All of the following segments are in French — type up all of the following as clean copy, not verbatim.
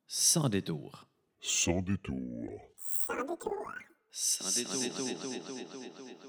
Sans détour. Sans détour. Sans détour. Sans détour.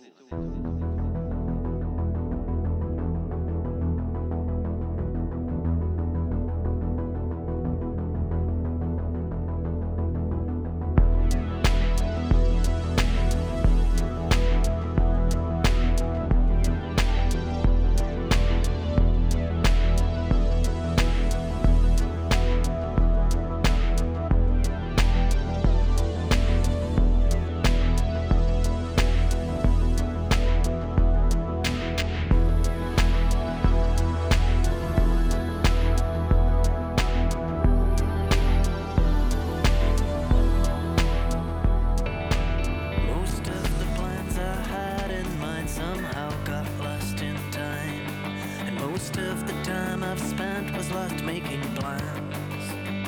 Most of the plans I had in mind somehow got lost in time. And most of the time I've spent was lost making plans.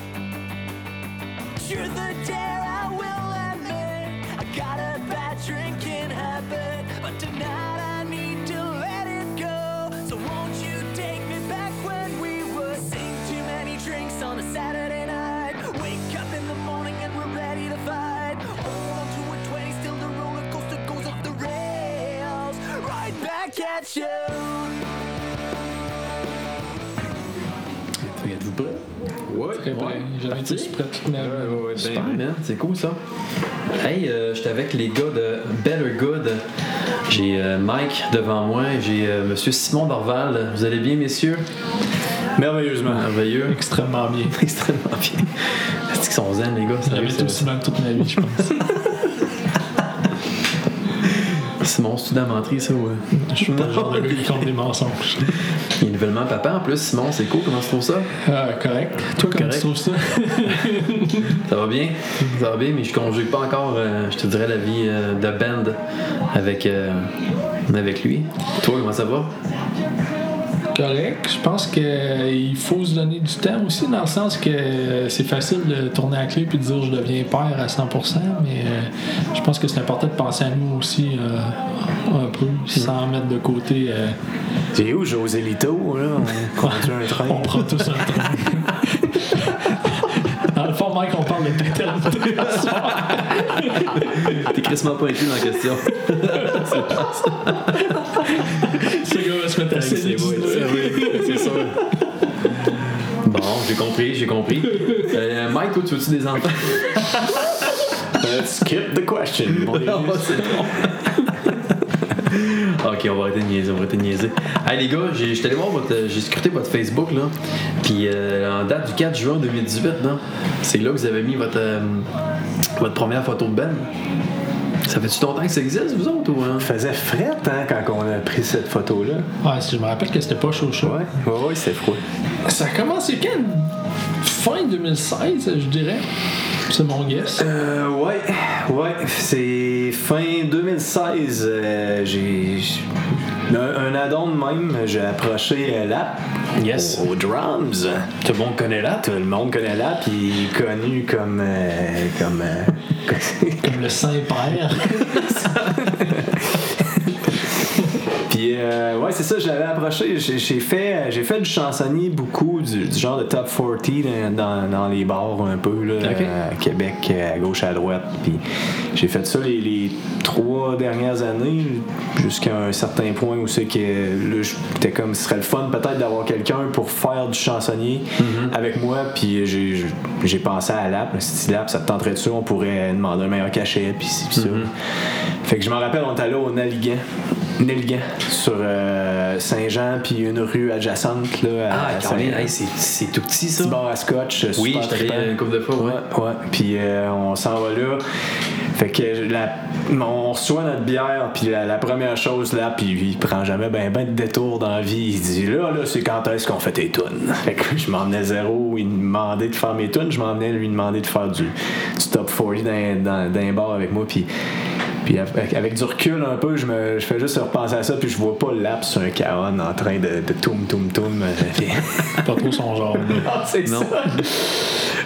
Truth or dare, I will admit I got a bad drinking habit. But tonight I need to let it go. So won't you take me back when we were seeing too many drinks on a Saturday night? Wake up in the morning and we're ready to fight. Hold on to a 20, still the roller coaster goes off the rails. Right back at you. Êtes-vous prêts? Ouais, Très prêt. J'avais été prêt toute ma vie. Super, man. C'est cool, ça. Hey, j'étais avec les gars de Better Good. J'ai Mike devant moi et j'ai Monsieur Simon Dorval. Vous allez bien, messieurs? Merveilleusement. Merveilleux. Extrêmement bien. Extrêmement bien. Est-ce qu'ils sont zen, les gars? J'avais été aussi mal toute ma vie, je pense. Simon, c'est-tu de la menterie, ça? Ouais. Je suis pas le genre de gars qui compte des mensonges. Il est nouvellement papa en plus, Simon, c'est cool. Comment tu trouves ça? Correct. Toi, comment tu trouves ça? Ça va bien? Ça va bien, mais je conjugue pas encore, je te dirais, la vie de band avec lui. Toi, comment ça va? Correct. Je pense qu'il faut se donner du temps aussi, dans le sens que c'est facile de tourner à la clé et de dire je deviens père à 100%, mais je pense que c'est important de penser à nous aussi un peu, sans mettre de côté. C'est où José Lito, là? On conduit un train. On prend tous un train. Dans le fond, Mike, on parle de paternité. T'es crissement pas inclus dans la question. Ce gars va se mettre à saigner du nez. C'est ça. Bon, j'ai compris. Mike, toi, tu veux-tu des enfants? Let's skip the question. Non, c'est bon. Ok, on va arrêter de niaiser. Hey les gars, j'étais allé voir j'ai scruté votre Facebook là, puis en date du 4 juin 2018 là, c'est là que vous avez mis votre première photo de Ben. Ça fait-tu longtemps que ça existe, vous autres, ou hein? Il faisait fret, hein, quand on a pris cette photo-là. Ouais, si je me rappelle que c'était pas chaud. Ouais, c'était froid. Ça a commencé quand? Fin 2016, je dirais. C'est mon guess. Ouais, c'est fin 2016. J'ai un add-on de même, j'ai approché l'app. Yes. Aux drums. Tout le monde connaît l'app. Tout le monde connaît l'app, il est connu comme Comme le Saint-Père. Puis ouais, c'est ça, je l'avais approché. J'ai fait du chansonnier beaucoup, du genre de top 40 dans les bars un peu là, okay. À Québec, à gauche, à droite. Puis j'ai fait ça les 3 dernières années jusqu'à un certain point où c'est que là, j'étais comme, ce serait le fun peut-être d'avoir quelqu'un pour faire du chansonnier avec moi. Puis j'ai pensé à l'app, le style app, ça te tenterait dessus, on pourrait demander un meilleur cachet, puis ci, puis ça. Fait que je m'en rappelle, on était allé au Nelligan sur Saint-Jean, puis une rue adjacente là, à Caroline, c'est tout petit ça. Petit bar à scotch. Oui, super je t'ai trippant. une couple de fois. Ouais. Puis on s'en va là. Fait que on reçoit notre bière, puis la première chose là, puis il prend jamais ben de détour dans la vie. Il dit là, c'est quand est-ce qu'on fait tes tunes. Fait que je m'emmenais zéro, il me demandait de faire mes tunes, je m'emmenais lui demander de faire du top 40 dans un bar avec moi, puis avec du recul un peu, je fais juste repenser à ça, puis je vois pas l'app sur un caron en train de toum. Pas trop son genre. Non, c'est non. ça.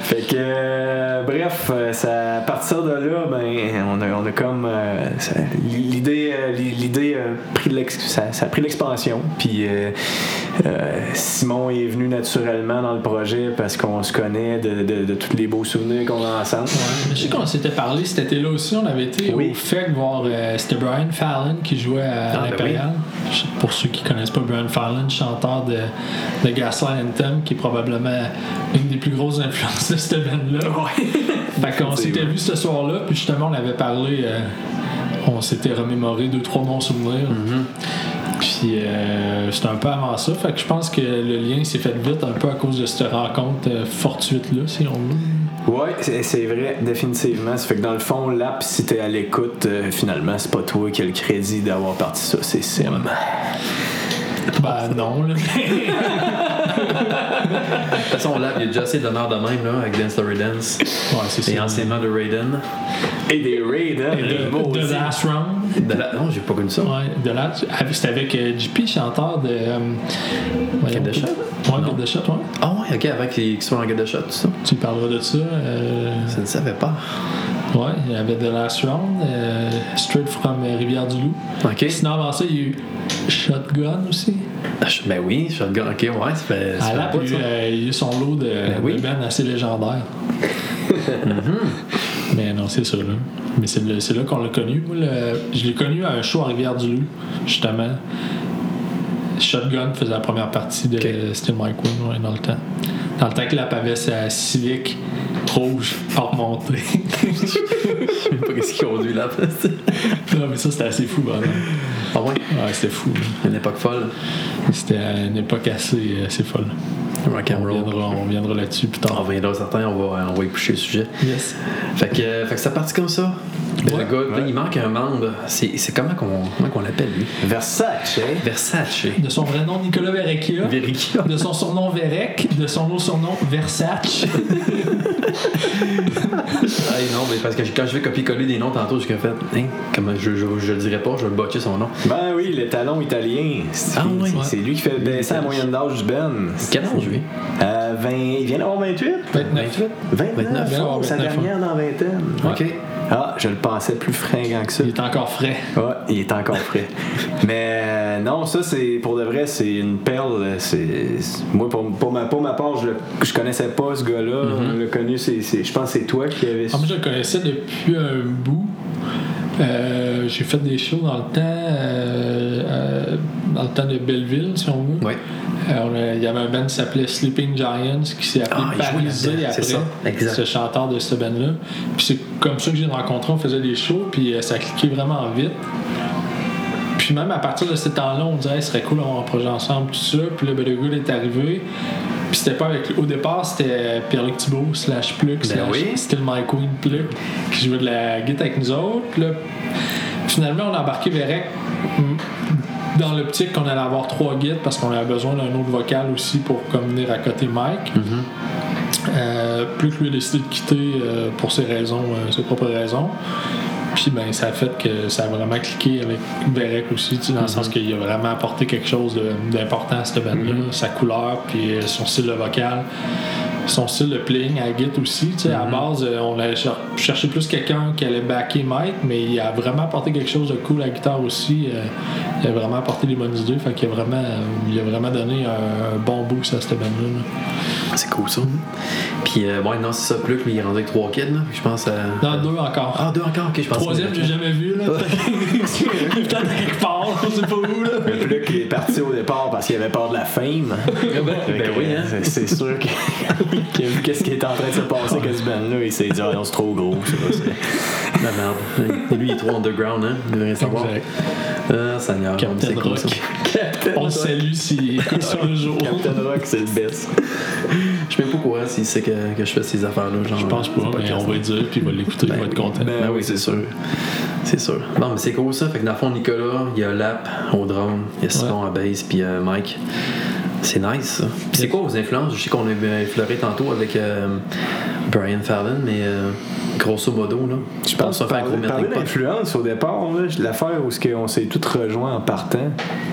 Fait que, bref, à partir de là, ben, on a comme. L'idée ça a pris l'expansion. Puis Simon est venu naturellement dans le projet parce qu'on se connaît de tous les beaux souvenirs qu'on a ensemble. Ouais, je sais qu'on s'était parlé cet été-là aussi, on avait été au FEC voir c'était Brian Fallon qui jouait à l'Impérial. Oui. Pour ceux qui connaissent pas Brian Fallon, chanteur de Gaslight Anthem, qui est probablement une des plus grosses influences de cette band-là. Ouais. Fait qu'on s'était vu ce soir-là, puis justement on avait parlé, on s'était remémoré 2-3 bons souvenirs. Mm-hmm. Puis c'était un peu avant ça, fait que je pense que le lien s'est fait vite un peu à cause de cette rencontre fortuite-là, si on veut. Ouais, c'est vrai, définitivement. Ça fait que dans le fond, là, si t'es à l'écoute, finalement, c'est pas toi qui as le crédit d'avoir parti ça, c'est Sim. Ben non, là. De toute façon, là, il y a déjà assez d'honneur de même, là, avec Dance the Raidens. Ouais, c'est ça. Et anciennement de Raiden. Et des Raidens. Et de Last Round. Non, j'ai pas connu ça. Ouais, c'était avec JP, chanteur de. Get the Shot? Ouais, Get the Shot, ouais. Ah, ouais, ok, avec qui sont en Get the Shot, tout ça. Tu parleras de ça. Je ne savais pas. Ouais, il y avait The Last Round, Straight from Rivière-du-Loup. Ok. Sinon, avant ça, il y a eu Shotgun aussi. Ben oui, Shotgun, ok, ouais, ça fait. À la il y a eu son lot de bands assez légendaires. Mais non, c'est ça, là. Mais c'est là qu'on l'a connu. Moi, je l'ai connu à un show à Rivière-du-Loup, justement. Shotgun faisait la première partie de Still My Queen, ouais, dans le temps. Dans le temps que la avait sa Civic rouge à remonter. Je sais même pas qu'est-ce qu'il conduit là. Non, mais ça, c'était assez fou, vraiment. Ah ouais? Ouais, c'était fou. Une époque folle. C'était une époque assez folle. On viendra là-dessus plus tard. On viendra certains, on va y coucher le sujet. Yes. Fait que ça partit comme ça. Le gars, il manque un membre. C'est comment qu'on l'appelle, lui? Versace. De son vrai nom, Nicolas Verrecchia. De son surnom Verrec. De son autre surnom Versace. Non, mais parce que quand je vais copier-coller des noms tantôt, j'ai fait, comment je le dirais pas, je vais le botcher son nom. Ben oui, le talon italien. C'est lui qui fait baisser la moyenne d'âge du Ben. Quel âge, lui? 20, il vient d'avoir 28? 29. Sa dernière dans la vingtaine. OK. Ah, je le pensais plus fringant que ça. Il est encore frais. Ouais, il est encore frais. Mais non, ça, c'est pour de vrai, c'est une perle. Moi, pour ma part, je connaissais pas ce gars-là. On l'a connu, je pense que c'est toi qui avais... Moi, je le connaissais depuis un bout. J'ai fait des shows dans le temps de Belleville, si on veut. Oui. Il y avait un band qui s'appelait Sleeping Giants qui s'est appelé Paralysé après, ce chanteur de ce band-là. Puis c'est comme ça que j'ai rencontré, on faisait des shows, puis ça cliquait vraiment vite. Puis même à partir de ce temps-là, on disait, ce serait cool d'avoir un projet ensemble, tout ça. Puis là, le gars est arrivé. Puis c'était pas avec... Au départ, c'était Pierre-Luc Thibault / Pluck / Still My Queen Pluck qui jouait de la guitare avec nous autres. Puis là, finalement, on a embarqué Verrec dans l'optique qu'on allait avoir 3 guides parce qu'on avait besoin d'un autre vocal aussi pour comme venir à côté Mike. Pluck lui a décidé de quitter pour ses propres raisons. Puis ben, ça a fait que ça a vraiment cliqué avec Verrec aussi, dans le sens qu'il a vraiment apporté quelque chose d'important à cette bande-là, sa couleur, puis son style de vocal, son style de playing à la guitare aussi. À base, on allait chercher plus quelqu'un qui allait backer Mike, mais il a vraiment apporté quelque chose de cool à la guitare aussi. Il a vraiment apporté des bonnes idées, fait qu'il a vraiment donné un bon boost à cette bande-là. C'est cool ça. Puis, non, c'est ça, Pluck, il est rendu avec 3 kids, là. Je pense. Non, 2 encore. Ah, 2 encore, ok, je pense. 3e, j'ai jamais vu, là. Il est peut-être à quelque part, on sait pas où, là. Mais Pluck est parti au départ parce qu'il avait peur de la fame. Ben oui, hein. C'est sûr qu'il a vu qu'est-ce qui est en train de se passer avec ce band-là. Il s'est dit, ah non, c'est trop gros, ça. La merde. Et lui, il est trop underground, hein. Il devrait savoir. Ah, Seigneur. Captain Rock. On le salue s'il écoute ça un jour. Captain Rock, c'est le best. Je sais même pas quoi s'il sait que je fais ces affaires-là. Genre, je pense pas, mais on va le dire, puis il va l'écouter, il va être content. Ben oui, c'est sûr. C'est sûr. Bon, mais c'est cool ça. Fait que dans le fond, Nicolas, il y a Lap au drum, il y a Simon à bass, puis Mike. C'est nice ça. Puis c'est quoi vos influences? Je sais qu'on a effleuré tantôt avec Brian Fallon, mais grosso modo, là. Je pense qu'on parlait d'influence au départ, là, l'affaire où on s'est tous rejoints en partant.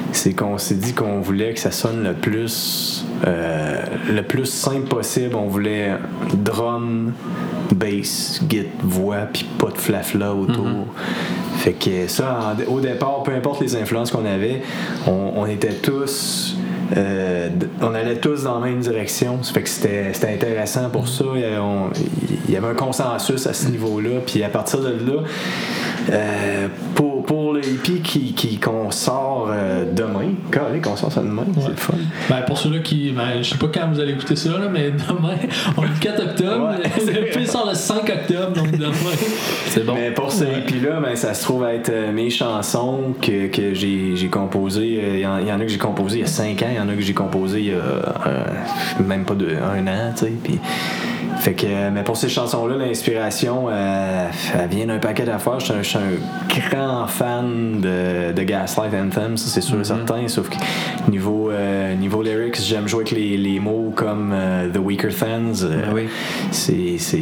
c'est qu'on s'est dit qu'on voulait que ça sonne le plus simple possible. On voulait drum, bass, guitare, voix, puis pas de flafla autour. Fait que ça, au départ, peu importe les influences qu'on avait, on était tous... on allait tous dans la même direction. Ça fait que c'était intéressant pour ça. Il y avait un consensus à ce niveau-là. Puis à partir de là, pour le EP qu'on sort demain, qu'on sort ça demain, c'est le fun. Ben, pour ceux-là qui. Ben, je sais pas quand vous allez écouter ça, là, mais demain, on est le 4 octobre. Le EP sort le 5 octobre, donc demain. C'est bon. Mais pour ce EP-là, ben, ça se trouve être mes chansons que j'ai composées. Il y en a que j'ai composées il y a 5 ans, il y en a que j'ai composées il y a même pas un an, tu sais. Puis. Fait que, mais pour ces chansons-là, l'inspiration, elle vient d'un paquet d'affaires. Je suis un grand fan de Gaslight Anthem, ça c'est sûr et certain. Sauf que niveau lyrics, j'aime jouer avec les mots comme The Weaker Thans. Oui. C'est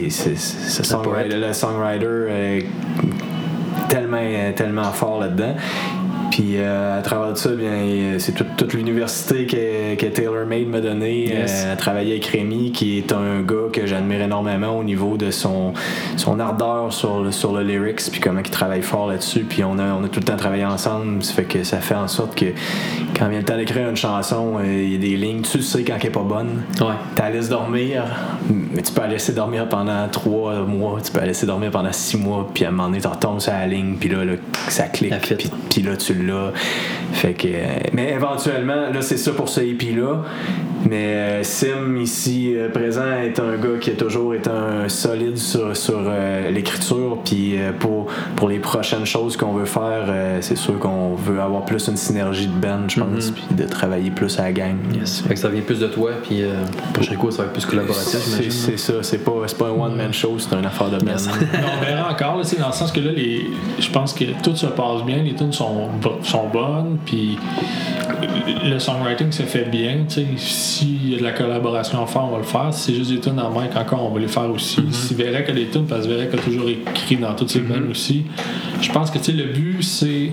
le songwriter tellement fort là-dedans. Puis à travers de ça, bien, c'est toute l'université que TaylorMade m'a donnée. Travailler avec Rémi, qui est un gars que j'admire énormément au niveau de son ardeur sur le lyrics, puis comment il travaille fort là-dessus. Puis on a tout le temps travaillé ensemble. Ça fait que ça fait en sorte que quand vient le temps d'écrire une chanson, il y a des lignes, tu sais quand elle est pas bonne. Ouais. T'as laissé dormir, mais tu peux la laisser dormir pendant 3 mois, tu peux la laisser dormir pendant 6 mois, puis à un moment donné, tu retombes sur la ligne, puis là ça clique, puis là tu l'as. Fait que, mais éventuellement, là c'est ça pour ce EP-là. Mais Sim ici présent est un gars qui a toujours été un solide sur l'écriture, puis pour les prochaines choses qu'on veut faire, c'est sûr qu'on veut avoir plus une synergie de band, je pense, puis de travailler plus à la gang. Yes. Fait que ça vient plus de toi, puis prochain coup ça va être plus collaboratif, j'imagine. C'est ça, c'est pas un one-man show, c'est une affaire de band. On verra encore, là, dans le sens que là, je pense que tout se passe bien, les tunes sont bonnes, puis le songwriting se fait bien, tu sais. S'il y a de la collaboration à faire, on va le faire. Si c'est juste des tunes en mic, encore, on va les faire aussi. Si Vérec a des tunes, parce que Vérec a toujours écrit dans toutes ses bands aussi, je pense que, tu sais, le but, c'est...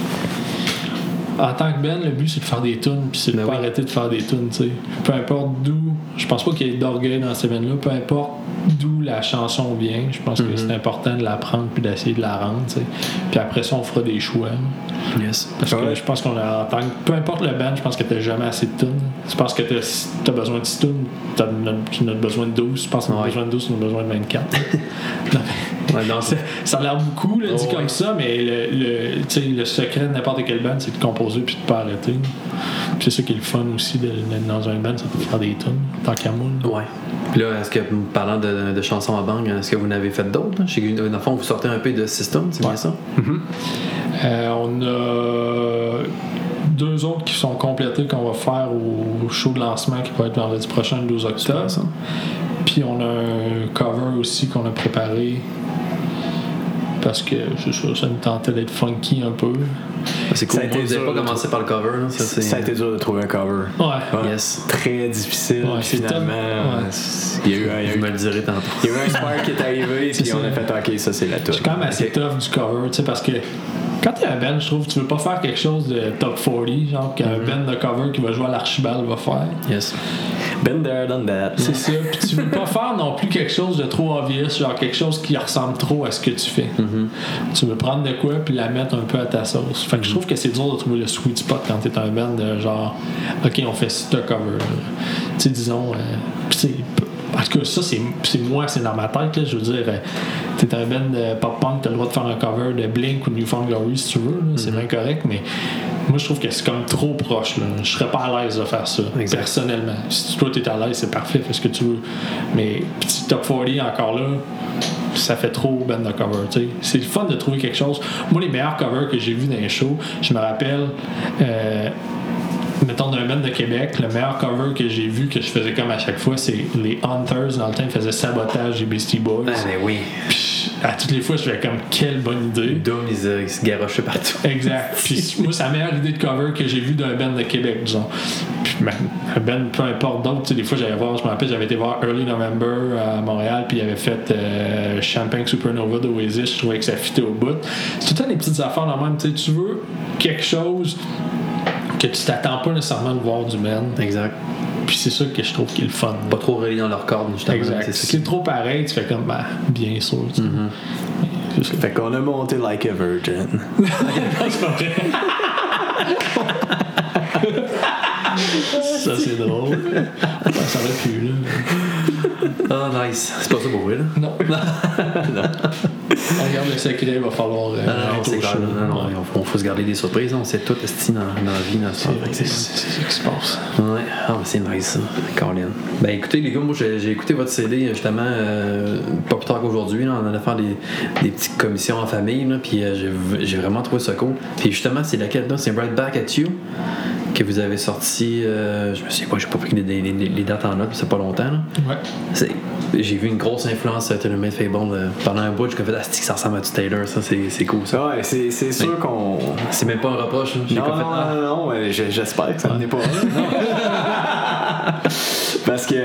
En tant que band, le but, c'est de faire des tunes, puis c'est de pas arrêter de faire des tunes, tu sais. Peu importe d'où... Je pense pas qu'il y ait d'orgueil dans ces bands-là. Peu importe d'où la chanson vient, je pense que c'est important de la prendre puis d'essayer de la rendre, tu sais. Puis après ça, on fera des choix. Yes. Parce que je pense qu'on a en tant que... Peu importe le band, je pense que t'as jamais assez de tunes. Je pense que t'as besoin de 6 tunes, tu as besoin de 12. Je pense qu'on a besoin de 12, on a besoin de 24. Ça a l'air beaucoup, là, dit comme ça, mais le secret de n'importe quelle band, c'est de composer puis de pas arrêter. Puis c'est ça qui est le fun aussi d'être dans un band, c'est de faire des tunes, tant qu'à moi. Ouais. Puis là, est-ce que, parlant de chansons à bang, est-ce que vous en avez fait d'autres? Dans le fond, vous sortez un peu de System, c'est bien ça? On a 2 autres qui sont complétés qu'on va faire au show de lancement qui va être vendredi prochain, le 12 octobre. Puis on a un cover aussi qu'on a préparé parce que ça nous tentait d'être funky un peu. C'est cool. Vous n'avez pas commencé par le cover. Là. Ça a été dur de trouver un cover. Ouais. Yes. Très difficile. Finalement, il y a eu vous me le direz tantôt. Il y a eu un spark qui est arrivé puis on a fait OK, ça c'est la touche. C'est quand même assez tough du cover, tu sais, parce que quand t'es un band, je trouve, tu veux pas faire quelque chose de top 40, genre qu'un band de cover qui va jouer à l'Archibald va faire. Yes. Been there, done that. C'est ça. Puis tu veux pas faire non plus quelque chose de trop obvious, genre quelque chose qui ressemble trop à ce que tu fais. Tu veux prendre de quoi puis la mettre un peu à ta sauce. Fait que je trouve que c'est dur de trouver le sweet spot quand t'es un band de genre, OK, on fait ce cover. Tu sais, disons, en tout cas, ça, c'est moi, c'est dans ma tête. Là, je veux dire, t'es un band de pop-punk, t'as le droit de faire un cover de Blink ou de New Found Glory si tu veux. Là, c'est bien correct, mais moi, je trouve que c'est comme trop proche. Là. Je serais pas à l'aise de faire ça, personnellement. Si toi, t'es à l'aise, c'est parfait, fais ce que tu veux. Mais petit top 40 encore là, ça fait trop band de cover. T'sais. C'est le fun de trouver quelque chose. Moi, les meilleurs covers que j'ai vus dans les shows, je me rappelle... mettons d'un band de Québec, le meilleur cover que j'ai vu que je faisais comme à chaque fois, c'est les Hunters. Dans le temps, ils faisaient Sabotage des Beastie Boys. Ah, mais oui. Puis, à toutes les fois, je fais comme quelle bonne idée. Dom, ils se garochaient partout. Exact. Puis moi, c'est la meilleure idée de cover que j'ai vue d'un band de Québec, disons. Puis un band, peu importe d'autres, tu sais, des fois, j'allais voir, je me rappelle, j'avais été voir Early November à Montréal, puis ils avaient fait Champagne Supernova d'Oasis. Je trouvais que ça fitait au bout. C'est tout le temps des petites affaires dans le même. Tu sais, tu veux quelque chose que tu t'attends pas nécessairement de voir du band. Exact. Puis c'est ça que je trouve qui est le fun. Pas trop relié dans leur corde, justement. Exact. C'est Si ça c'est trop pareil, tu fais comme, ben, bien sûr. Tu sais. C'est ça. Fait qu'on a monté Like a Virgin. C'est pas vrai. Ça, c'est drôle. Ouais, ça aurait pu, là. Ah, nice. C'est pas ça pour vrai, là? Non. On regarde le secret, il va falloir. Non, c'est clair. Non, faut se garder des surprises. On sait tout esti dans la vie, dans ça. C'est ça qui se passe. Ouais, c'est nice ça, Colin. Ben écoutez les gars, moi j'ai écouté votre CD justement pas plus tard qu'aujourd'hui, là, on allait faire des petites commissions en famille, là, puis j'ai vraiment trouvé ça cool. Puis justement, c'est laquelle là? C'est Right Back at You que vous avez sorti, je me souviens pas, j'ai pas pris les dates en note, c'est pas longtemps. Là. Ouais. J'ai vu une grosse influence Taylor Made Fable pendant un bout, j'ai fait ça ressemble à du Taylor, ça c'est cool ça. Ouais, c'est sûr qu'on. C'est même pas un reproche, hein. Non, j'espère que ça n'est pas. Parce que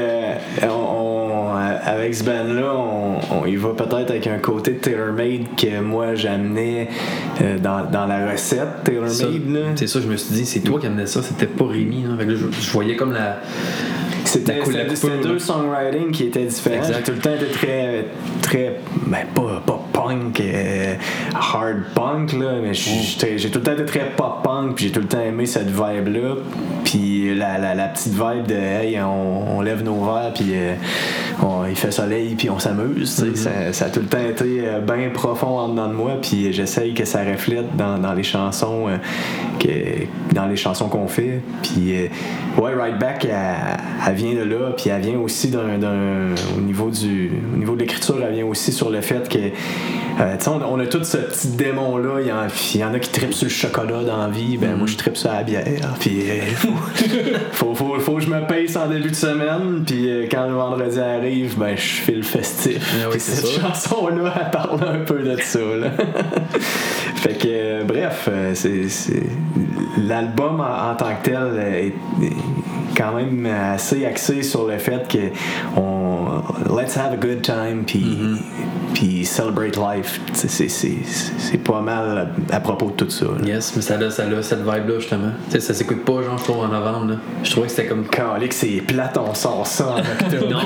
avec ce band-là, on y va peut-être avec un côté de TaylorMade que moi j'amenais dans la recette TaylorMade. C'est ça, je me suis dit, c'est toi qui amenais ça, c'était pas Rémi. Hein. Fait que là, je voyais comme la. C'était deux songwriting qui étaient différents. Exact. J'ai tout le temps été très ben pas punk, hard punk là, mais j'ai tout le temps été très pop punk, puis j'ai tout le temps aimé cette vibe là, puis la petite vibe de hey on lève nos verres, puis il fait soleil, puis on s'amuse. Ça a tout le temps été bien profond en dedans de moi, puis j'essaye que ça reflète dans les chansons qu'on fait, puis ouais, Right Back elle vient de là, puis elle vient aussi au niveau de l'écriture, elle vient aussi sur le fait que on a tout ce petit démon là, il y en a qui trippent sur le chocolat dans la vie, ben moi je trippe sur la bière, puis faut que je me paye en début de semaine, puis quand le vendredi arrive, ben je fais le festif. Oui, cette chanson là elle parle un peu de ça là. Fait que bref, c'est l'album en tant que tel est quand même assez axé sur le fait que let's have a good time, puis celebrate life. C'est pas mal à propos de tout ça. Là. Yes, mais ça a cette vibe-là, justement. T'sais, ça s'écoute pas, genre, je trouve, en novembre. Là. Je trouvais que c'était comme. Calique, c'est plate, on sort ça en octobre. Non,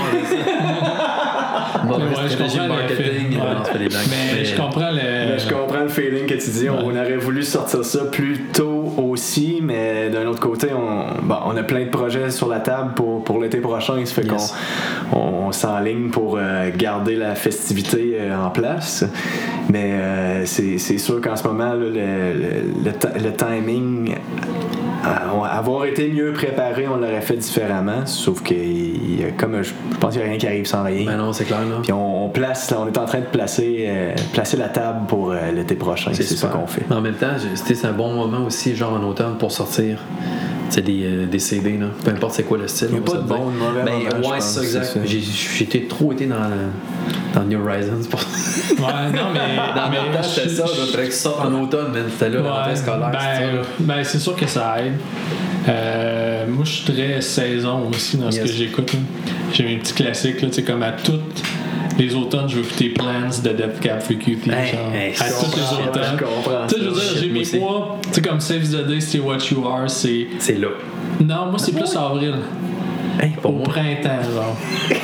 mais stratégie marketing. Ouais. Non, c'est pas des blagues. Mais je comprends Je comprends le feeling que tu dis. On aurait voulu sortir ça plus tôt aussi, mais d'un autre côté, on a plein de projets sur la table pour l'été prochain. Ça fait qu'on s'enligne pour garder la festivité en place. Mais c'est sûr qu'en ce moment, là, le timing, avoir été mieux préparé, on l'aurait fait différemment. Sauf que comme je pense qu'il n'y a rien qui arrive sans rien. Ben non, c'est clair. Là. Puis on est en train de placer la table pour l'été prochain. C'est ça qu'on fait. En même temps, c'est un bon moment aussi, genre en automne, pour sortir des CD. Là. Peu importe c'est quoi le style. Il n'y a pas de bon ou de mauvais moment. Ouais, c'est ça, exact. J'ai trop été dans New Horizons. Ouais, non, mais. Dans mes temps, c'était ça. Il fallait que tu sortes en automne, mais c'était là, la rentrée scolaire. Ben, c'est sûr que ça aide. Moi, je suis très saison aussi dans ce que j'écoute. Là. J'ai mes petits classiques, là, comme à toutes les automnes, je veux écouter Plans de Death Cab for Cutie. À tous les automnes. Tu sais, je veux dire, j'ai mes mois, tu sais, comme Save the Day, c'est What You Are, c'est là. Non, moi, c'est plus avril. Au printemps, genre.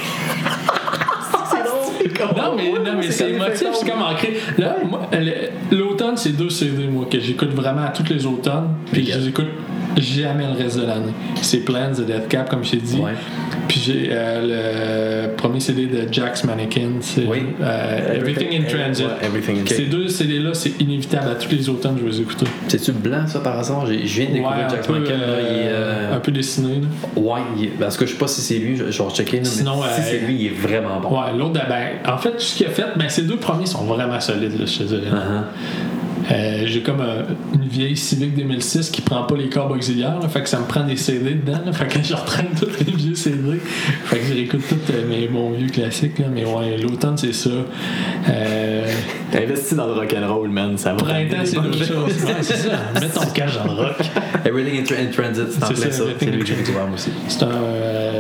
Non, mais c'est émotif, c'est comme ancré. Là, moi, l'automne, c'est 2 CD, moi, que j'écoute vraiment à tous les automnes, puis je les écoute jamais le reste de l'année. C'est Plans de Death Cab, comme je t'ai dit. Ouais. Puis j'ai le premier CD de Jack's Mannequin, c'est Everything in Transit. Ces 2 CD-là, c'est inévitable à tous les automnes, je vais les écouter. C'est-tu blanc, ça, par hasard? Je viens de découvrir Jack's Mannequin. Un peu dessiné. Là. Ouais, parce que je sais pas si c'est lui, je vais checker. Là, sinon, si c'est lui, il est vraiment bon. Ouais, l'autre, en fait, tout ce qu'il a fait, ces 2 premiers sont vraiment solides, là, je te dirais. J'ai comme une vieille Civic 2006 qui prend pas les câbles auxiliaires, là, fait que ça me prend des CD dedans, là, fait que je retraîne tous les vieux CD, fait que je réécoute tous mes bons vieux classiques, là, mais ouais, l'automne c'est ça. Investis dans le rock'n'roll, man, ça va. Printemps c'est d'autres choses. Ouais, c'est ça, mets ton cash dans le rock. Everything in Transit, c'est en plein ça. C'est lui que j'ai découvert aussi. C'est un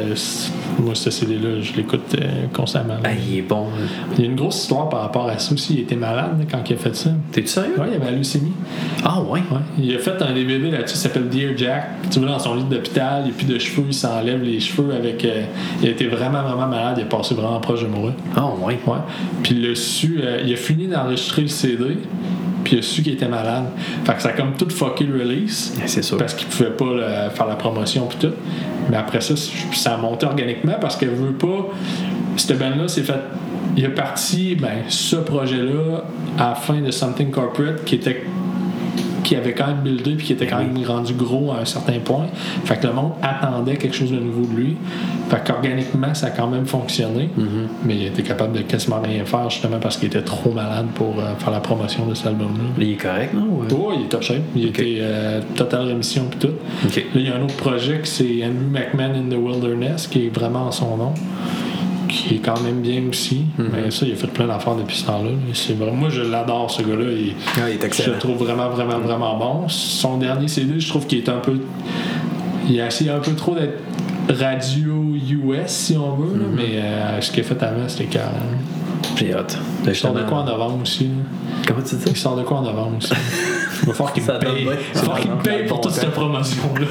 moi, ce CD-là, je l'écoute constamment. Ah, il est bon. Il y a une grosse histoire par rapport à ça aussi. Il était malade là, quand il a fait ça. T'es-tu sérieux? Ouais, il avait la leucémie. Ah, ouais. Ouais. Il a fait un DVD là-dessus qui s'appelle Dear Jack. Tu vois, dans son lit d'hôpital, il n'y a plus de cheveux, il s'enlève les cheveux avec. Il a été vraiment, vraiment malade. Il est passé vraiment proche de mourir. Ah, ouais. Ouais. Puis il a su. Il a fini d'enregistrer le CD. Puis il a su qu'il était malade. Fait que ça a comme tout fucké le release. C'est sûr. Parce qu'il pouvait pas faire la promotion puis tout. Mais après ça, ça a monté organiquement parce qu'elle veut pas. Cette band-là s'est fait. Il a parti ce projet-là à la fin de Something Corporate qui avait quand même buildé puis qui était quand même rendu gros à un certain point. Fait que le monde attendait quelque chose de nouveau de lui. Fait qu'organiquement, ça a quand même fonctionné. Mais il était capable de quasiment rien faire justement parce qu'il était trop malade pour faire la promotion de cet album-là. Il est correct, non? Ouais, il est top shape. Il était total rémission puis tout. Okay. Là, il y a un autre projet qui c'est Andrew McMahon in the Wilderness qui est vraiment son nom. Qui est quand même bien aussi. Mais ça, il a fait plein d'affaires depuis ce temps-là. C'est vrai. Moi, je l'adore, ce gars-là. Il est excellent. Je le trouve vraiment, vraiment, vraiment bon. Son dernier CD, je trouve qu'il est un peu. Il a essayé un peu trop d'être radio US, si on veut. Là, mais ce qu'il a fait avant, c'était carré. J'ai hâte. Il sort de quoi en novembre aussi? Là? Comment tu dis ça? Il sort de quoi en novembre aussi? Il va falloir qu'il me paye. Il va falloir qu'il me paye pour toute cette promotion-là.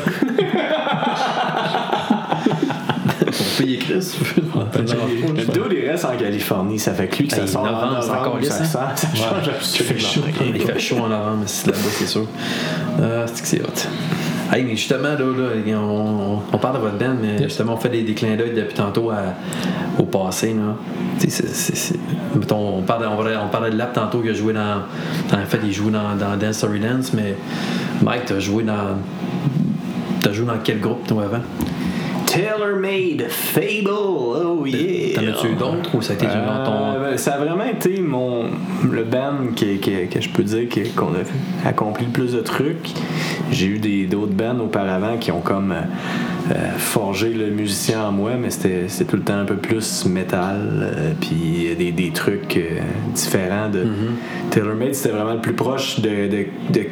On paye Chris. Le dude, il reste en Californie. Ça fait que lui que ça sort en novembre. C'est encore Ça change absolument. Il fait chaud en novembre, mais c'est là-bas, c'est sûr. C'est que c'est hot. Hey, mais justement, là, on parle de votre band, mais justement, on fait des clins d'œil depuis tantôt au passé. Là. Mettons, on parlait de Lap tantôt qui a joué dans. En fait, il joue dans Dance Story Dance, mais Mike, t'as joué dans quel groupe, toi, avant? Tailor-Made Fable, oh yeah! T'en as-tu eu d'autres ou ça a été dans ton. Ça a vraiment été le band que je peux dire qu'on a accompli le plus de trucs. J'ai eu d'autres bands auparavant qui ont comme forgé le musicien en moi, mais c'était tout le temps un peu plus métal, puis des trucs différents de Tailor-Made. C'était vraiment le plus proche de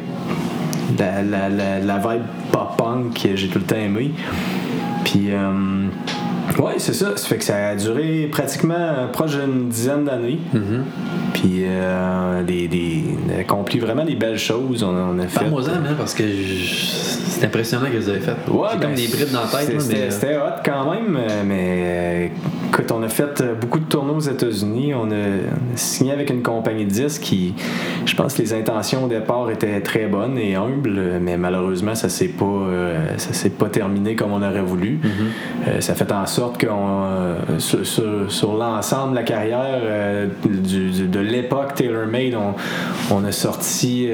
la vibe pop-punk que j'ai tout le temps aimé. Puis, ouais, c'est ça. Ça fait que ça a duré pratiquement proche d'une dizaine d'années. Puis, on a accompli vraiment des belles choses. On a fait. Parle-moi-en, hein, parce que c'est impressionnant que vous avez fait. Ouais, j'ai comme des brides dans la tête. C'était hot quand même, mais écoute, on a fait beaucoup de tournées aux États-Unis. On a signé avec une compagnie de disques qui, je pense que les intentions au départ étaient très bonnes et humbles, mais malheureusement, ça s'est pas terminé comme on aurait voulu. Ça fait en sorte que sur l'ensemble de la carrière de l'époque Tailor-Made, on a sorti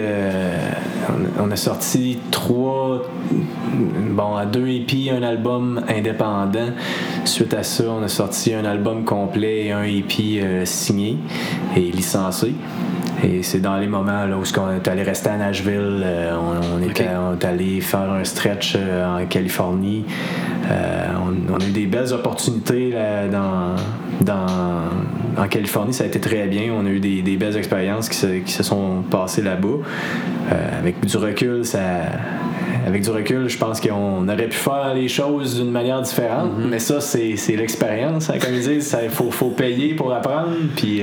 2 EP, un album indépendant. Suite à ça, on a sorti un album complet et un EP signé et licencié. Et c'est dans les moments là, où on est allé rester à Nashville, on est allé faire un stretch en Californie. On a eu des belles opportunités là, en Californie, ça a été très bien. On a eu des belles expériences qui se sont passées là-bas. Avec du recul, je pense qu'on aurait pu faire les choses d'une manière différente, mais ça, c'est l'expérience. Hein, comme ils disent, il faut payer pour apprendre, puis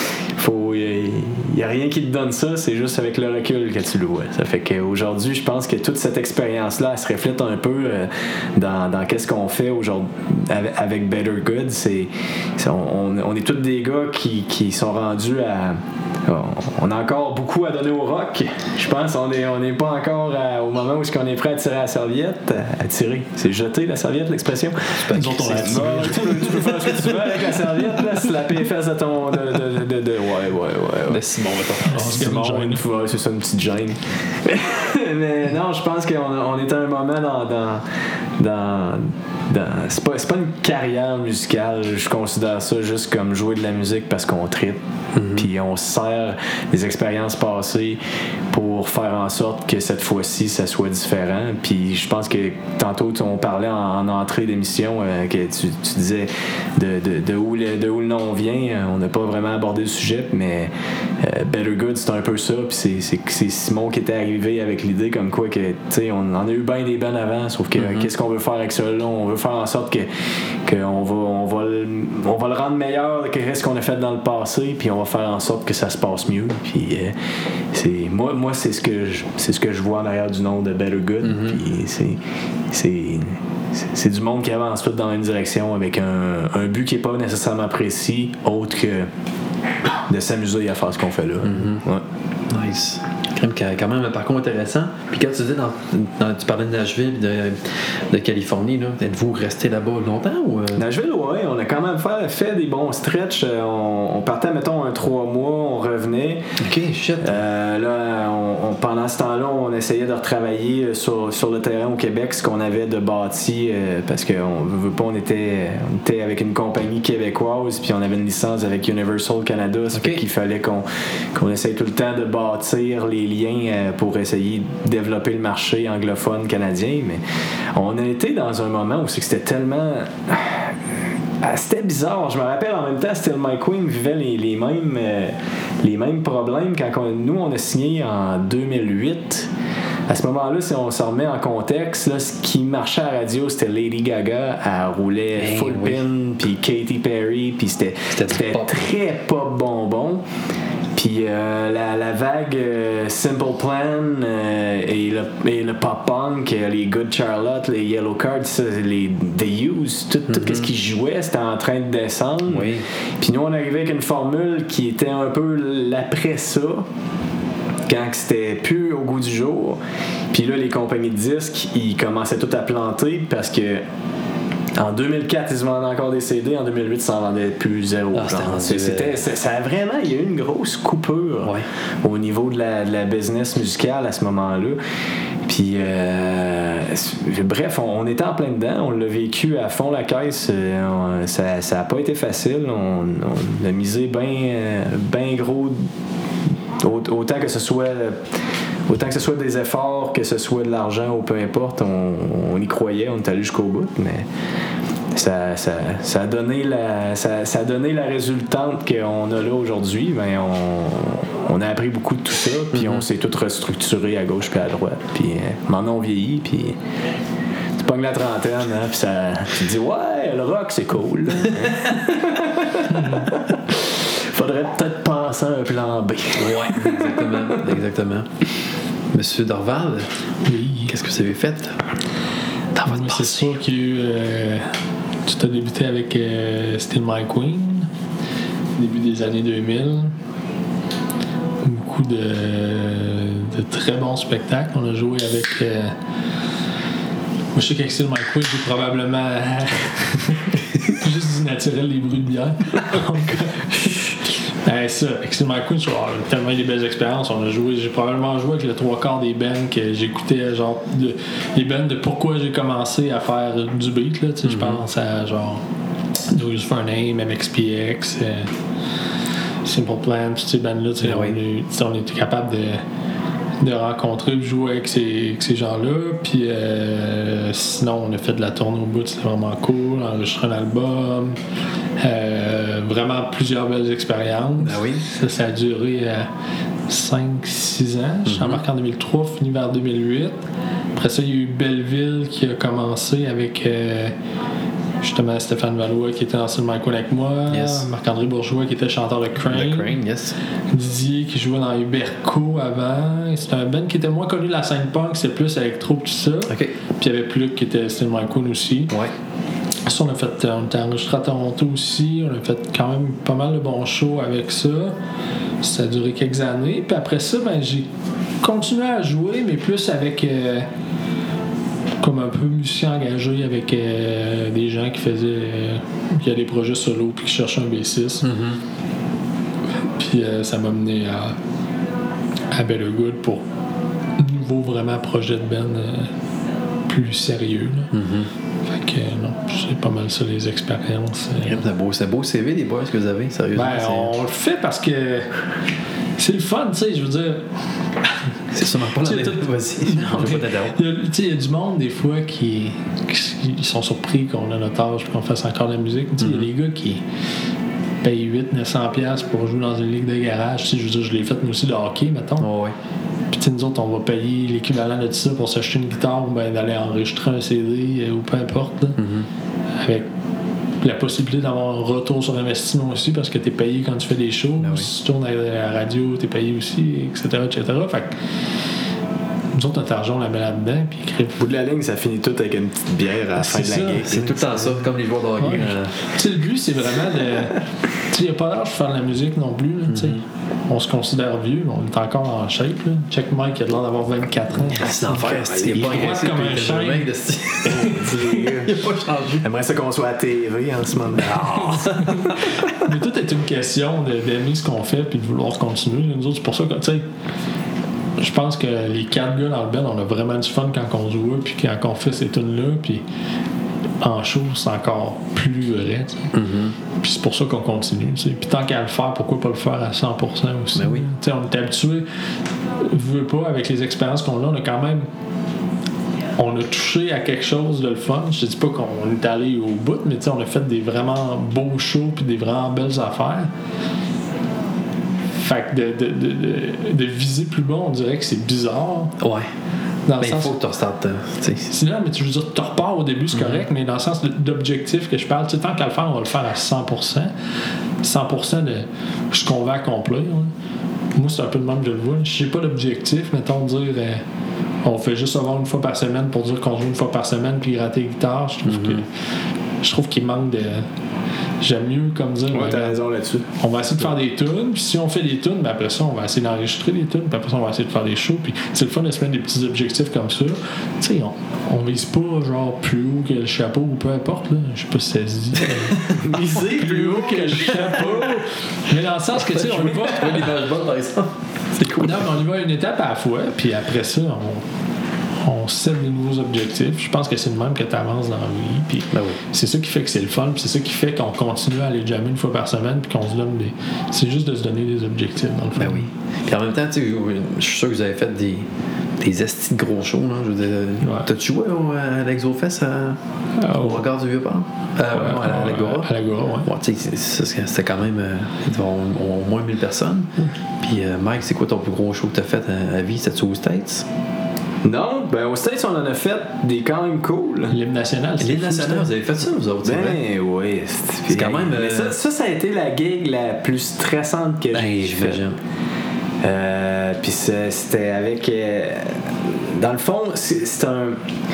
il n'y a rien qui te donne ça, c'est juste avec le recul que tu le vois. Ça fait qu'aujourd'hui, je pense que toute cette expérience-là, elle se reflète un peu dans qu'est-ce qu'on fait aujourd'hui avec Better Good. On est tous des gars qui sont rendus à... On a encore beaucoup à donner au rock. Je pense qu'on n'est pas encore au moment où on est prêt à tirer la serviette. À tirer, c'est jeter la serviette, l'expression. Nous autres, on l'a tiré. Tu peux faire ce que tu veux avec la serviette, là, slapper les fesses de ton... Ouais. De Simon, mettons. C'est ça, une petite gêne. Mais non, je pense qu'on est à un moment c'est pas une carrière musicale. Je considère ça juste comme jouer de la musique parce qu'on tripe. Puis on sert des expériences passées pour faire en sorte que cette fois-ci ça soit différent. Puis je pense que tantôt on parlait en entrée d'émission que tu disais de où le nom vient. On n'a pas vraiment abordé le sujet, mais Better Good, c'est un peu ça. Puis c'est Simon qui était arrivé avec l'idée comme quoi que, tu sais, on en a eu bien des bands avant, sauf que qu'est-ce qu'on veut faire avec ça là? On veut faire en sorte qu'on va le rendre meilleur que ce qu'on a fait dans le passé, puis on va faire en sorte que ça se passe mieux. Puis moi c'est ce que je vois en arrière du nom de Better Good. Puis c'est du monde qui avance tout dans la même direction avec un but qui n'est pas nécessairement précis, autre que de s'amuser à faire ce qu'on fait là. Ouais. Nice. Quand même un parcours intéressant. Puis quand tu disais tu parlais de Nashville de Californie, là, êtes-vous resté là-bas longtemps ou Nashville, ouais, on a quand même fait des bons stretches. On partait, mettons, 3 mois, on revenait. Ok, shit. Là, pendant ce temps-là, on essayait de retravailler sur le terrain au Québec ce qu'on avait de bâti parce qu'on veut pas, on était avec une compagnie québécoise, puis on avait une licence avec Universal Canada, c'est qu'il fallait qu'on essaye tout le temps de bâtir les liens pour essayer de développer le marché anglophone canadien. Mais on a été dans un moment où c'était tellement... C'était bizarre. Je me rappelle en même temps, Still My Queen vivait les mêmes problèmes quand nous on a signé en 2008. À ce moment-là, si on se remet en contexte, là, ce qui marchait à la radio, c'était Lady Gaga. Elle roulait Full Pin, puis Katy Perry, puis c'était très pop bonbon. Puis la vague Simple Plan et le pop-punk, les Good Charlotte, les Yellow Cards, les The Used, tout ce qui jouait, c'était en train de descendre. Oui. Puis nous, on arrivait avec une formule qui était un peu l'après ça, quand c'était plus au goût du jour. Puis là, les compagnies de disques, ils commençaient tout à planter parce que en 2004, ils se vendaient encore des CD. En 2008, ça en vendait plus zéro. Ça a vraiment... Il y a eu une grosse coupure au niveau de la business musicale à ce moment-là. Puis, bref, on était en plein dedans. On l'a vécu à fond la caisse. Ça n'a pas été facile. On a misé bien gros... Autant que ce soit des efforts, que ce soit de l'argent ou peu importe, on y croyait, on est allé jusqu'au bout, mais ça a donné la résultante qu'on a là aujourd'hui. Ben on a appris beaucoup de tout ça, puis on s'est tout restructuré à gauche puis à droite, puis maintenant on vieillit, puis tu pognes la trentaine, hein, puis tu te dis ouais, le rock c'est cool. Faudrait peut-être penser à un plan B. Ouais, exactement. Monsieur Dorval, qu'est-ce que vous avez fait dans votre passé? C'est sûr qu'il y a eu... tu as débuté avec Still My Queen, début des années 2000. Beaucoup de très bons spectacles. On a joué avec... moi, je sais qu'avec Still My Queen, j'ai probablement... juste du naturel, des bruits de bière. Ça, avec Still My Queen, j'ai tellement eu des belles expériences. J'ai probablement joué avec le 3/4 des bands que j'écoutais, genre les bands de pourquoi j'ai commencé à faire du beat, là, je pense à genre No Use for a Name, MXPX, Simple Plan, toutes ces bands-là, on était capable de rencontrer, de jouer avec ces gens-là. Puis sinon, on a fait de la tournée au bout, c'était vraiment cool. Enregistrer un album. Vraiment plusieurs belles expériences. Ben oui. Ça a duré 5-6 ans. Je suis embarqué en 2003, fini vers 2008. Après ça, il y a eu Belleville qui a commencé avec justement Stéphane Valois qui était dans Still My Queen avec moi, Marc-André Bourgeois qui était chanteur de Crane, Didier qui jouait dans Uberco avant. C'était un band qui était moins connu de la scène punk, c'était plus électro tout ça. Puis il y avait Pluck qui était Still My Queen aussi. Ça, on était enregistré à Toronto aussi. On a fait quand même pas mal de bons shows avec ça. Ça a duré quelques années. Puis après ça, j'ai continué à jouer, mais plus avec comme un peu musicien engagé avec des gens qui qui avaient des projets solo puis qui cherchaient un bassiste. Puis ça m'a mené à Better Good pour nouveau vraiment projet de band plus sérieux. Fait que non, c'est pas mal ça les expériences. C'est beau CV des boys que vous avez, sérieusement. On le fait parce que c'est le fun, tu sais, je veux dire. C'est sûrement pas la même. Il y a du monde des fois qui sont surpris qu'on a notre âge et qu'on fasse encore de la musique. Il y a des gars qui paye 800-900$ pour jouer dans une ligue de garage. Tu sais, je veux dire, je l'ai fait moi aussi de hockey, mettons. Oh, ouais. Puis tu sais, nous autres, on va payer l'équivalent de ça pour s'acheter une guitare ou ben, d'aller enregistrer un CD ou peu importe. Là, avec la possibilité d'avoir un retour sur investissement aussi parce que tu es payé quand tu fais des shows. Ben oui. Si tu tournes à la radio, tu es payé aussi, etc. Fait que nous autres, notre argent, on la met là-dedans. Puis Au bout de la ligne, ça finit tout avec une petite bière à la fin de la C'est ça. game. C'est tout le temps ça, comme les joueurs de hockey. Ouais. Tu sais, le but, c'est vraiment de. Tu sais, il n'y a pas d'âge pour faire de la musique non plus. Là, tu sais. On se considère vieux, mais on est encore en shape. Là. Check Mike, il a l'air d'avoir 24 ans. C'est l'enfer. Il est pas droit agressé comme un chien. Il a pas changé. J'aimerais ça qu'on soit à TV en ce moment. Mais tout est une question d'aimer ce qu'on fait puis de vouloir continuer. Nous autres, c'est pour ça que, tu sais, je pense que les 4 gars dans le band, on a vraiment du fun quand on joue puis quand on fait ces tunes-là. Puis en show, c'est encore plus vrai. Tu sais. Puis c'est pour ça qu'on continue. Tu sais. Puis tant qu'à le faire, pourquoi pas le faire à 100% aussi? Ben oui. Tu sais, on est habitué, veux pas, avec les expériences qu'on a, on a quand même. On a touché à quelque chose de le fun. Je te dis pas qu'on est allé au bout, mais tu sais, on a fait des vraiment beaux shows puis des vraiment belles affaires. Fait que de viser plus bas, on dirait que c'est bizarre. Ouais. Dans le Mais il sens... faut que tu restartes. Sinon, mais tu veux dire, tu repars au début, c'est correct, mais dans le sens d'objectif que je parle, tu sais, tant qu'à le faire, on va le faire à 100%. 100% de ce qu'on va accomplir. Hein. Moi, c'est un peu de même que je le vois. Je n'ai pas d'objectif, mettons, dire on fait juste avoir une fois par semaine pour dire qu'on joue une fois par semaine puis gratter les guitares. Je trouve qu'il manque de. J'aime mieux comme dire. Ouais, t'as raison là-dessus. On va essayer de faire des tunes, puis si on fait des tunes, ben après ça, on va essayer d'enregistrer des tunes, puis après ça, on va essayer de faire des shows, puis c'est le fun de se mettre des petits objectifs comme ça. Tu sais, on vise pas genre plus haut que le chapeau ou peu importe, là. Je sais pas si ça se dit. Viser plus haut que le chapeau. Mais dans le sens que, tu sais, on veut pas. les dashboards, par exemple. C'est cool. Non, mais on y va une étape à la fois, puis après ça, on set des nouveaux objectifs. Je pense que c'est le même que tu avances dans la vie. Puis Ben oui. c'est ça qui fait que c'est le fun, puis c'est ça qui fait qu'on continue à aller jammer une fois par semaine, puis qu'on se donne des. C'est juste de se donner des objectifs, dans le fond. Ben oui. Puis en même temps, tu sais, je suis sûr que vous avez fait des estis de gros shows, là. Je veux dire, t'as-tu joué à l'Exofest au regard du Vieux-Port? À l'Agora? À l'Agora, ouais. Tu sais, c'était quand même au moins 1000 personnes. Puis Mike, c'est quoi ton plus gros show que t'as fait à vie? C'était-tu aux States? Non, ben aux States, on en a fait des quand même cool. L'hymne national, c'est L'île fou, nationale, ça. vous avez fait ça, vous autres? c'est vrai? Ben oui. C'est quand même, Mais ça a été la gig la plus stressante que j'ai faite. j'imagine. Puis c'était avec. Dans le fond, c'est un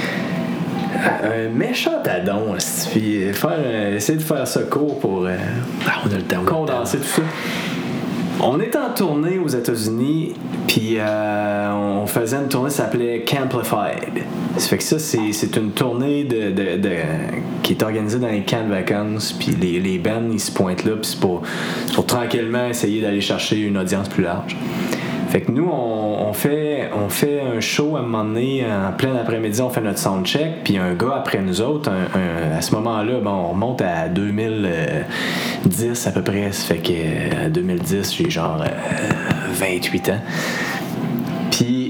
méchant addon. Puis essayer de faire ça court pour On a le temps. condenser tout ça. On était en tournée aux États-Unis, puis on faisait une tournée qui s'appelait Camplified. Ça fait que ça, c'est une tournée qui est organisée dans les camps de vacances, puis les bands, ils se pointent là, puis c'est pour tranquillement essayer d'aller chercher une audience plus large. Fait que nous, on fait un show à un moment donné, en plein après-midi, on fait notre soundcheck, puis un gars après nous autres, à ce moment-là, on remonte à 2010 à peu près, ça fait que 2010, j'ai genre 28 ans. Puis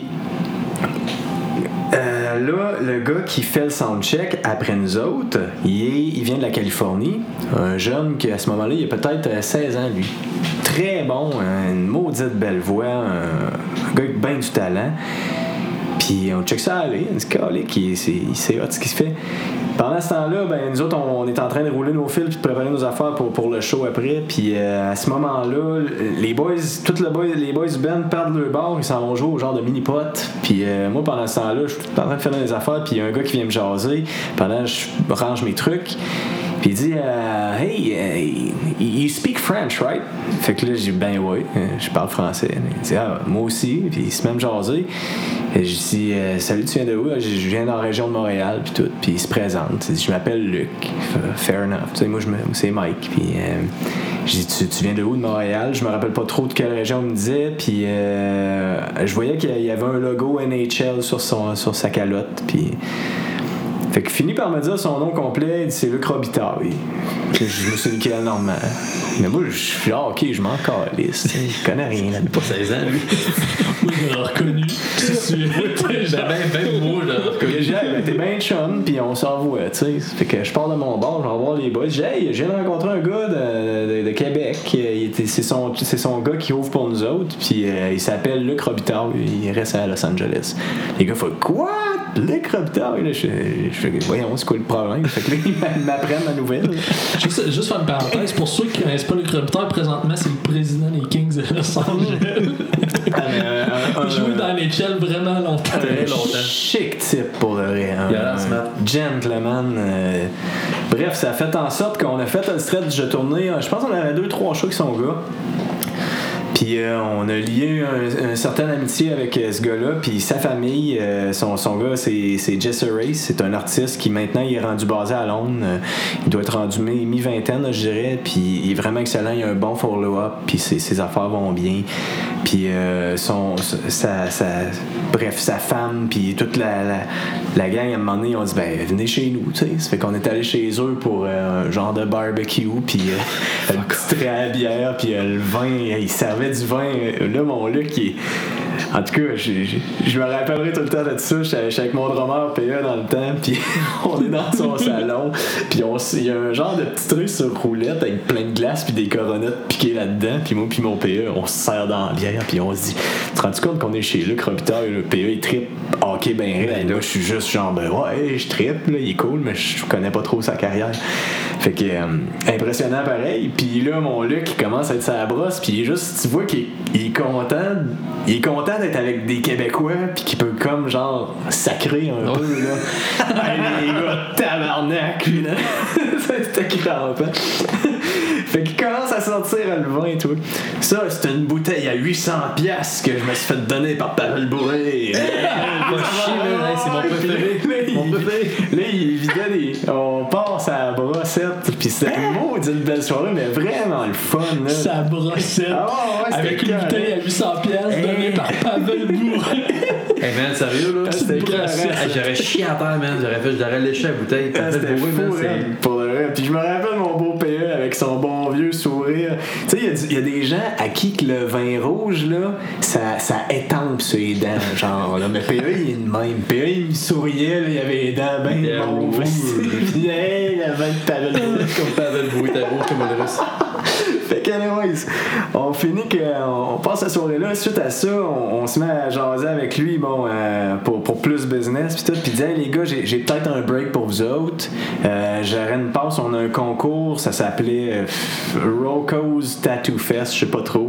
là, le gars qui fait le soundcheck après nous autres, il vient de la Californie, un jeune qui à ce moment-là, il a peut-être 16 ans lui. Très bon, une maudite belle voix, un gars avec bien du talent. Puis on check ça aller, on dit calique, il sait hot ce qu'il se fait. Pendant ce temps-là, ben, nous autres, on est en train de rouler nos fils puis de préparer nos affaires pour le show après. Puis à ce moment-là, les boys du band perdent leur bar, ils s'en vont jouer au genre de mini-pot. Puis moi, pendant ce temps-là, je suis en train de faire des affaires, puis il y a un gars qui vient me jaser pendant que je range mes trucs. Puis il dit Hey, you speak French, right? Fait que là, j'ai dit ben oui, je parle français. Il dit moi aussi, puis il se met à me jaser. Et je dis salut, tu viens de où? Je viens dans la région de Montréal, puis tout. Puis il se présente. Il dit je m'appelle Luc. Fair enough. Tu sais, moi, c'est Mike. Puis je dis tu viens de où de Montréal? Je me rappelle pas trop de quelle région il me disait. Puis je voyais qu'il y avait un logo NHL sur sa calotte. Puis. Fait que finit par me dire son nom complet, il dit c'est Luc Robitaille. Je me suis dit Michael Normand. Mais moi, je suis là, ok, je m'en calisse. Je connais rien là-dedans. Pas 16 ans, lui. Oui, je l'ai reconnu. Même moi, là. T'es bien chum, puis on s'en voit, tu sais. Fait que je pars de mon bar, je vais voir les boys. Je viens de rencontrer un gars de Québec. C'est son gars qui ouvre pour nous autres, puis il s'appelle Luc Robitaille. Il reste à Los Angeles. Les gars font quoi? Luc Robitaille? Là, je fais, voyons, c'est quoi le problème? Fait que là, ils m'apprennent la nouvelle. Juste faire une parenthèse, pour ceux qui ne connaissent pas Luc Robitaille, présentement, c'est le président des Kings de Los Angeles. Il jouait dans l'échelle vraiment longtemps. Très longtemps. Chic type pour le vrai. Il a l'air smart. Gentleman. Bref, ça a fait en sorte qu'on a fait un stretch de tournée. Je pense qu'on avait 2-3 shows avec son gars. Puis on a lié une certaine amitié avec ce gars-là. Puis sa famille, son gars, c'est Jesse Race. C'est un artiste qui maintenant il est rendu basé à Londres. Il doit être rendu mi-vingtaine, je dirais. Puis il est vraiment excellent. Il a un bon follow-up. Puis ses affaires vont bien. Puis bref, sa femme, puis toute la gang, à un moment donné, ils ont dit ben venez chez nous, tu sais. Ça fait qu'on est allé chez eux pour un genre de barbecue, puis un petit trait à bière, puis le vin, il servait du vin. Là, mon Luc, en tout cas, je me rappellerai tout le temps de ça. J'étais avec mon drummer PA dans le temps, puis on est dans son salon, puis il y a un genre de petit truc sur roulette avec plein de glace puis des coronettes piquées là-dedans, puis moi puis mon PA, on se sert dans la bière, puis on se dit, tu te rends compte qu'on est chez Luc Robitaille, le PA il trippe hockey ben raide, là je suis juste genre ben ouais, je trippe, là, il est cool, mais je connais pas trop sa carrière. Fait que impressionnant pareil. Puis là mon Luc il commence à être sa brosse, puis il est juste, tu vois qu'il est content d'être avec des Québécois, puis qu'il peut comme genre sacrer un peu là. Hey, les gars, tabarnak, là. C'était crampant. Fait qu'il commence à sortir le vin et tout. Ça, c'était une bouteille à 800$ que je me suis fait donner par Pavel Bourré. C'est mon préféré. Là, il vidait on passe à la brossette. Puis c'était une belle soirée, mais vraiment le fun. Là. Sa brossette. Ah, ouais, avec une bouteille à 800$ donnée par Pavel Bourré. Hey man, sérieux là? C'était J'aurais chié à terre, man. J'aurais léché la bouteille. C'était fou, pour le vrai. Puis je me rappelle mon beau PE avec son bon vieux sourire. Tu sais, il y a des gens à qui que le vin rouge, là, ça étampe sur les dents, genre, là. Mais PE, il est de même. PE, il souriait, là, il avait les dents bien mauves. Puis, hey, le vin de Pavel Bourré. Comme Pavel Bourré, t'es beau comme le reste. Fait qu'anyways, on finit on passe la soirée là. Suite à ça, on se met à jaser avec lui, bon, pour plus business, puis tout. Puis il dit, hey, les gars, j'ai peut-être un break pour vous autres. J'aurais une passe, on a un concours, ça s'appelait Rocco's Tattoo Fest, je sais pas trop.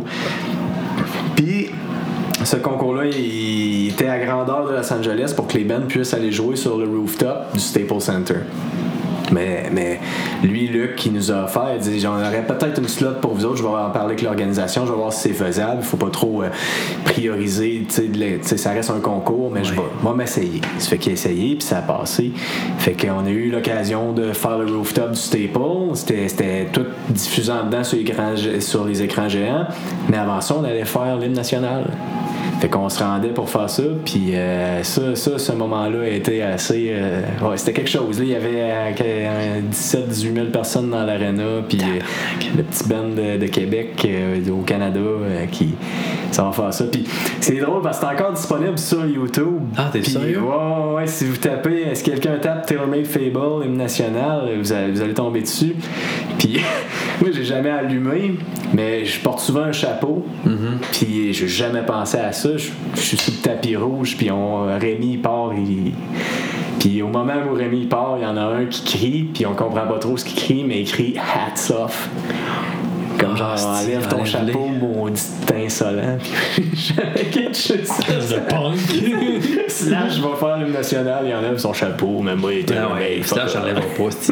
Puis ce concours-là, il était à grandeur de Los Angeles pour que les bands puissent aller jouer sur le rooftop du Staples Center. Mais lui, Luc, qui nous a offert, il dit j'en aurais peut-être une slot pour vous autres, je vais en parler avec l'organisation, je vais voir si c'est faisable, il faut pas trop prioriser, tu sais, ça reste un concours, mais je vais m'essayer. Ça fait qu'il a essayé, puis ça a passé. Fait qu'on a eu l'occasion de faire le rooftop du Staples, c'était tout diffusé en dedans sur les écrans géants, mais avant ça, on allait faire l'hymne national. Fait qu'on se rendait pour faire ça, puis ce moment-là a été assez... c'était quelque chose. Là, il y avait 17-18 000 personnes dans l'aréna, puis le petit band de Québec au Canada qui ça va faire ça. Puis c'est drôle parce que c'est encore disponible sur YouTube. Ah, t'es sérieux? Ouais, si vous tapez, si quelqu'un tape Tailor-Made Fable, hymne national, vous allez tomber dessus. Puis moi, j'ai jamais allumé, mais je porte souvent un chapeau, puis j'ai jamais pensé à ça. Je suis sous le tapis rouge, puis Rémi il part, puis au moment où Rémi il part, il y en a un qui crie, puis on comprend pas trop ce qu'il crie, mais il crie « Hats off ». Comme genre, enlève ton chapeau, maudit insolent. J'avais quelque chose de punk. Slash va faire l'hymne national, il enlève son chapeau, mais moi, il était Slash, j'enlève pas, style.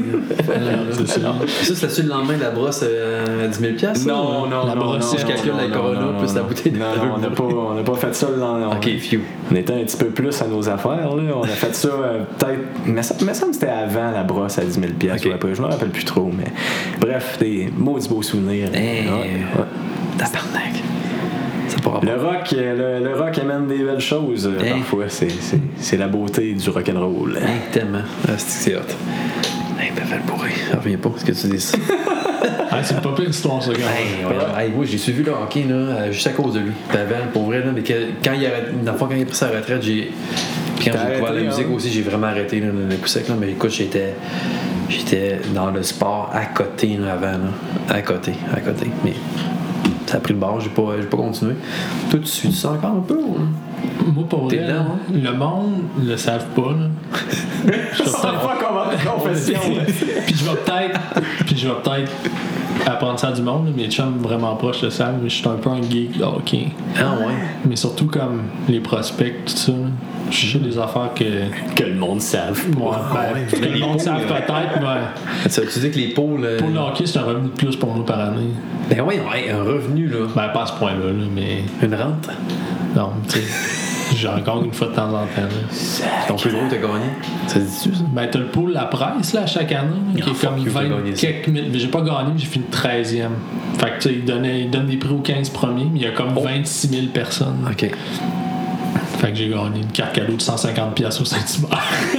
Ça, c'est le lendemain de la brosse à 10 000$? Non, la brosse, je calcule la Corona plus la bouteille de on n'a pas fait ça le lendemain. Ok, few. On était un petit peu plus à nos affaires, là. On a fait ça peut-être. Mais ça me semble que c'était avant la brosse à 10 000$. Okay. Je me rappelle plus trop, mais bref, des maudits beaux souvenirs. Tabarnak. Ça part rapport. Le rock amène des belles choses parfois. C'est la beauté du rock'n'roll. Tellement. C'est hot. Hey, ben, fais le bourré. Je reviens pas, ce que tu dis ça. C'est pas pire histoire, ça, gars. Oui, j'ai suivi le hockey là, juste à cause de lui. Puis avant, pour vrai, là, mais quand il a pris sa retraite, puis quand j'ai découvert la musique aussi, j'ai vraiment arrêté là, le coup sec. Là, mais écoute, j'étais dans le sport à côté là, avant. Là. À côté. Mais ça a pris le bord, j'ai pas continué. Toi, tu suis ça encore un peu ou... Moi, pour vrai, là, hein? le monde ne le savent pas. Là. Je Ça va pas comment de confession. Puis je vais peut-être apprendre ça du monde. Là. Mes chums vraiment proches le savent, mais je suis un peu un geek de hockey. Ah ouais? Mais surtout comme les prospects, tout ça. Là. Je sais des affaires que le monde savent. Le monde savent peut-être, mais... Ça veut dire que les pôles... Pour le hockey, c'est un revenu de plus pour nous par année. Ben oui, un revenu, là. Ben, pas à ce point-là, là, mais... Une rente? Non, tu sais... J'ai encore une fois de temps en temps. Là. Ton plus gros, t'as gagné? Ça se dit-tu, ça? Ben, t'as le pool La Presse, là, chaque année, là, qui est comme 20 quelques mille. Mais j'ai pas gagné, mais j'ai fini 13e. Fait que, tu sais, il donne des prix aux 15 premiers, mais il y a comme 26 000 personnes. OK. Fait que j'ai gagné une carte cadeau de 150$ au Saint-Hubert.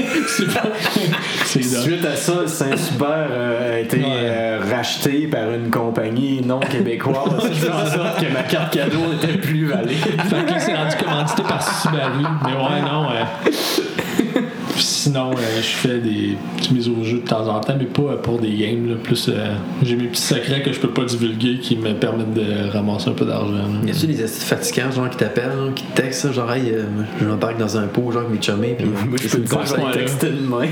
Suite à ça, le Saint-Hubert a été racheté par une compagnie non québécoise. Je fais en sorte que ma carte cadeau était plus valée. Fait que là, c'est rendu commandité par Subaru. Mais ouais, non. Sinon, je fais des petits mises au jeu de temps en temps, mais pas pour des games. Là. Plus, j'ai mes petits secrets que je peux pas divulguer qui me permettent de ramasser un peu d'argent. Y a-tu des astuces fatigants, genre qui t'appellent, genre, qui te textent, genre, hey, je m'embarque dans un pot, genre, avec mes chummés, puis moi, je peux te dire, je vais texter de main.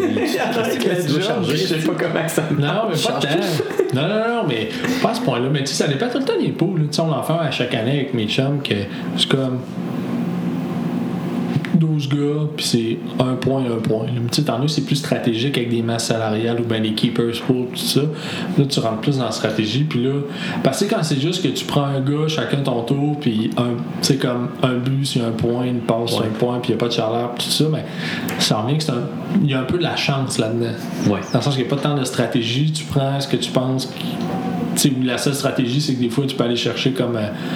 Je sais pas comment ça marche. Non, mais pas tant. Non, mais pas à ce point-là. Mais tu sais, ça dépend tout le temps des pots. Tu sais, on en fait à chaque année avec mes chums, que c'est comme 12 gars, puis c'est un point. Tu sais, t'en as, c'est plus stratégique avec des masses salariales ou bien des keepers pool, tout ça. Là, tu rentres plus dans la stratégie, puis là, parce que quand c'est juste que tu prends un gars, chacun ton tour, puis tu sais, comme un but, c'est un point, une passe, c'est un point, puis il n'y a pas de chaleur, tout ça, mais ça revient que il y a un peu de la chance là-dedans. Ouais. Dans le sens qu'il n'y a pas tant de stratégie, tu prends ce que tu penses. Tu sais, la seule stratégie, c'est que des fois, tu peux aller chercher comme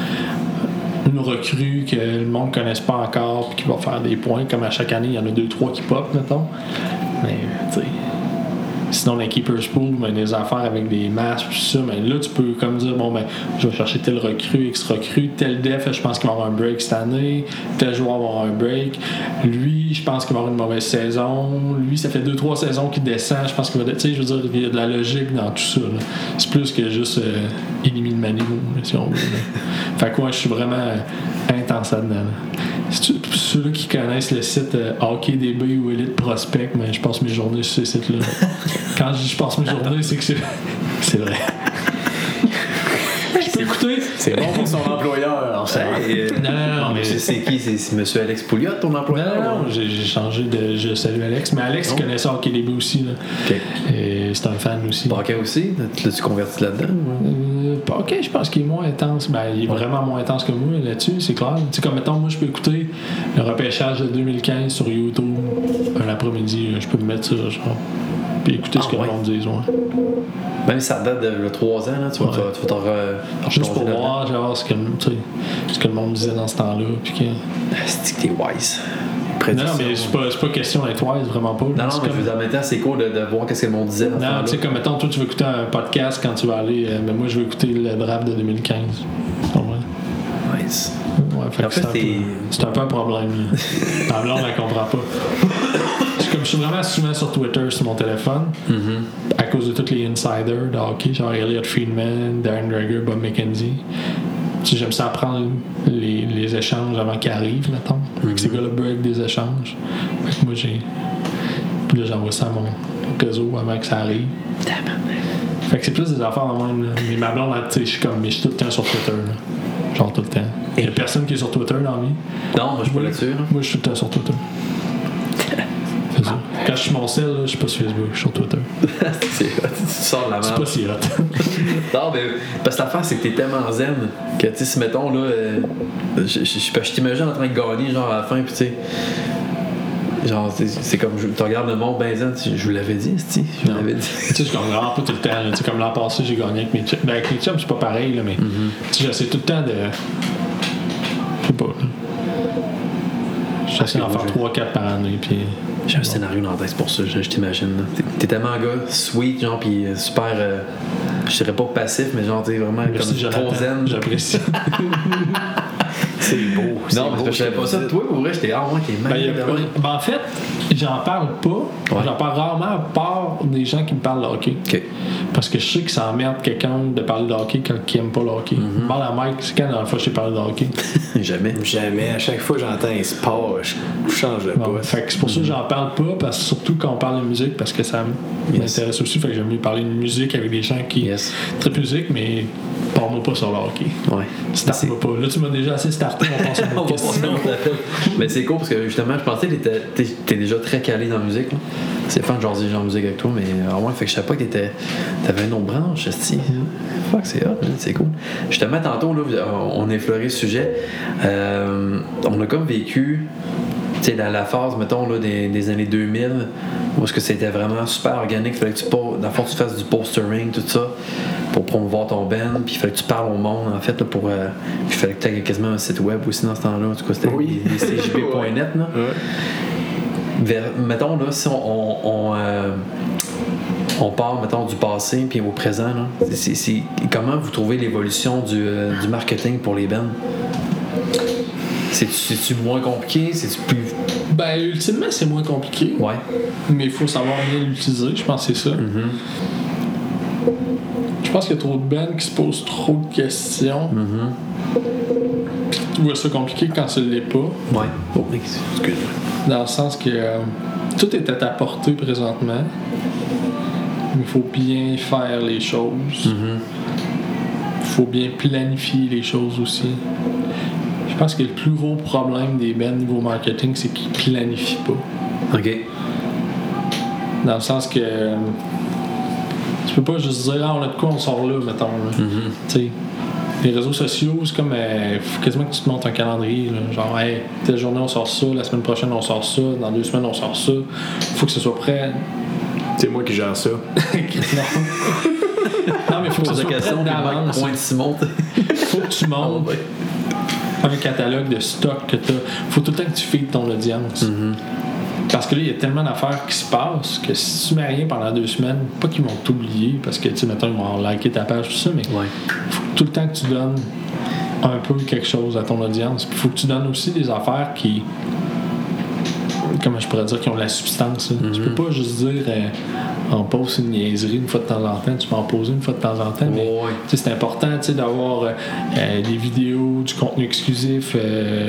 une recrue que le monde ne connaisse pas encore puis qui va faire des points. Comme à chaque année, il y en a 2-3 qui pop, mettons. Mais, tu sais... Sinon, dans les Keepers Pool, ben, des affaires avec des masques, tout ça, ben, là, tu peux comme dire, bon, ben, je vais chercher tel recrue, X recrue, tel def, je pense qu'il va avoir un break cette année, tel joueur va avoir un break. Lui, je pense qu'il va avoir une mauvaise saison. Lui, ça fait 2-3 saisons qu'il descend. Je pense qu'il va... Tu sais, je veux dire, il y a de la logique dans tout ça. Là. C'est plus que juste éliminer le Manu, si on veut. Fait que moi, je suis vraiment intense là-dedans. Là. Ceux qui connaissent le site HockeyDB ou Elite Prospect, mais je passe mes journées sur ce site-là. Quand je dis je passe mes journées, c'est que c'est vrai. Je peux écouter. C'est bon pour son employeur. Non, mais c'est qui? C'est M. Alex Pouliot, ton employeur? Non, j'ai changé de... Je salue Alex. Mais Alex connaît ça HockeyDB aussi. Là. Okay. Et c'est un fan aussi. Hockey aussi? L'as-tu converti là-dedans? OK, je pense qu'il est moins intense. Ben, il est vraiment moins intense que moi là-dessus, c'est clair. Tu sais, comme mettons, moi, je peux écouter le repêchage de 2015 sur YouTube un après-midi. Je peux me mettre ça, genre, puis écouter ce que le monde dit. Ouais. Même si ça date de 3 ans, là, tu vas t'en juste pour voir, genre, ce que le monde disait dans ce temps-là. Puis que... C'est que t'es wise. Non, mais c'est pas question d'être wise, vraiment pas. Non, mais je veux dire, en même temps, c'est cool de voir qu'est-ce que le monde disait dans ce temps-là. Non, tu sais, comme mettons, toi, tu veux écouter un podcast quand tu vas aller, mais moi, je veux écouter le draft de 2015. Ouais. Nice. Ouais, fait que c'est un peu un problème. Ma blonde, elle comprend pas. Comme je suis vraiment souvent sur Twitter sur mon téléphone, à cause de tous les insiders de hockey, genre Elliot Friedman, Darren Dreger, Bob McKenzie. Tu sais, j'aime ça apprendre les échanges avant qu'ils arrivent, mettons. Ces gars-là break des échanges. Fait que moi, puis là, j'envoie ça à mon réseau avant que ça arrive. Fait que c'est plus des affaires en même. Là. Mais ma blonde, tu sais, je suis tout le temps sur Twitter. Là. Genre tout le temps. Il y a personne qui est sur Twitter dans la vie. Non, moi, je suis pas là-dessus. Moi, je suis tout le temps sur Twitter. C'est ça. Quand je suis mon sel, je suis pas sur Facebook, je suis sur Twitter. C'est hot, tu sors de la merde. C'est pas si hot. Non, mais parce que l'affaire, c'est que t'es tellement zen que, tu sais, si mettons, là, je t'imagine en train de gagner, genre, à la fin, puis tu sais. Genre, c'est comme, tu regardes le monde ben zen, je vous l'avais dit, je vous l'avais dit. Tu sais, je gagne vraiment pas tout le temps. Tu sais, comme l'an passé, j'ai gagné avec mes chums. Ben, avec mes chums, c'est pas pareil, là, mais tu sais, j'essaie tout le temps de Je sais pas. Là. J'essaie d'en faire 3-4 par année. Puis... J'ai un scénario dans la tête, c'est pour ça, je t'imagine. Là. T'es tellement un gars sweet, genre, pis super. Je dirais pas passif, mais genre, t'es vraiment Merci, comme trop zen. J'apprécie. C'est beau. Non, parce que je savais pas ça. Toi, pour vrai, j'étais moi qui est mal. En fait, j'en parle pas. Ouais. J'en parle rarement à part des gens qui me parlent de hockey. Ok. Parce que je sais que ça emmerde quelqu'un de parler de hockey quand il aime pas le hockey. Je parle à Mike, c'est quand la dernière fois que j'ai parlé de hockey? Jamais. Jamais. À chaque fois que j'entends un sport, je change de Bon, poste. fait que c'est pour ça que j'en parle pas, parce que surtout quand on parle de musique, parce que ça m'intéresse aussi. Fait que j'aime mieux parler de musique avec des gens qui trippent musique, mais parle-moi pas sur le hockey. Ouais. Starte-moi pas. Là, tu m'as déjà assez starté, on pense à On une va question. passer à notre appel. Mais c'est cool parce que justement, je pensais que t'es déjà très calé dans la musique. Là. C'est fun de jaser genre musique avec toi, mais au moins, fait que je savais pas que t'avais une autre branche, esti. Fuck, c'est hot, hein, c'est cool. Justement, tantôt, là, on a effleuré ce sujet. On a comme vécu. Tu sais, la phase, mettons, là, des années 2000, où est-ce que c'était vraiment super organique, il fallait que dans le fond, tu fasses du postering, tout ça, pour promouvoir ton band, puis il fallait que tu parles au monde, en fait, là, puis il fallait que tu aies quasiment un site web aussi dans ce temps-là, en tout cas, c'était des cjb.net, là. Mettons, là, si on part, mettons, du passé puis au présent, là, c'est comment vous trouvez l'évolution du marketing pour les bands? C'est-tu moins compliqué? C'est-tu plus... Ben, ultimement, c'est moins compliqué. Ouais. Mais il faut savoir bien l'utiliser, je pense que c'est ça. Je pense qu'il y a trop de bands qui se posent trop de questions. Puis tu vois ça compliqué quand ça ne l'est pas. Ouais. Oh, excuse-moi. Dans le sens que tout est à ta portée présentement. Mais il faut bien faire les choses. Il faut bien planifier les choses aussi. Je pense que le plus gros problème des bands niveau marketing, c'est qu'ils planifient pas. OK. Dans le sens que tu peux pas juste dire on a de quoi on sort là, mettons. Là. Tu sais, les réseaux sociaux, c'est comme faut quasiment que tu te montes un calendrier. Là. Genre, hey, telle journée on sort ça, la semaine prochaine on sort ça, dans 2 semaines on sort ça. Faut que ce soit prêt. C'est moi qui gère ça. Non, mais faut que ce soit prêt d'avance. Point de Simon. Faut que tu montes un catalogue de stock que tu as. Faut tout le temps que tu feeds ton audience. Parce que là, il y a tellement d'affaires qui se passent que si tu mets rien pendant 2 semaines, pas qu'ils vont t'oublier, parce que, tu sais, mettons, ils vont liker ta page, tout ça, mais faut tout le temps que tu donnes un peu quelque chose à ton audience. Puis il faut que tu donnes aussi des affaires qui, comment je pourrais dire, qui ont de la substance. Tu peux pas juste dire on pose une niaiserie une fois de temps en temps, tu peux en poser une fois de temps en temps, mais c'est important d'avoir des vidéos, du contenu exclusif,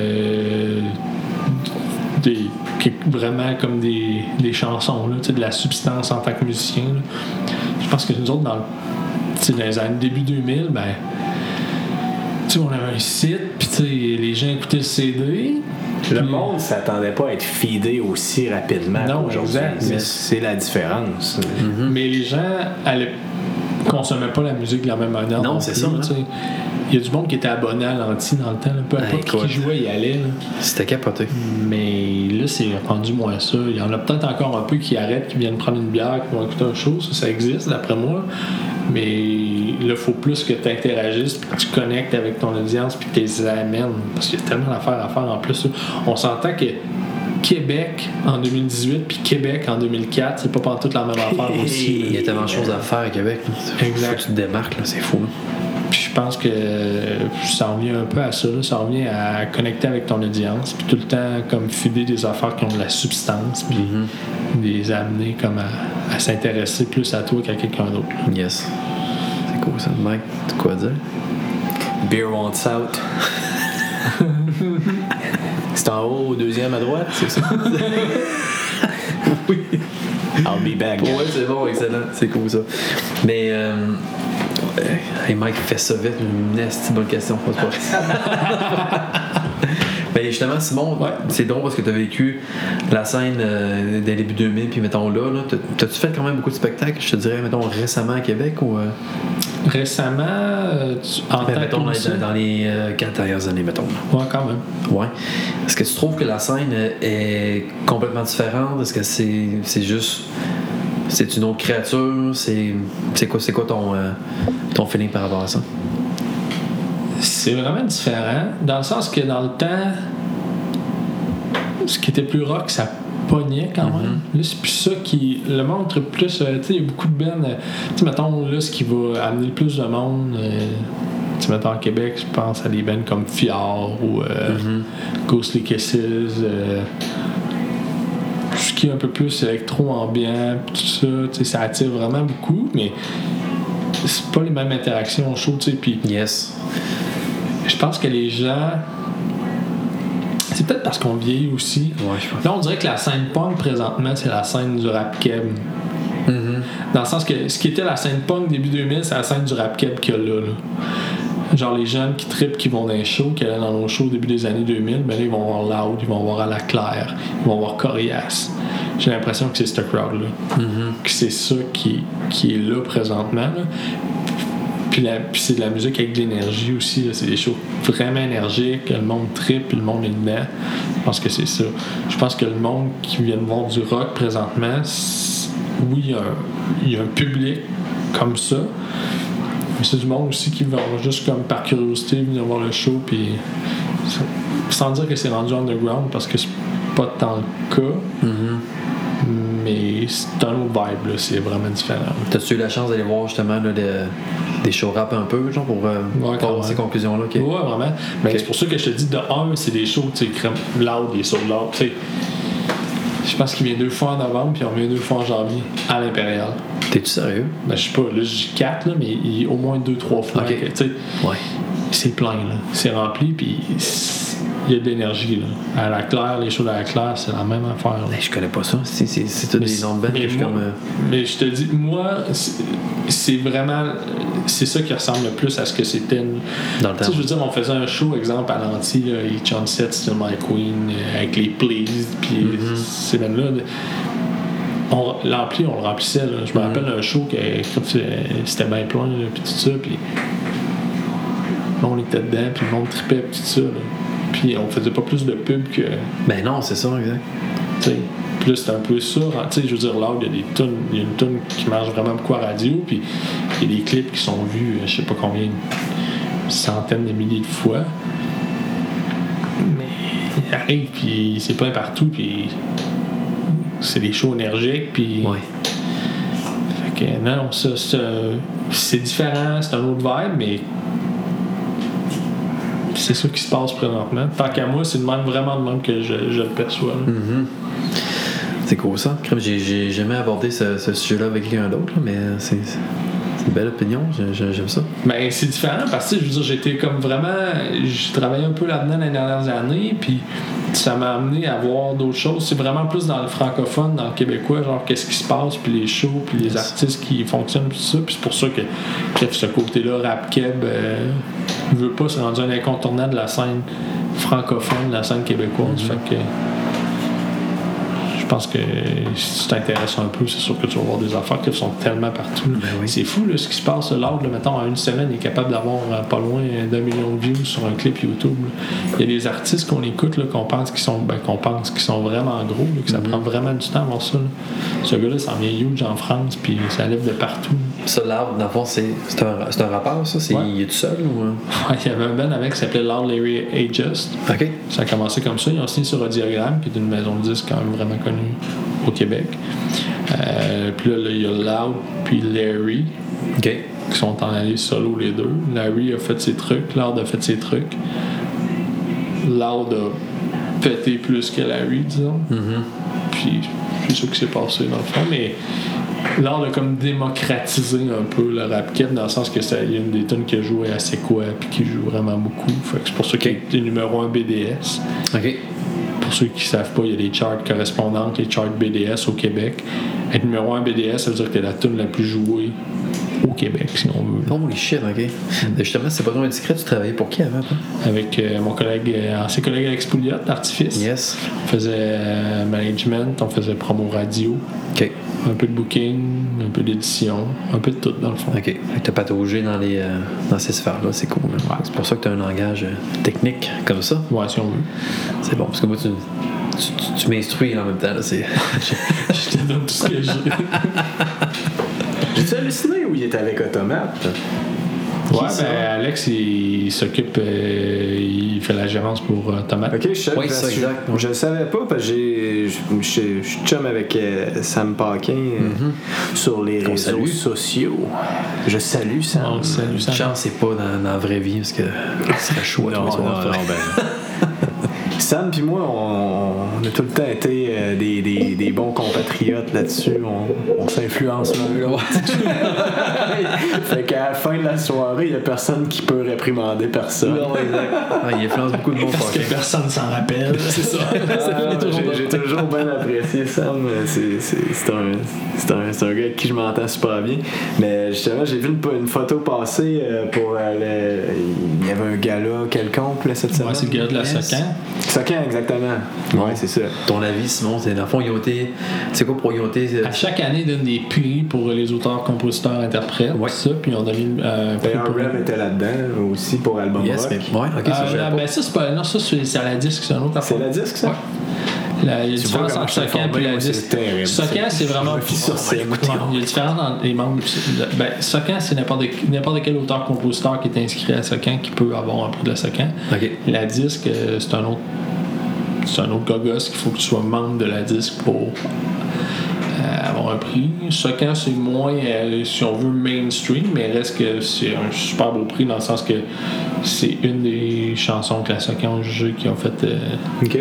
vraiment comme des chansons, là, de la substance en tant que musicien. Là. Je pense que nous autres, dans les années début 2000, ben, on avait un site, puis les gens écoutaient le CD. Le monde ne s'attendait pas à être feedé aussi rapidement. Non, exact. C'est la différence. Mais les gens consommaient pas la musique de la même manière. Non, c'est ça. Il y a du monde qui était abonné à l'anti dans le temps. Là. Peu importe qui jouait, il allait. Là. C'était capoté. Mais là, c'est rendu moins ça. Il y en a peut-être encore un peu qui arrêtent, qui viennent prendre une bière, qui vont écouter un show. Ça existe, d'après moi. Mais là, il faut plus que tu interagisses, puis que tu connectes avec ton audience, puis que tu les amènes. Parce qu'il y a tellement d'affaires à faire en plus. On s'entend que Québec en 2018 puis Québec en 2004, c'est pas pantoute la même affaire aussi. Il y a tellement de choses à faire à Québec. Exact. Faut que tu te démarques, là, c'est fou. Là. Puis je pense que ça revient un peu à ça, là. Ça revient à connecter avec ton audience, puis tout le temps comme filer des affaires qui ont de la substance, puis les amener comme à s'intéresser plus à toi qu'à quelqu'un d'autre. Là. Yes. C'est cool ça, Mike. Tu quoi dire? Beer wants out. C'est en haut, au deuxième à droite, c'est ça? Oui. I'll be back. Ouais, c'est bon, excellent. C'est cool ça. Mais hey Mike, fais ça vite, une nasty bonne question. Ben justement, Simon, c'est drôle parce que tu as vécu la scène des débuts 2000, puis mettons là, t'as-tu fait quand même beaucoup de spectacles, je te dirais, mettons récemment à Québec ou Récemment, en tant mettons que dans les 4 dernières années, mettons. Ouais, quand même. Ouais. Est-ce que tu trouves que la scène est complètement différente? Est-ce que c'est juste... C'est une autre créature? C'est quoi ton feeling par rapport à ça? c'est vraiment différent, dans le sens que dans le temps, ce qui était plus rock, ça pognait quand même. Là, c'est plus ça qui le montre plus. Tu sais, il y a beaucoup de bands. Tu sais, mettons, là, ce qui va amener le plus de monde. Tu sais, mettons, en Québec, je pense à des bands comme Fjord ou Ghostly Kisses. Ce qui est un peu plus électro-ambiant, tout ça. Tu sais, ça attire vraiment beaucoup, mais c'est pas les mêmes interactions au show, tu sais. Puis Yes. je pense que les gens. C'est peut-être parce qu'on vieillit aussi. Ouais, je pense. Là, on dirait que la scène punk, présentement, c'est la scène du rap keb. Dans le sens que ce qui était la scène punk début 2000, c'est la scène du rap keb qu'il y a là. Genre les jeunes qui trippent, qui vont dans les shows, qui allaient dans nos shows au début des années 2000, ben là, ils vont voir Loud, ils vont voir À la Claire, ils vont voir Corias. J'ai l'impression que c'est ce crowd-là. Que c'est ça qui est là présentement. Là. Puis c'est de la musique avec de l'énergie aussi. Là. C'est des shows vraiment énergiques. Le monde trippe, puis le monde est dedans. Je pense que c'est ça. Je pense que le monde qui vient de voir du rock présentement, oui, il y a un public comme ça. Mais c'est du monde aussi qui va juste comme par curiosité venir voir le show. Puis sans dire que c'est rendu underground, parce que c'est pas tant le cas. Mais c'est un autre vibe, là, c'est vraiment différent. T'as-tu eu la chance d'aller voir justement là, des shows rap un peu, genre, pour avoir ces conclusions-là? Okay. Ouais, vraiment. Mais c'est pour ça que je te dis, de un, c'est des shows, tu sais, Loud, des shows Loud, tu sais. Je pense qu'il vient 2 fois en novembre, puis on vient 2 fois en janvier, à l'Impérial. T'es-tu sérieux? Ben, je sais pas, là, je dis 4, là, mais il y a au moins 2-3 fois. Okay. Tu sais, ouais. C'est plein, là. C'est rempli, puis il y a de l'énergie, là. À la Claire, les shows de la Claire, c'est la même affaire. Là. Je connais pas ça. C'est tout des noms de bandes que je comme. Mais je te dis, moi, c'est vraiment. C'est ça qui ressemble le plus à ce que c'était. Dans le temps. Tu sais, je veux dire, on faisait un show, exemple, à l'anti, les Chance Still My Queen, avec les Please, puis ces bandes-là. L'ampli, on le remplissait. Là. Je me rappelle d'un show que c'était bien plein, puis tout ça, puis on était dedans, puis le monde tripait, puis tout ça. Là. Puis on faisait pas plus de pub que. Ben non, c'est ça, exact. Tu sais, puis là, c'est un peu ça. Tu sais, je veux dire, là, il y a une tonne qui marche vraiment beaucoup à radio, puis il y a des clips qui sont vus, je sais pas combien, centaines de milliers de fois. Mais il arrive, puis c'est plein partout, puis c'est des shows énergiques, puis. Ouais. Fait que non, ça, c'est différent, c'est un autre vibe, mais. C'est ça qui se passe présentement. Tant qu'à moi, c'est vraiment de même que je le perçois. C'est cool ça. J'ai jamais abordé ce sujet-là avec quelqu'un d'autre, mais c'est une belle opinion. J'aime ça. Ben, c'est différent parce que je veux dire, j'étais comme vraiment. J'ai travaillé un peu là-dedans les dernières années, puis ça m'a amené à voir d'autres choses. C'est vraiment plus dans le francophone, dans le québécois, genre qu'est-ce qui se passe, puis les shows, puis les artistes qui fonctionnent, puis ça. Puis c'est pour ça que ce côté-là, rap keb, je veux pas, c'est rendu un incontournable de la scène francophone, de la scène québécoise. Fait que je pense que si tu t'intéresses un peu, c'est sûr que tu vas voir des affaires qui sont tellement partout. Ben oui. C'est fou là, ce qui se passe. L'ordre, mettons, en une semaine, il est capable d'avoir pas loin d'1 million de views sur un clip YouTube. Là. Il y a des artistes qu'on écoute, là, qu'on pense qu'ils sont vraiment gros, là, que ça prend vraiment du temps à voir ça. Là. Ce gars-là, ça en vient huge en France, puis ça lève de partout. Ça, Loud, dans le fond, c'est un rappeur, ça? Ouais. Il est tout seul ou. Ouais, il y avait un band avec qui s'appelait Loud Larry Ajust. OK. Ça a commencé comme ça. Ils ont signé sur Audiogramme, qui est une maison de disques quand même vraiment connue au Québec. Puis là, il y a Loud puis Larry, OK. qui sont en allée solo les deux. Larry a fait ses trucs, Loud a fait ses trucs. Loud a pété plus que Larry, disons. Puis c'est ça qui s'est passé dans le fond, mais Loud a comme démocratisé un peu le rap keb, dans le sens que il y a une des tonnes qui a joué à C'est quoi, puis qui joue vraiment beaucoup. Fait que c'est pour ça qu'il est numéro 1 BDS. OK. Pour ceux qui ne savent pas, il y a des charts correspondantes, les charts BDS au Québec. Être numéro 1 BDS, ça veut dire que t'es la tune la plus jouée au Québec, si on veut. Holy shit, OK. Justement, c'est pas trop indiscret, tu travaillais pour qui avant, toi? Avec mon ancien collègue Alex Pouliot, d'Artifice. Yes. On faisait management, on faisait promo radio. OK. Un peu de booking, un peu d'édition, un peu de tout, dans le fond. OK. T'as pataugé dans ces sphères-là, c'est cool. Hein? Ouais. C'est pour ça que t'as un langage technique comme ça. Ouais, si on veut. C'est bon, parce que moi, tu m'instruis en même temps. Là, c'est... Je te donne tout ce que j'ai. J'ai-tu halluciné ou il était avec Automate? Ouais, ben Alex, il s'occupe, il fait la gérance pour Tomate. Ok, je Oui, c'est exact. Je le savais pas parce que je suis chum avec Sam Paquin sur les Qu'on réseaux salue. sociaux. Je salue Sam. Donc, salut, ça. Chance, c'est pas dans la vraie vie parce que ça serait chaud à tous les soirs. Sam puis moi, on a tout le temps été des bons compatriotes là-dessus. On s'influence l'un l'autre. Fait qu'à la fin de la soirée, il n'y a personne qui peut réprimer personne. Non, exact. Ah, il influence beaucoup de monde. Parce que personne s'en rappelle, c'est ça. J'ai toujours bien apprécié Sam. C'est un gars avec qui je m'entends super bien. Mais justement, j'ai vu une photo passer pour il y avait un gala quelconque là, cette semaine. Ouais, c'est le gars de la Socan. Socan, exactement. Ouais, c'est ça. Ton avis, Simon, c'est dans le fond, ils ont été. C'est quoi pour ils ont été. À chaque année, ils donnent des prix pour les auteurs, compositeurs, interprètes. Ouais. Ça, puis on a donné un prix D'ailleurs, pour... Rem était là-dedans aussi pour Album Yes, Rock. mais. Ouais, ok, ça, je savais pas. ben ça, c'est pas... Non, ça, c'est à la disque, c'est un autre C'est affaire. la disque, ça? Ouais. Il y a une Tu vois différence comment entre je suis Socan et informé, la moi, c'est disque. terrible. Socan, c'est vraiment... Je suis sur scène. Ouais, il y a une différence entre les membres... Ben, Socan, c'est n'importe quel auteur-compositeur qui est inscrit à Socan qui peut avoir un prix de la Socan. Ok. La disque, c'est un autre gogos qu'il faut que tu sois membre de la disque pour avoir un prix. Socan, c'est moins, si on veut, mainstream, mais reste que c'est un super beau prix dans le sens que c'est une des chansons que la Socan ont jugé qui ont fait... OK.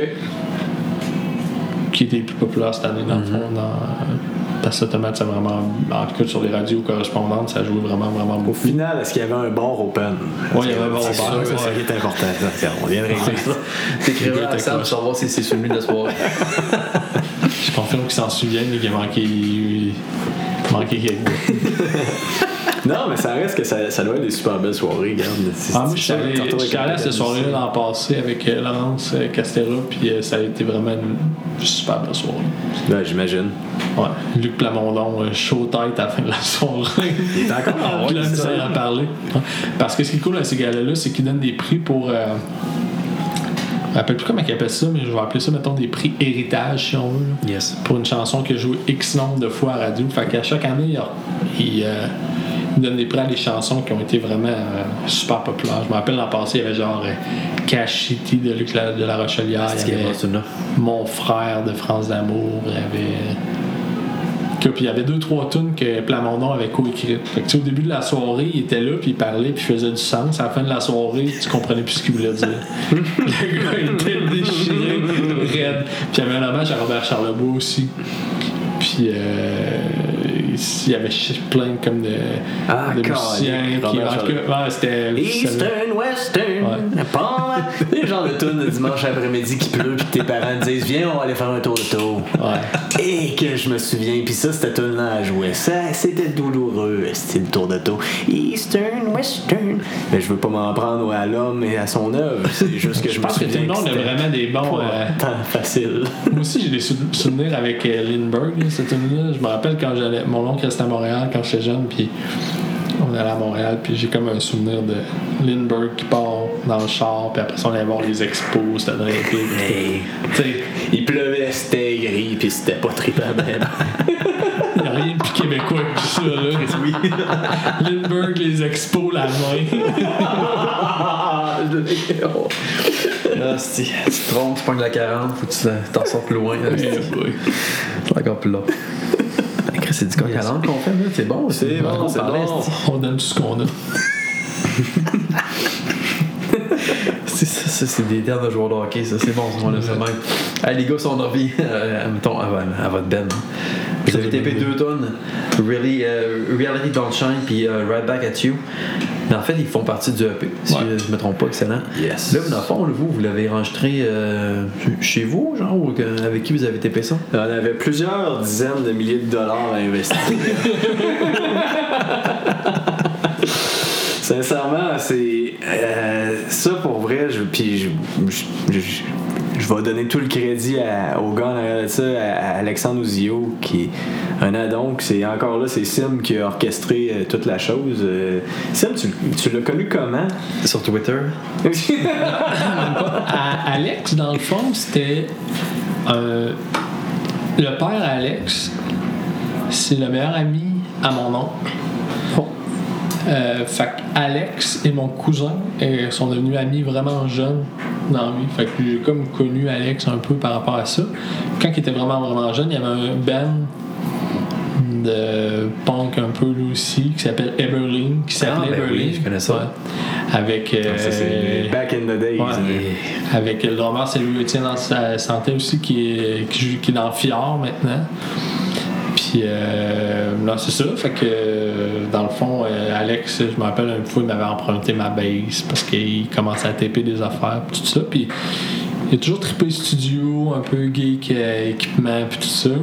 qui était les plus populaires cette année, dans le fond. Parce que Tomate, c'est vraiment... En tout cas, sur les radios correspondantes, ça jouait vraiment, vraiment Au beaucoup. final, est-ce qu'il y avait un bar open? Ouais, il y avait un bar C'est open, sûr, c'est ça ouais. qui est important. Ça, on vient de régler ça. T'écriras à Sam pour savoir si c'est celui de la soirée. Je confirme qu'il s'en souvient, mais qu'il a manqué quelque chose. Non, mais ça reste que ça doit être des super belles soirées, regarde. Moi, je suis allé à cette soirée-là l'an passé avec Laurence Castera, puis ça a été vraiment une super belle soirée. Ben, j'imagine. Ouais. Luc Plamondon, chaud tête à la fin de la soirée. Il est encore en Puis là, ça à parler. Ouais. Parce que ce qui est cool à ces galas-là, c'est qu'ils donnent des prix pour. Je me rappelle plus comment ils appellent ça, mais je vais appeler ça, mettons, des prix héritage, si on veut. Là, Yes. pour une chanson qui a joué X nombre de fois à radio. Fait qu'à chaque année, ils donnent des prix à des chansons qui ont été vraiment super populaires. Je me rappelle l'an passé, il y avait genre Cash City de Luc de la Rochelière. C'est Il qui y est avait bon, celui-là. Mon frère de France d'amour. Il y avait. Puis il y avait 2-3 tunes que Plamondon avait coécrites. Fait que, tu sais, au début de la soirée, il était là, puis il parlait, puis il faisait du sens. À la fin de la soirée, tu comprenais plus ce qu'il voulait dire. Le gars, il était déchiré, raide. Puis il y avait un hommage à Robert Charlebois aussi. Puis il y avait plein comme de musiciens. Puis, en tout cas, ouais, c'était. Eastern, Western, des genres de tunes de dimanche après-midi qui pleut, puis tes parents te disent viens, on va aller faire un tour de taux. Ouais. Et que je me souviens, puis ça, cette tune-là à jouer. Ça, c'était douloureux, c'était le tour de taux. Eastern, Western. Mais je veux pas m'en prendre à l'homme et à son œuvre. C'est juste que je me pense que tout souviens le monde a c'était vraiment des bons. tant facile. Moi aussi, j'ai des souvenirs avec Lindbergh, là, cette tune-là. Je me rappelle quand mon oncle restait à Montréal quand j'étais jeune, puis on allait à Montréal, puis j'ai comme un souvenir de Lindbergh qui part dans le char, puis après ça, on allait voir les expos, c'était drôle. Hey, il pleuvait, c'était gris, puis c'était pas trippant. Il n'y a rien de plus québécois que ça, là. Oui. Lindbergh, les expos, la main. Si tu te trompes, tu pognes la 40, faut que tu t'en sortes plus loin. C'est encore plus long. C'est du coq à l'âne qu'on fait, là. C'est bon, C'est bon, c'est bon. On donne tout ce qu'on a. Ça, c'est des termes de joueurs de hockey, ça. C'est bon, on a ça même. Allez, les gars, si on a envie, mettons, à votre ben. Vous avez tapé 2 tonnes, Reality Don't Shine, puis Right Back at You. Mais en fait, ils font partie du EP, si je ne me trompe pas, excellent. Yes. Là, dans le fond, vous l'avez enregistré chez vous, genre, ou avec qui vous avez tapé ça? On avait plusieurs dizaines de milliers de dollars à investir. Sincèrement, c'est ça pour vrai. Je vais donner tout le crédit au gars en arrière de ça, à Alexandre Ouzio, qui est un addon. C'est encore là, c'est Sim qui a orchestré toute la chose. Sim, tu l'as connu comment? Sur Twitter. Alex, dans le fond, c'était le père à Alex, c'est le meilleur ami à mon oncle. Fait que Alex et mon cousin sont devenus amis vraiment jeunes dans la vie. Fait que j'ai comme connu Alex un peu par rapport à ça. Quand il était vraiment, vraiment jeune, il y avait un band de punk un peu lui aussi qui s'appelle Everlyn, qui s'appelait Everlyn. Oui, je connais ça. Ouais. Avec Ça, c'est back in the days. avec le drummer, c'est Louis-Étienne Santé aussi qui est dans Fior maintenant. Puis non, c'est ça. Fait que dans le fond, Alex, je me rappelle une fois, il m'avait emprunté ma bass parce qu'il commençait à taper des affaires puis tout ça. Puis il a toujours trippé studio, un peu geek, équipement puis tout ça.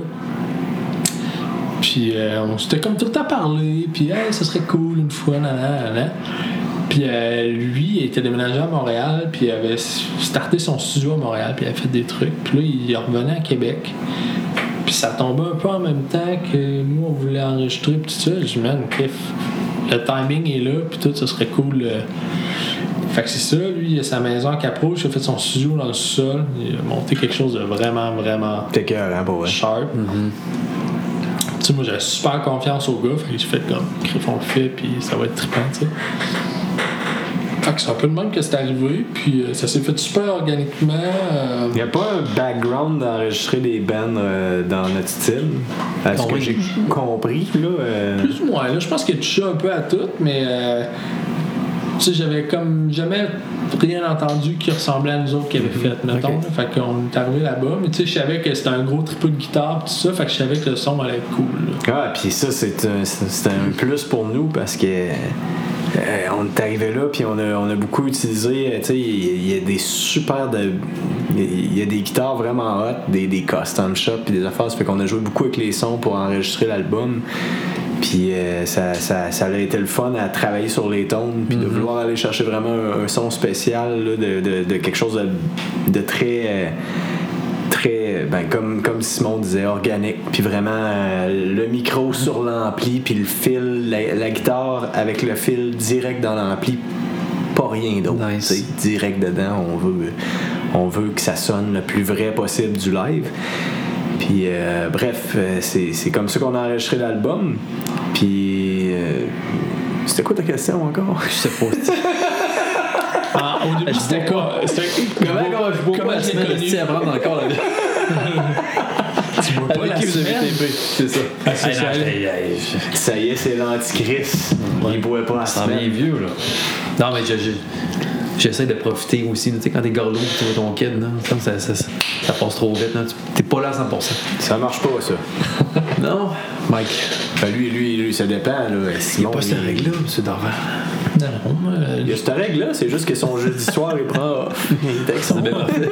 Puis on s'était comme tout le temps parlé, puis hey, ça serait cool une fois, nanana. Puis lui, il était déménagé à Montréal, puis il avait starté son studio à Montréal, puis il avait fait des trucs. Puis là, il revenait à Québec. Puis ça tombait un peu en même temps que nous, on voulait enregistrer, puis tout ça. Je dis, man, le timing est là, puis tout, ça serait cool. Fait que c'est ça, lui, il a sa maison à Cap-Rouge, il a fait son studio dans le sol, il a monté quelque chose de vraiment, vraiment T'es cœur, hein, pour vrai. sharp. Tu sais, moi, j'avais super confiance au gars, fait que j'ai fait comme, on le fait, puis ça va être trippant, tu sais. Fait que c'est un peu le même que c'est arrivé, puis ça s'est fait super organiquement. Il n'y a pas un background d'enregistrer des bands dans notre style. Est-ce que j'ai compris, là? Plus ou moins, là, je pense qu'il a touché un peu à tout, mais tu sais, j'avais comme jamais rien entendu qui ressemblait à nous autres qui avaient fait, mettons. Okay. Là. Fait qu'on est arrivé là-bas, mais tu sais, je savais que c'était un gros triple de guitare pis tout ça, fait que je savais que le son allait être cool. Là. Ah, puis ça, c'est un plus pour nous parce que on est arrivé là, puis on a beaucoup utilisé, tu sais, il y a des super il y a des guitares vraiment hot, des custom shops puis des affaires, ça fait qu'on a joué beaucoup avec les sons pour enregistrer l'album. Puis ça a été le fun à travailler sur les tones, puis de vouloir aller chercher vraiment un son spécial là, de quelque chose de très ben, comme Simon disait, organique, puis vraiment le micro sur l'ampli, puis le fil, la guitare avec le fil direct dans l'ampli, pas rien d'autre. Nice. Direct dedans, on veut que ça sonne le plus vrai possible du live. Puis bref, c'est comme ça qu'on a enregistré l'album. Puis c'était quoi ta question encore? Je sais pas. Au début, c'était quoi? Comment je l'ai connu? À prendre encore là. Tu vois pas Avec la qui vous avez semaine? tapé? C'est ça. c'est ça. Ça y est, c'est l'antichrist. Il boit pas à Ça en vient semaine. vieux, là. Non, mais j'essaie de profiter aussi. Tu sais, quand t'es gorlot, tu vois ton kid, là, ça passe trop vite. Là. T'es pas là à 100%. Ça marche pas, ça. Non, Mike. Ben, lui, ça dépend. Là. Il n'y a Simon, pas cette règle-là, M. Darvan. Non, Il y a cette règle-là, c'est juste que son jeudi soir, il prend off. Il est avec son- C'est bien parfait.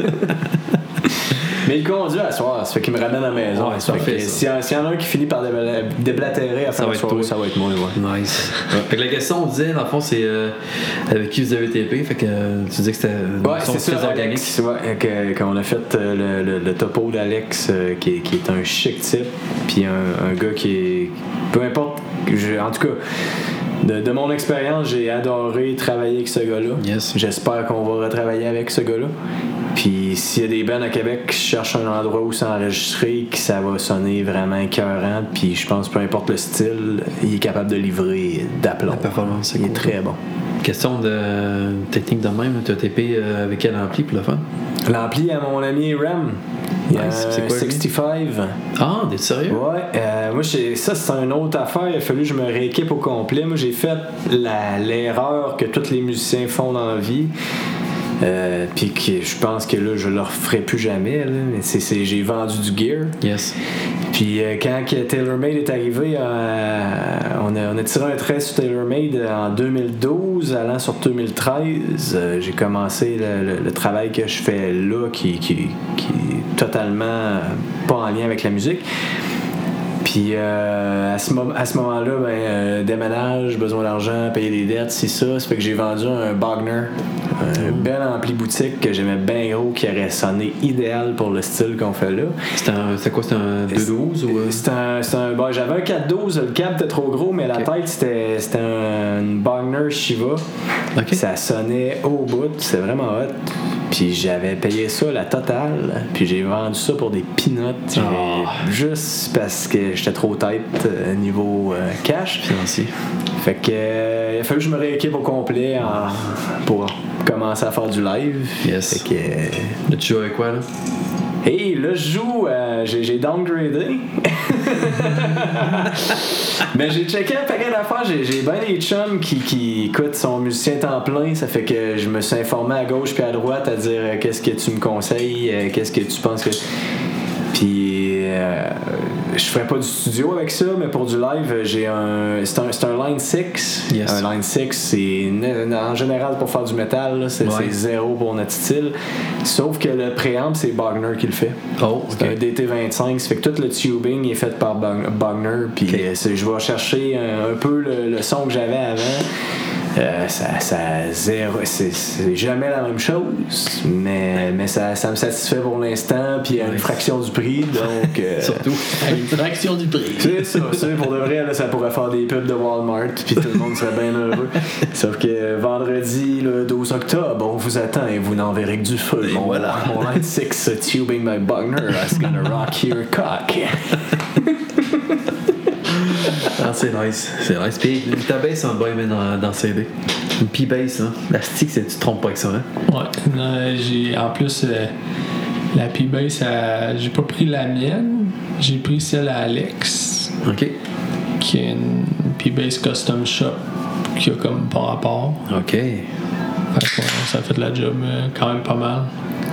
Mais il conduit à soir, ça fait qu'il me ramène à la maison. Ouais, Ça fait parfait, que ça. s'il y en a un qui finit par déblatérer à Ça faire va la être soirée, toi. ça va être moi. Ouais. Nice. Fait que la question, on disait, dans le fond, c'est avec qui vous avez tapé. Fait que tu disais que c'était Ouais, son c'est très ça, organique. Alex, ouais, qu'on a fait le topo d'Alex, qui est un chic type, puis un gars qui est... Peu importe, en tout cas... De mon expérience, j'ai adoré travailler avec ce gars-là. Yes. J'espère qu'on va retravailler avec ce gars-là. Puis s'il y a des bands à Québec qui cherchent un endroit où s'enregistrer, que ça va sonner vraiment écœurant, puis je pense peu importe le style, il est capable de livrer d'aplomb. La performance, c'est il cool. est très bon. Question de technique de même. Tu as tapé avec quel ampli pour le fun? L'ampli à mon ami Ram. Il y a Nice. C'est un quoi, lui? 65. Ah, t'es sérieux? Ouais, moi ça c'est une autre affaire, il a fallu que je me rééquipe au complet. Moi j'ai fait l'erreur que tous les musiciens font dans la vie. Puis que je pense que là je le referai plus jamais là. Mais j'ai vendu du gear. Yes. Puis quand TaylorMade est arrivé, on a tiré un trait sur TaylorMade en 2012, allant sur 2013. J'ai commencé le travail que je fais là, qui est totalement pas en lien avec la musique. Puis à ce moment-là, déménage, besoin d'argent, payer les dettes, c'est ça. Ça fait que j'ai vendu un Bogner, un bel ampli boutique que j'aimais bien gros, qui aurait sonné idéal pour le style qu'on fait là. C'était quoi? C'était un 212 ou... J'avais un 412, le câble était trop gros, mais la tête c'était un Bogner Shiva. Ok. Ça sonnait au bout, c'était vraiment hot. Puis j'avais payé ça la totale, puis j'ai vendu ça pour des peanuts. Juste parce que j'étais trop tête niveau cash. Financier. Fait que il a fallu que je me rééquipe au complet pour commencer à faire du live. Yes. Fait que Là, tu joues avec quoi, là? hey, là, je joue, j'ai downgradé. Mais j'ai checké un paquet d'affaires. J'ai bien des chums qui écoute, sont musiciens temps plein. Ça fait que je me suis informé à gauche puis à droite à dire qu'est-ce que tu me conseilles, qu'est-ce que tu penses que. Puis je ferais pas du studio avec ça, mais pour du live, j'ai c'est un Line 6. Yes. Un Line 6, c'est en général pour faire du métal, là, c'est zéro pour notre style. Sauf que le préamp, c'est Bogner qui le fait. Oh, C'est un DT25, ça fait que tout le tubing est fait par Bogner. Puis je vais chercher un peu le son que j'avais avant. C'est jamais la même chose, mais ça me satisfait pour l'instant, puis à une fraction du prix, donc surtout À une fraction du prix. c'est ça, pour de vrai, là, ça pourrait faire des pubs de Walmart, puis tout le monde serait bien heureux. Sauf que vendredi, le 12 octobre, on vous attend et vous n'en verrez que du feu. Mon Line 6 tubing by Bogner, that's gonna rock your cock. Ah, c'est nice. C'est nice. Puis ta bass, on va aimer dans CD. Une P-Bass, hein. La stick, tu te trompes pas avec ça, hein? Ouais. J'ai, en plus, la P-Bass, j'ai pas pris la mienne. J'ai pris celle à Alex, OK. qui est une P-Bass Custom Shop qui a comme pas rapport. OK. Fait que, ça fait de la job quand même pas mal.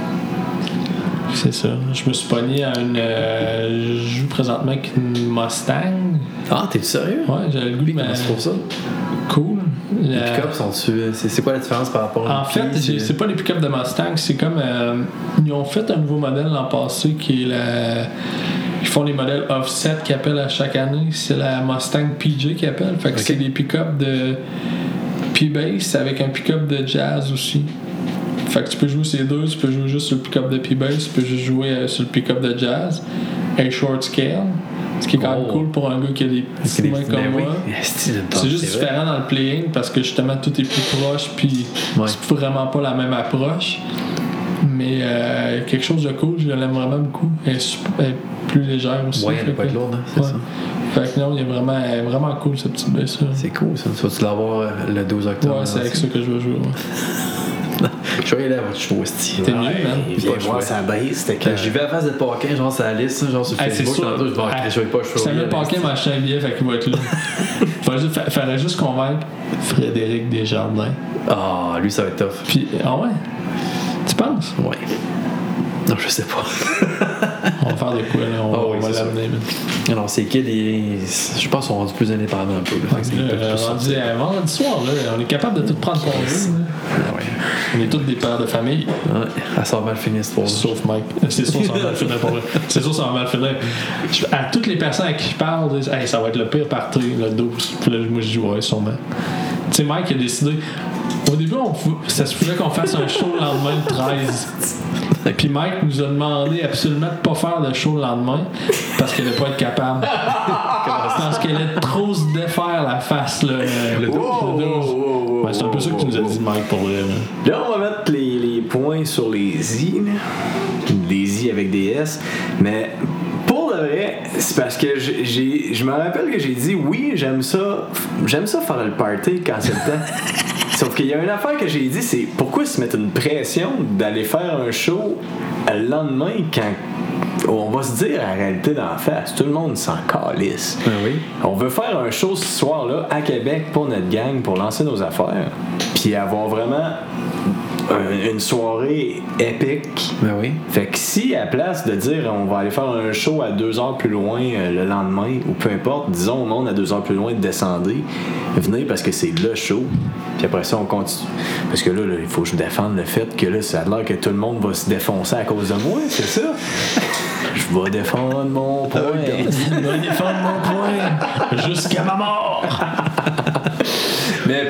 C'est ça. Je me suis pogné à je joue présentement avec une Mustang. Ah, t'es-tu sérieux? Ouais, j'avais le goût de Comment tu trouves ça? Cool. Les pick-ups sont-tu. C'est quoi la différence par rapport à En fait, c'est pas les pick-up de Mustang, c'est comme. Ils ont fait un nouveau modèle l'an passé qui est Ils font les modèles offset qu'ils appellent à chaque année. C'est la Mustang PJ qu'ils appellent. Fait que c'est des pick-up de P-Bass avec un pick-up de jazz aussi. Fait que tu peux jouer ces deux, tu peux jouer juste sur le pick-up de P-Bass, tu peux juste jouer sur le pick-up de jazz. Un short scale. Ce qui est quand même cool pour un gars qui a des petits mains comme moi. C'est juste différent dans le playing parce que justement tout est plus proche puis c'est vraiment pas la même approche. Mais quelque chose de cool, je l'aime vraiment beaucoup. Elle est plus légère aussi. Ouais, elle n'est pas lourde, hein, c'est ça. Fait que non, il est vraiment cool cette petite baisse là. C'est cool ça. Tu vas-tu l'avoir le 12 octobre? Ouais, c'est avec ça que je vais jouer. Je vais aller à votre show, hostie. T'es mieux, man. Viens voir sa base, c'était que J'y vais à face d'être Paquin, genre sur la liste, genre sur Facebook. Tantôt, je vais pas le show. Samuel Paquin m'a acheté un billet, fait qu'il va être là. Fallait juste convaincre Frédéric Desjardins. Ah, lui, ça va être tough. Puis, ah ouais? Tu penses? Ouais. Non, je sais pas. On va faire des coups, là. On va l'amener. Alors, ces kids, je pense qu'ils sont rendus plus indépendants un peu. Vendredi soir, là, on est capable de tout prendre congé. Ah ouais. On est tous des pères de famille. Ouais, elle sort mal finie cette fois. Sauf Mike. C'est sûr, ça va mal finir pour vrai. C'est sûr, ça va mal finir. À toutes les personnes à qui je parle, disent hey, ça va être le pire party, le 12. Puis là, moi, je dis ouais, sûrement. Tu sais, Mike a décidé. Au début, ça se pouvait qu'on fasse un show le lendemain le 13. Puis Mike nous a demandé absolument de pas faire de show le lendemain parce qu'elle allait pas être capable. Parce qu'elle allait trop se défaire la face le 12. Ouais, c'est un peu ça que tu nous as dit, Mike, pour vrai. Là, on va mettre les points sur les I. Les I avec des S. Mais pour de vrai, c'est parce que je me rappelle que j'ai dit oui, j'aime ça faire le party quand c'est le temps. Sauf qu'il y a une affaire que j'ai dit, c'est pourquoi se mettre une pression d'aller faire un show le lendemain quand on va se dire la réalité d'en face. Tout le monde s'en calisse. Ben oui. On veut faire un show ce soir-là à Québec pour notre gang, pour lancer nos affaires, puis avoir vraiment une soirée épique. Ben oui. Fait que si à place de dire on va aller faire un show à 2 heures plus loin le lendemain, ou peu importe, disons au monde à 2 heures plus loin, descendez, venez parce que c'est le show. Puis après ça, on continue. Parce que là, il faut que je défende le fait que là, ça a l'air que tout le monde va se défoncer à cause de moi, c'est ça? Je vais défendre mon point. Je vais défendre mon point jusqu'à ma mort. Mais pour de vrai,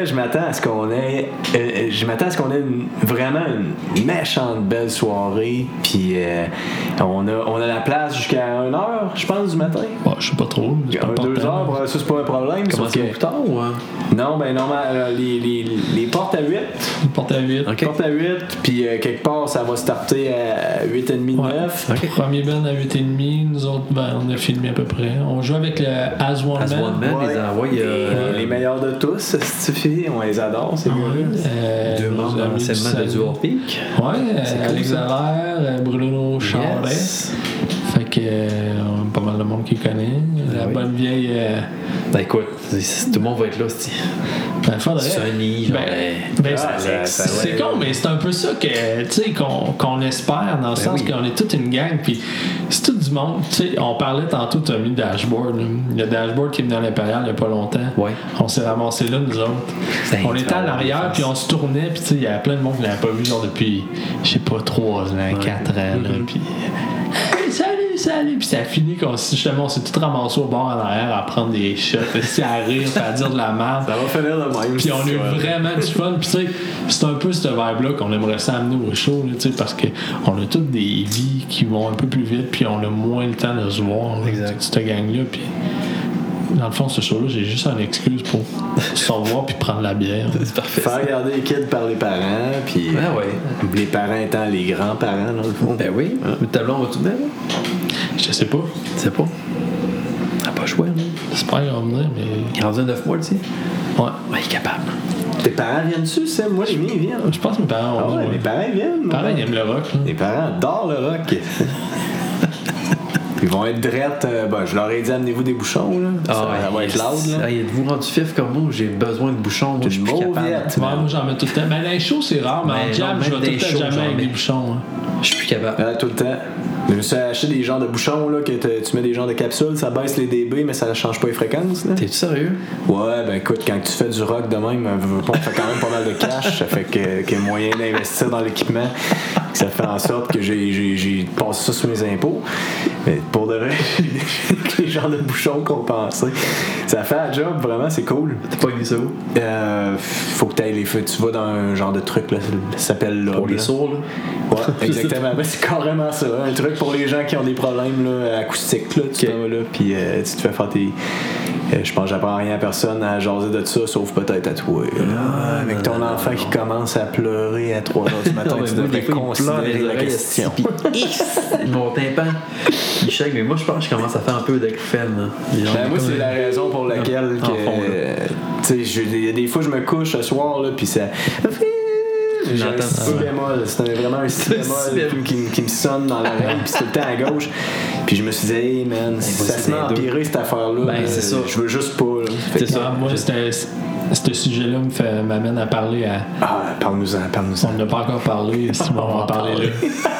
vrai, je m'attends à ce qu'on ait vraiment une méchante belle soirée. Puis on a la place jusqu'à 1h, je pense, du matin. Bon, je sais pas trop. C'est pas 2 important. heures, ça c'est pas un problème. Comment sauf c'est que- plus tard ou hein? Non, ben normalement, les portes à 8. Une porte à 8. Ok. Porte à 8, puis quelque part, ça va starter à 8h30, 9. Ok. Premier band à 8h30, nous autres, on a filmé à peu près. On joue avec le As One As One Man. Man, les envoie. Les meilleurs de tous, si tu fais, on les adore, ces gars-là. Deux nos membres amis du anciennement de Saguenay. Dual Peak. Ouais, C'est cool, Alex ça. Allaire, Bruno Charret. Yes. Fait que pas mal de monde qui connaît. La oui. bonne vieille. Ben écoute, tout le monde va être là, c'est Faudrait. Sonny, genre. Ben, ça c'est ouais. con, mais c'est un peu ça que, tu sais, qu'on espère, dans le sens oui. qu'on est toute une gang, puis c'est tout du monde. Tu sais, on parlait tantôt, tu as mis le dashboard. Là. Le dashboard qui est venu à l'Impérial il n'y a pas longtemps. Ouais. On s'est ramassé là, nous autres. C'est On était à incroyable. l'arrière, puis on se tournait, puis tu sais, il y avait plein de monde qui n'avait pas vu, genre depuis, je sais pas, 3 ans, 4 ans, là, puis. Hey, salut! Puis ça a fini qu'on justement, on s'est tout ramassé au bord en arrière à prendre des shots, à rire, puis à dire de la merde. Ça va finir de même. Puis on a eu vraiment du fun. Puis tu sais, c'est un peu cette vibe-là qu'on aimerait s'amener au show, là, tu sais, parce qu'on a toutes des vies qui vont un peu plus vite, puis on a moins le temps de se voir, là, Exact. cette gang-là. Puis dans le fond, ce show-là, j'ai juste une excuse pour se revoir puis prendre la bière. C'est parfait. Faire regarder les kids par les parents, puis Ah ouais. les parents étant les grands-parents, dans le fond. Ben oui. Le tableau, on va tout de même. Je sais pas. Tu sais pas. On n'a pas le choix, là. J'espère qu'il va venir, mais. Il est rendu à 9 mois, tu sais. Ouais. Ouais, il est capable. Tes parents viennent-tu, ça? Moi, les miens, ils viennent. Je pense que mes parents Ah vont ouais, venir. mes parents, ils viennent. Mes parents, ils aiment le rock. Là. Les parents adorent le rock. Ils vont être drettes. Je leur ai dit, amenez-vous des bouchons, là. Ça va être loud, là. Ah, êtes-vous rendu fif comme moi? J'ai besoin de bouchons. Moi, je suis Une plus capable. mauviette. Ouais, moi, j'en mets tout le temps. Ben, dans les shows, c'est rare, mais en Mais jam, non, je même vais tout le des temps shows, jamais j'en avec mets. des bouchons. Hein. Je suis plus capable. Tout le temps. Je me suis acheté des genres de bouchons, là, que tu mets des genres de capsules, ça baisse les dB, mais ça ne change pas les fréquences, là. T'es-tu sérieux? Ouais, ben écoute, quand tu fais du rock de même, on fait quand même pas mal de cash, ça fait qu'il y a moyen d'investir dans l'équipement. Ça fait en sorte que j'ai passé ça sur mes impôts. Mais pour de vrai, les genres de bouchons compensés. Ça fait un job, vraiment, c'est cool. T'as pas aimé ça où? Faut que tu ailles les feux. Tu vas dans un genre de truc, là, ça s'appelle là. Pour les sourds, là. Ouais, exactement. Ben, c'est carrément ça. Un truc pour les gens qui ont des problèmes là, acoustiques. Là, tu t'en vas là, puis tu te fais faire tes. Je pense que j'apprends rien à personne à jaser de ça, sauf peut-être à toi. Avec ton enfant qui commence à pleurer à 3h du matin, tu devrais considérer la question. Mon tympan, il shake, mais moi, je pense que je commence à faire un peu d'acouphène. Ben, moi, c'est la raison pour laquelle En fond, tu sais, il y a des fois, je me couche ce soir, là, puis ça. J'ai un J'entends si ça. bémol, c'est vraiment un si bémol qui me sonne dans l'oreille, puis c'est tout le temps à gauche. Puis je me suis dit, hey man, si ça se met à empirer cette affaire-là, Ben, c'est ça. je veux juste pas. Là. Fait C'est que- ça. Moi, ce sujet-là m'amène à parler à. Ah, parle-nous-en. On n'a pas encore parlé, si on va en parler là.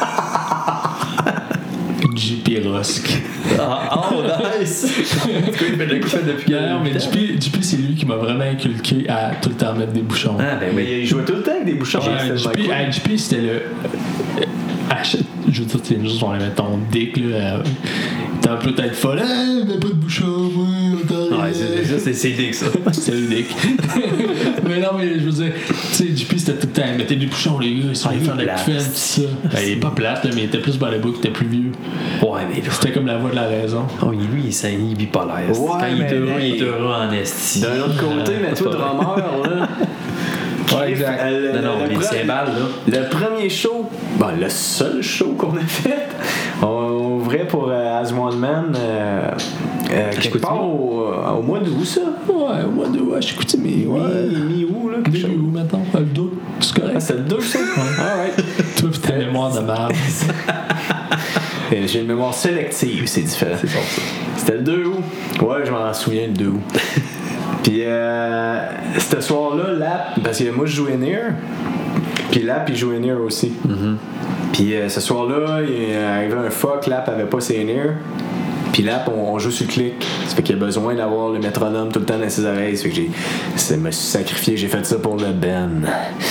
JP Rusk. Oh, nice! Il fait de l'acouphène depuis Non, mais JP, c'est lui qui m'a vraiment inculqué à tout le temps mettre des bouchons. Ah, ben oui. Mais il jouait tout le temps avec des bouchons. Ouais, c'était tellement cool. JP, c'était le. Je veux dire, c'est une chose, on avait ton dick, là. T'es un peu tête folle. Hey, mets pas de bouchon, moi, Ouais, c'est dick, ça. c'est le dick. Mais non, mais je veux dire, tu sais, JP, c'était tout le temps. Mettez des bouchons, les gars, si vous voulez faire de la plate. couffette, tout ça. Ben, il est pas plate, là, mais il était plus Bollywood, il était plus vieux. Ouais, mais là. C'était comme la voix de la raison. Oh, lui, il est bipolaire. Ouais, Quand il est mais heureux, là, il est il- heureux en esti. D'un autre côté, mais toi, drummer, là. Ouais, exact. Non, mais les cymbales, là. Le premier show, le seul show qu'on a fait, on ouvrait pour As One Man quelque part au mois d'août, ça. Ouais, au mois de j'écoutais, mais ouais. Mi-août, là, quelque Début chose. où maintenant? Le dos, c'est correct. Ah, c'est le 2, ça? Alright. Toi, pis ta mémoire de merde. J'ai une mémoire sélective, c'est différent. C'est ça. C'était le 2 août. Ouais, je m'en souviens, le 2 août. Puis, ce soir-là, Lap, parce que moi, je jouais Near. Puis Lap, il jouait Near aussi. Puis, ce soir-là, il est arrivé un fuck, Lap avait pas ses Near. Puis Lap, on joue sur le clic. Ça fait qu'il a besoin d'avoir le métronome tout le temps dans ses oreilles. Ça fait que je me suis sacrifié, j'ai fait ça pour le Ben.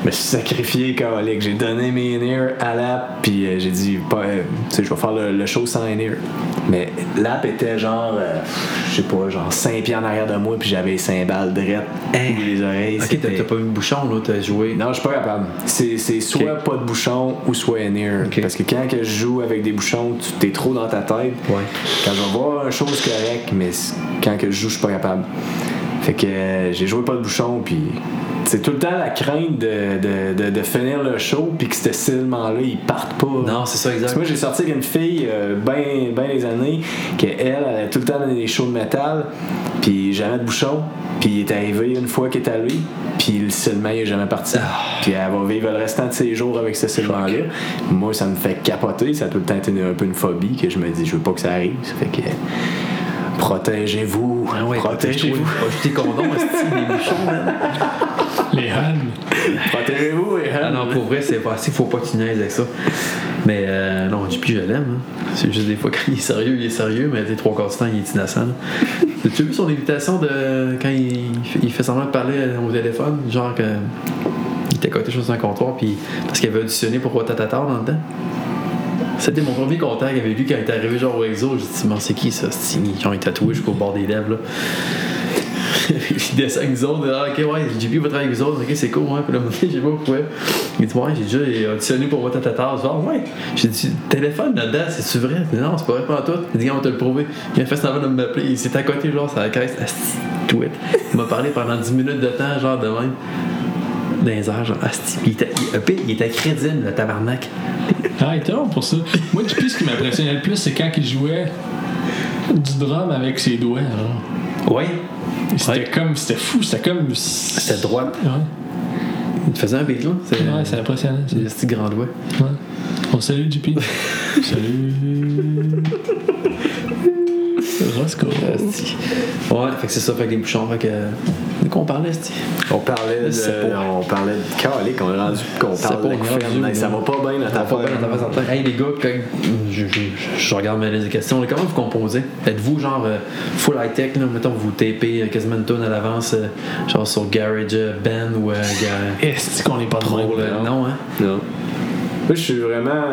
me suis sacrifié, calique. J'ai donné mes in-ear à l'app, puis j'ai dit, tu sais, je vais faire le show sans in-ear. Mais l'app était genre, je sais pas, genre 5 pieds en arrière de moi, puis j'avais les cymbales drettes ou les oreilles. Ok, t'as pas eu de bouchon, là, t'as joué. Non, je suis pas capable. C'est soit pas de bouchon ou soit in-ear. Okay. Parce que quand que je joue avec des bouchons, tu t'es trop dans ta tête. Ouais. Quand je vais voir un show, c'est correct, mais quand que je joue, je suis pas capable. Fait que j'ai joué pas de bouchon, puis c'est tout le temps la crainte de finir le show, puis que cet élément-là, il parte pas. Non, c'est ça, exact. Moi, j'ai sorti avec une fille, ben des années, qu'elle a tout le temps donné des shows de métal, puis jamais de bouchon, puis il est arrivé une fois qu'il est allé, puis le ciment, il est jamais parti. Puis elle va vivre le restant de ses jours avec ce ciment-là. Moi, ça me fait capoter, ça a tout le temps été un peu une phobie, que je me dis, je veux pas que ça arrive. Ça fait que. Protégez-vous. Ah ouais, protégez-vous. Acheter tes condoms, les bouchons, man. Les hannes. Protégez-vous, les Ah non, pour vrai, c'est pas assez, faut pas que tu niaises avec ça. Mais non, JP, je l'aime. Hein. C'est juste des fois, quand il est sérieux, mais les 3 quarts du temps, il est innocent. As-tu vu son invitation de quand il fait semblant de parler au téléphone, genre que il était côté sur un comptoir, puis parce qu'il avait auditionné pour Watatata dans le temps? C'était mon premier contact avec lui quand il est arrivé genre au EXO. J'ai dit, c'est qui ça? Genre, il est tatoué jusqu'au bord des lèvres, là. Il descend avec nous autres. Ah, ok, ouais, JP va travailler avec nous autres. Ok, c'est cool, ouais. Puis là, je sais pas pourquoi. Il dit, ouais, j'ai déjà auditionné pour Watatata. Je dis, ah, ouais. J'ai dit, téléphone là-dedans, c'est-tu vrai? Il dit, non, c'est pas vrai, pas en tout. Il dit, on va te le prouver. Il a fait semblant de m'appeler. Il s'est à côté, genre, sur la caisse. Tweet. Il m'a parlé pendant 10 minutes de temps, genre, de même. Dans les airs, genre, il était crédible, le tabarnak. Ah, il était bon pour ça. Moi, du plus, ce qui m'impressionnait le plus, c'est quand il jouait du drum avec ses doigts. Genre. Ouais. C'était fou, c'était comme. C'était droite. Ouais. Il te faisait un beat, là. Ouais, c'est impressionnant. C'est des petits grands doigts. Ouais. On salue JP. Salut. Roscoe. Ouais, fait que c'est ça, fait que les bouchons, fait que. De quoi on parlait, c'ti? On parlait de calique, on est rendu qu'on parle de Gouffern. Ça va pas bien notre affaire. Hey les gars, quand je regarde mes listes de questions, comment vous composez? Êtes-vous genre full high-tech, là? Mettons, vous tapez quasiment une tonne à l'avance, genre sur Garage Band ou Est-ce qu'on est pas drôle? Non, hein? Non. Moi, je suis vraiment.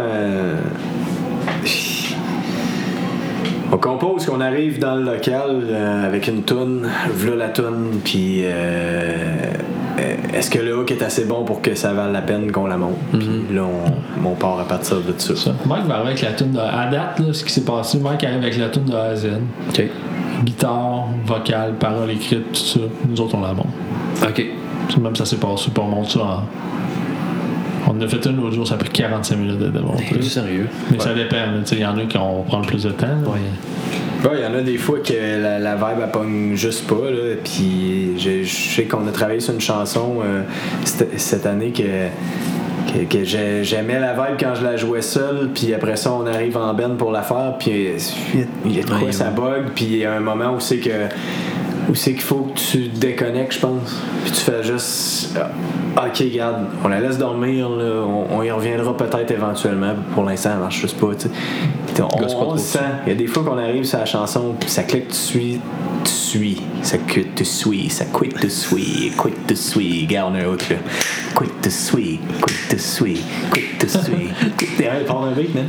On compose qu'on arrive dans le local avec une toune, v'là la toune, puis est-ce que le hook est assez bon pour que ça vale la peine qu'on la monte? Puis là, on part à partir de ça. Mike va arriver avec la toune à date, là, ce qui s'est passé, Mike arrive avec la toune de A à Z. OK. Guitare, vocale, paroles écrites, tout ça. Nous autres, on la monte. OK. Même ça s'est passé, puis on monte ça en... On en a fait une l'autre jour, ça a pris 45 minutes de démonter. C'est sérieux. Mais ça dépend. Il y en a qui vont prendre plus de temps. Ouais, il y en a des fois que la vibe elle pogne juste pas. Là, puis je sais qu'on a travaillé sur une chanson cette année que j'aimais la vibe quand je la jouais seule, puis après ça on arrive en band pour la faire, puis il y a de quoi ça bug, puis il y a un moment où c'est qu'il faut que tu déconnectes, je pense. Puis tu fais juste ok, regarde, on la laisse dormir, là, on y reviendra peut-être éventuellement. Pour l'instant, elle marche juste pas, tu sais. On le sent. Il y a des fois qu'on arrive sur la chanson, puis ça clique, tu suis. Ça quitte, tu suis. Ça quitte, tu suis. Quitte, tu suis. Regarde, on a un autre, là. Quitte, tu suis. Quitte, tu suis. Quitte, tu suis. Il part d'un beat, man.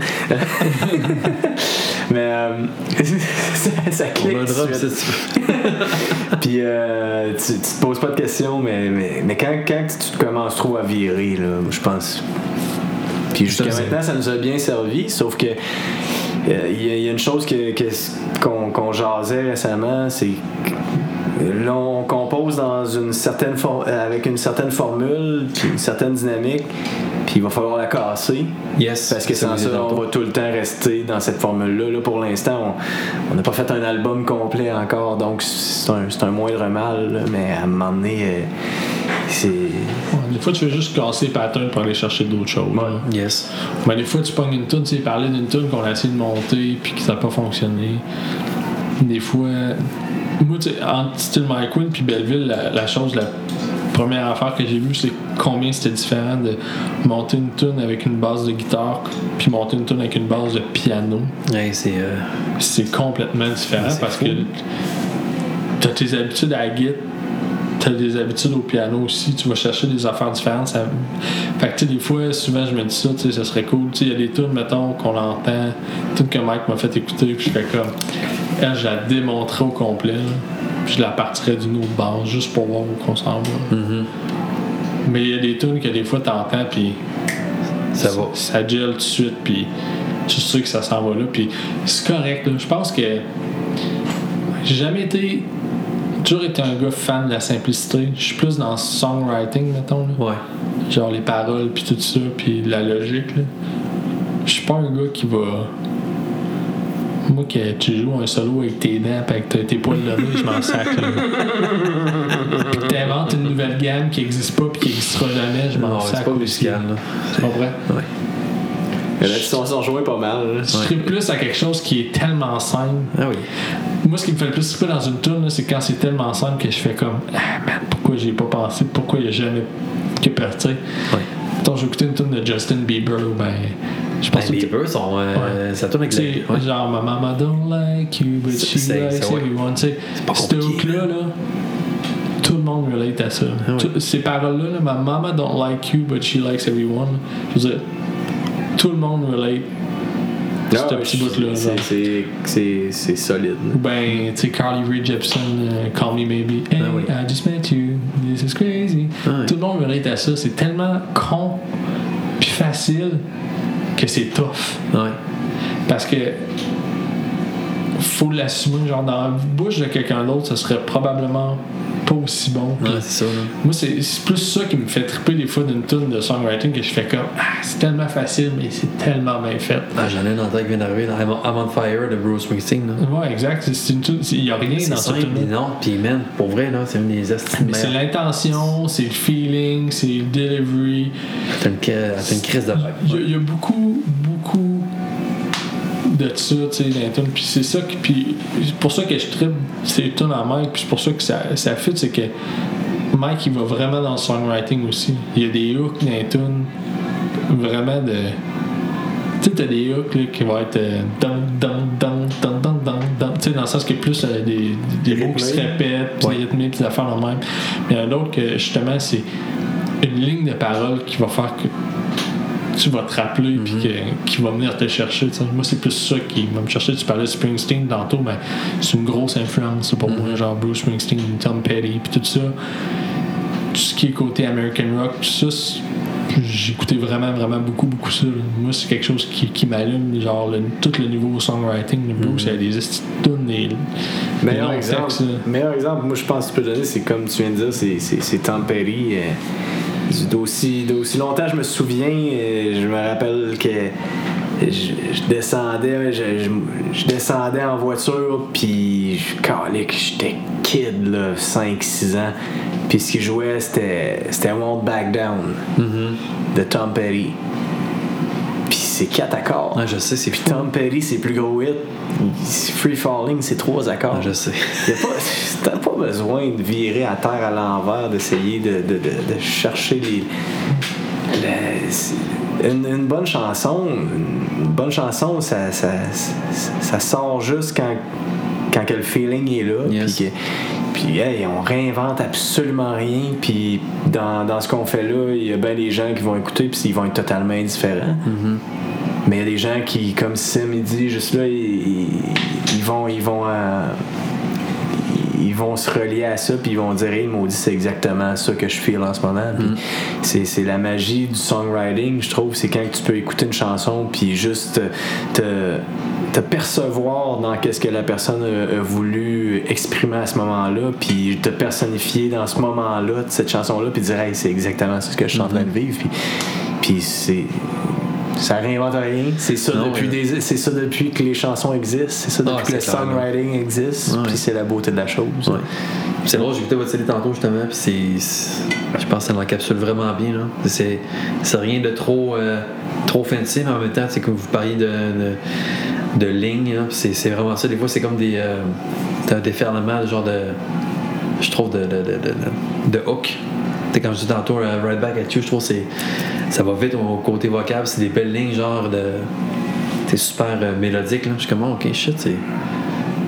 Mais ça clique. On a un drop, c'est Puis tu te poses pas de questions, mais quand tu commences trop à virer, là, je pense. Puis jusqu'à maintenant, ça nous a bien servi, sauf que il y a une chose qu'on jasait récemment, c'est que là, on compose dans avec une certaine formule, puis une certaine dynamique, puis il va falloir la casser. Yes. Parce que sans ça, on va tout le temps rester dans cette formule-là. Là, pour l'instant, on n'a pas fait un album complet encore, donc c'est un moindre mal, là, mais à un moment donné, c'est... Des fois, tu veux juste casser les patterns pour aller chercher d'autres choses. Ouais. Yes. Mais des fois, tu pognes une toune, tu sais, parler d'une toune qu'on a essayé de monter puis que ça n'a pas fonctionné. Des fois, moi, tu sais, entre Still My Queen puis Belleville, la première affaire que j'ai vue, c'est combien c'était différent de monter une toune avec une base de guitare puis monter une toune avec une base de piano. Ouais, c'est complètement différent parce que t'as tes habitudes à la guitare t'as des habitudes au piano aussi, tu vas chercher des affaires différentes. Fait que tu sais, des fois, souvent je me dis ça, tu sais, ça serait cool. Tu sais, il y a des tunes, mettons, qu'on entend, tunes que Mike m'a fait écouter, puis je fais comme, elle, je la démontrais au complet, là, puis je la partirais d'une autre base, juste pour voir où qu'on s'en va. Mais il y a des tunes que des fois t'entends, puis ça gèle tout de suite, puis je suis sûr que ça s'en va là, puis c'est correct, là. Je pense que j'ai jamais été. Toujours été un gars fan de la simplicité. Je suis plus dans le songwriting, mettons. Là. Ouais. Genre les paroles, puis tout ça, puis la logique. Là. Je suis pas un gars qui va. Moi, que tu joues un solo avec tes dents, pis avec tes poils levés, je m'en sac. Puis que t'inventes une nouvelle gamme qui n'existe pas, puis qui n'existera jamais, je m'en sac. C'est pas musical, là. C'est pas vrai? Ouais. Là, tu t'en joué pas mal. Là. Je tripe plus à quelque chose qui est tellement simple. Ah oui. Moi, ce qui me fait le plus triper dans une tune, c'est quand c'est tellement simple que je fais comme ah man, pourquoi j'y ai pas pensé, pourquoi il n'y a jamais que parti. Ouais. Quand j'ai écouté une tune de Justin Bieber, ben je pense que Bieber, ça tourne avec ouais. Genre ma mama don't like you, but she likes everyone. C'est ce hook-là, là, tout le monde relate à ça. Ah oui. Ces paroles-là, ma mama don't like you, but she likes everyone. Je veux dire, tout le monde relate. Ce petit bout-là. C'est solide. Ou ben, tu sais, Carly Rae Jepsen, Call Me Maybe. Hey, oui. I just met you, this is crazy. Oui. Tout le monde relate à ça. C'est tellement con puis facile que c'est tough. Ouais. Parce que faut l'assumer, genre dans la bouche de quelqu'un d'autre, ça serait probablement pas aussi bon. Ouais, c'est ça, là. Moi, c'est plus ça qui me fait triper des fois d'une tune de songwriting que je fais comme c'est tellement facile, mais c'est tellement bien fait. Ah, j'en ai une en tête qui vient d'arriver, là. I'm on Fire de Bruce Springsteen, là. Ouais, exact. C'est une tune, il n'y a rien dans cette tune. Non, puis man, pour vrai, là, c'est une des astuces. Mais c'est l'intention, c'est le feeling, c'est le delivery. T'as une crise de vibe. Il y a beaucoup de ça, tu sais, dans les tunes. Puis c'est ça puis c'est pour ça que je tripe ces tunes en Mike, puis c'est pour ça que ça fit, c'est que Mike, il va vraiment dans le songwriting aussi. Il y a des hooks dans les tunes, vraiment de... Tu sais, t'as des hooks là, qui vont être tu sais, dans le sens qu'il y a plus des mots qui se répètent, puis rythmés, puis des affaires dans le même. Mais il y en a d'autres que, justement, c'est une ligne de parole qui va faire que tu vas te rappeler, puis qui va venir te chercher. T'sais. Moi, c'est plus ça qui va me chercher. Tu parlais de Springsteen tantôt, mais c'est une grosse influence pour moi, genre Bruce Springsteen, Tom Petty, puis tout ça. Tout ce qui est côté American Rock, tout ça, j'écoutais vraiment beaucoup ça. Là. Moi, c'est quelque chose qui m'allume, genre tout le niveau songwriting. Le Bruce, il y a des tunes, des meilleur exemple, moi, je pense que tu peux donner, c'est comme tu viens de dire, c'est Tom Petty. D'aussi longtemps je me souviens, je me rappelle que je descendais en voiture, puis j'étais kid, là, 5-6 ans, puis ce qu'il jouait c'était Won't Back Down de Tom Petty. Puis c'est 4 accords. Ah, je sais, c'est puis Tom Petty, ses plus gros hits, Free Falling, c'est 3 accords. Ah, je sais. T'as pas besoin de virer à terre à l'envers, d'essayer de chercher une bonne chanson. Une bonne chanson, ça sort juste quand que le feeling est là. Yes. Puis hey, on réinvente absolument rien. Puis dans ce qu'on fait là, il y a bien des gens qui vont écouter, puis ils vont être totalement indifférents. Mais il y a des gens qui, comme Sim il dit, juste là, ils vont se relier à ça, puis ils vont dire hey, maudit, c'est exactement ça que je feel en ce moment. Puis c'est la magie du songwriting, je trouve. C'est quand tu peux écouter une chanson, puis juste te percevoir dans qu'est-ce que la personne a voulu exprimer à ce moment-là, puis te personnifier dans ce moment-là de cette chanson-là, puis dire hey, c'est exactement ça que je suis en train de vivre. Puis ça réinvente rien. C'est ça, c'est ça depuis que les chansons existent. C'est ça depuis que le songwriting existe. Puis c'est la beauté de la chose. Ouais. C'est drôle, j'ai écouté votre série tantôt justement. Puis je pense que ça l'encapsule vraiment bien. Là. C'est rien de trop fancy, mais en même temps, c'est comme vous parliez de lignes. C'est vraiment ça. Des fois, c'est comme des déferlements, genre de. Je trouve de hook. Comme je dis tantôt, Right Back at You, je trouve que ça va vite au côté vocal, c'est des belles lignes, genre de. C'est super mélodique, là. Je suis comme, ok, shit,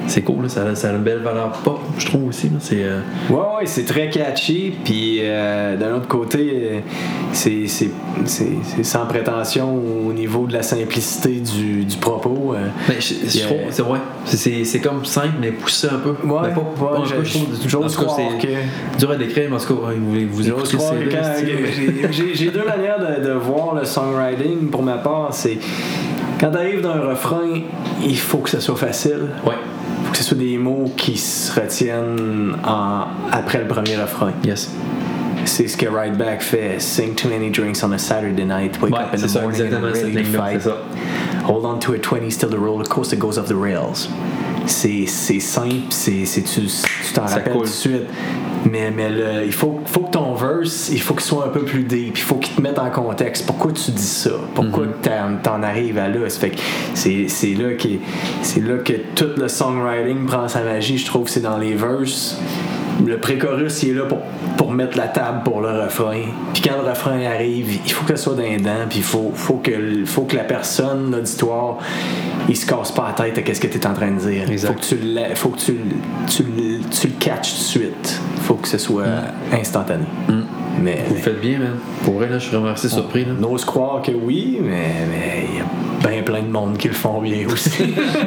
c'est cool, là, ça a une belle valeur pop, je trouve aussi. Là, c'est, Ouais, c'est très catchy. Puis d'un autre côté, c'est sans prétention au niveau de la simplicité du propos. ben, je trouve, c'est vrai. C'est comme simple, mais poussé un peu. Ouais, mais pas, en tout cas, je trouve, j'ose en tout cas, croire c'est que... dur à décrire, mais en tout cas, vous J'ose écoutez croire c'est que là, quand- c'est- j'ai deux manières de voir le songwriting pour ma part. C'est quand t'arrives d'un refrain, il faut que ça soit facile. Ouais, Il faut que ce soit des mots qui se retiennent après le premier refrain. yes. C'est ce que Right Back fait. Sing too many drinks on a Saturday night. Wake Ouais, up in c'est the ça, morning and exactement I'm cette ready to ligne-là, fight. c'est ça. Hold on to a 20 till the roller coaster goes off the rails. C'est simple, tu t'en Ça rappelles coule. tout de suite. Mais il faut que ton verse, il faut qu'il soit un peu plus deep. Il faut qu'il te mette en contexte. Pourquoi tu dis ça? Pourquoi t'en arrives à là? Ça fait que c'est là que tout le songwriting prend sa magie. Je trouve que c'est dans les verses. Le pré-chorus, il est là pour mettre la table pour le refrain. Puis quand le refrain arrive, il faut que ça soit dans les dents. Puis il faut que la personne, l'auditoire, il se casse pas la tête à ce que tu es en train de dire. Exact. Faut que tu le catches tout de suite. Faut que ce soit instantané. Mais Vous le faites bien, man. Pour vrai, là, je suis vraiment assez surpris. Là. on ose croire que oui, mais il y a bien plein de monde qui le font bien aussi.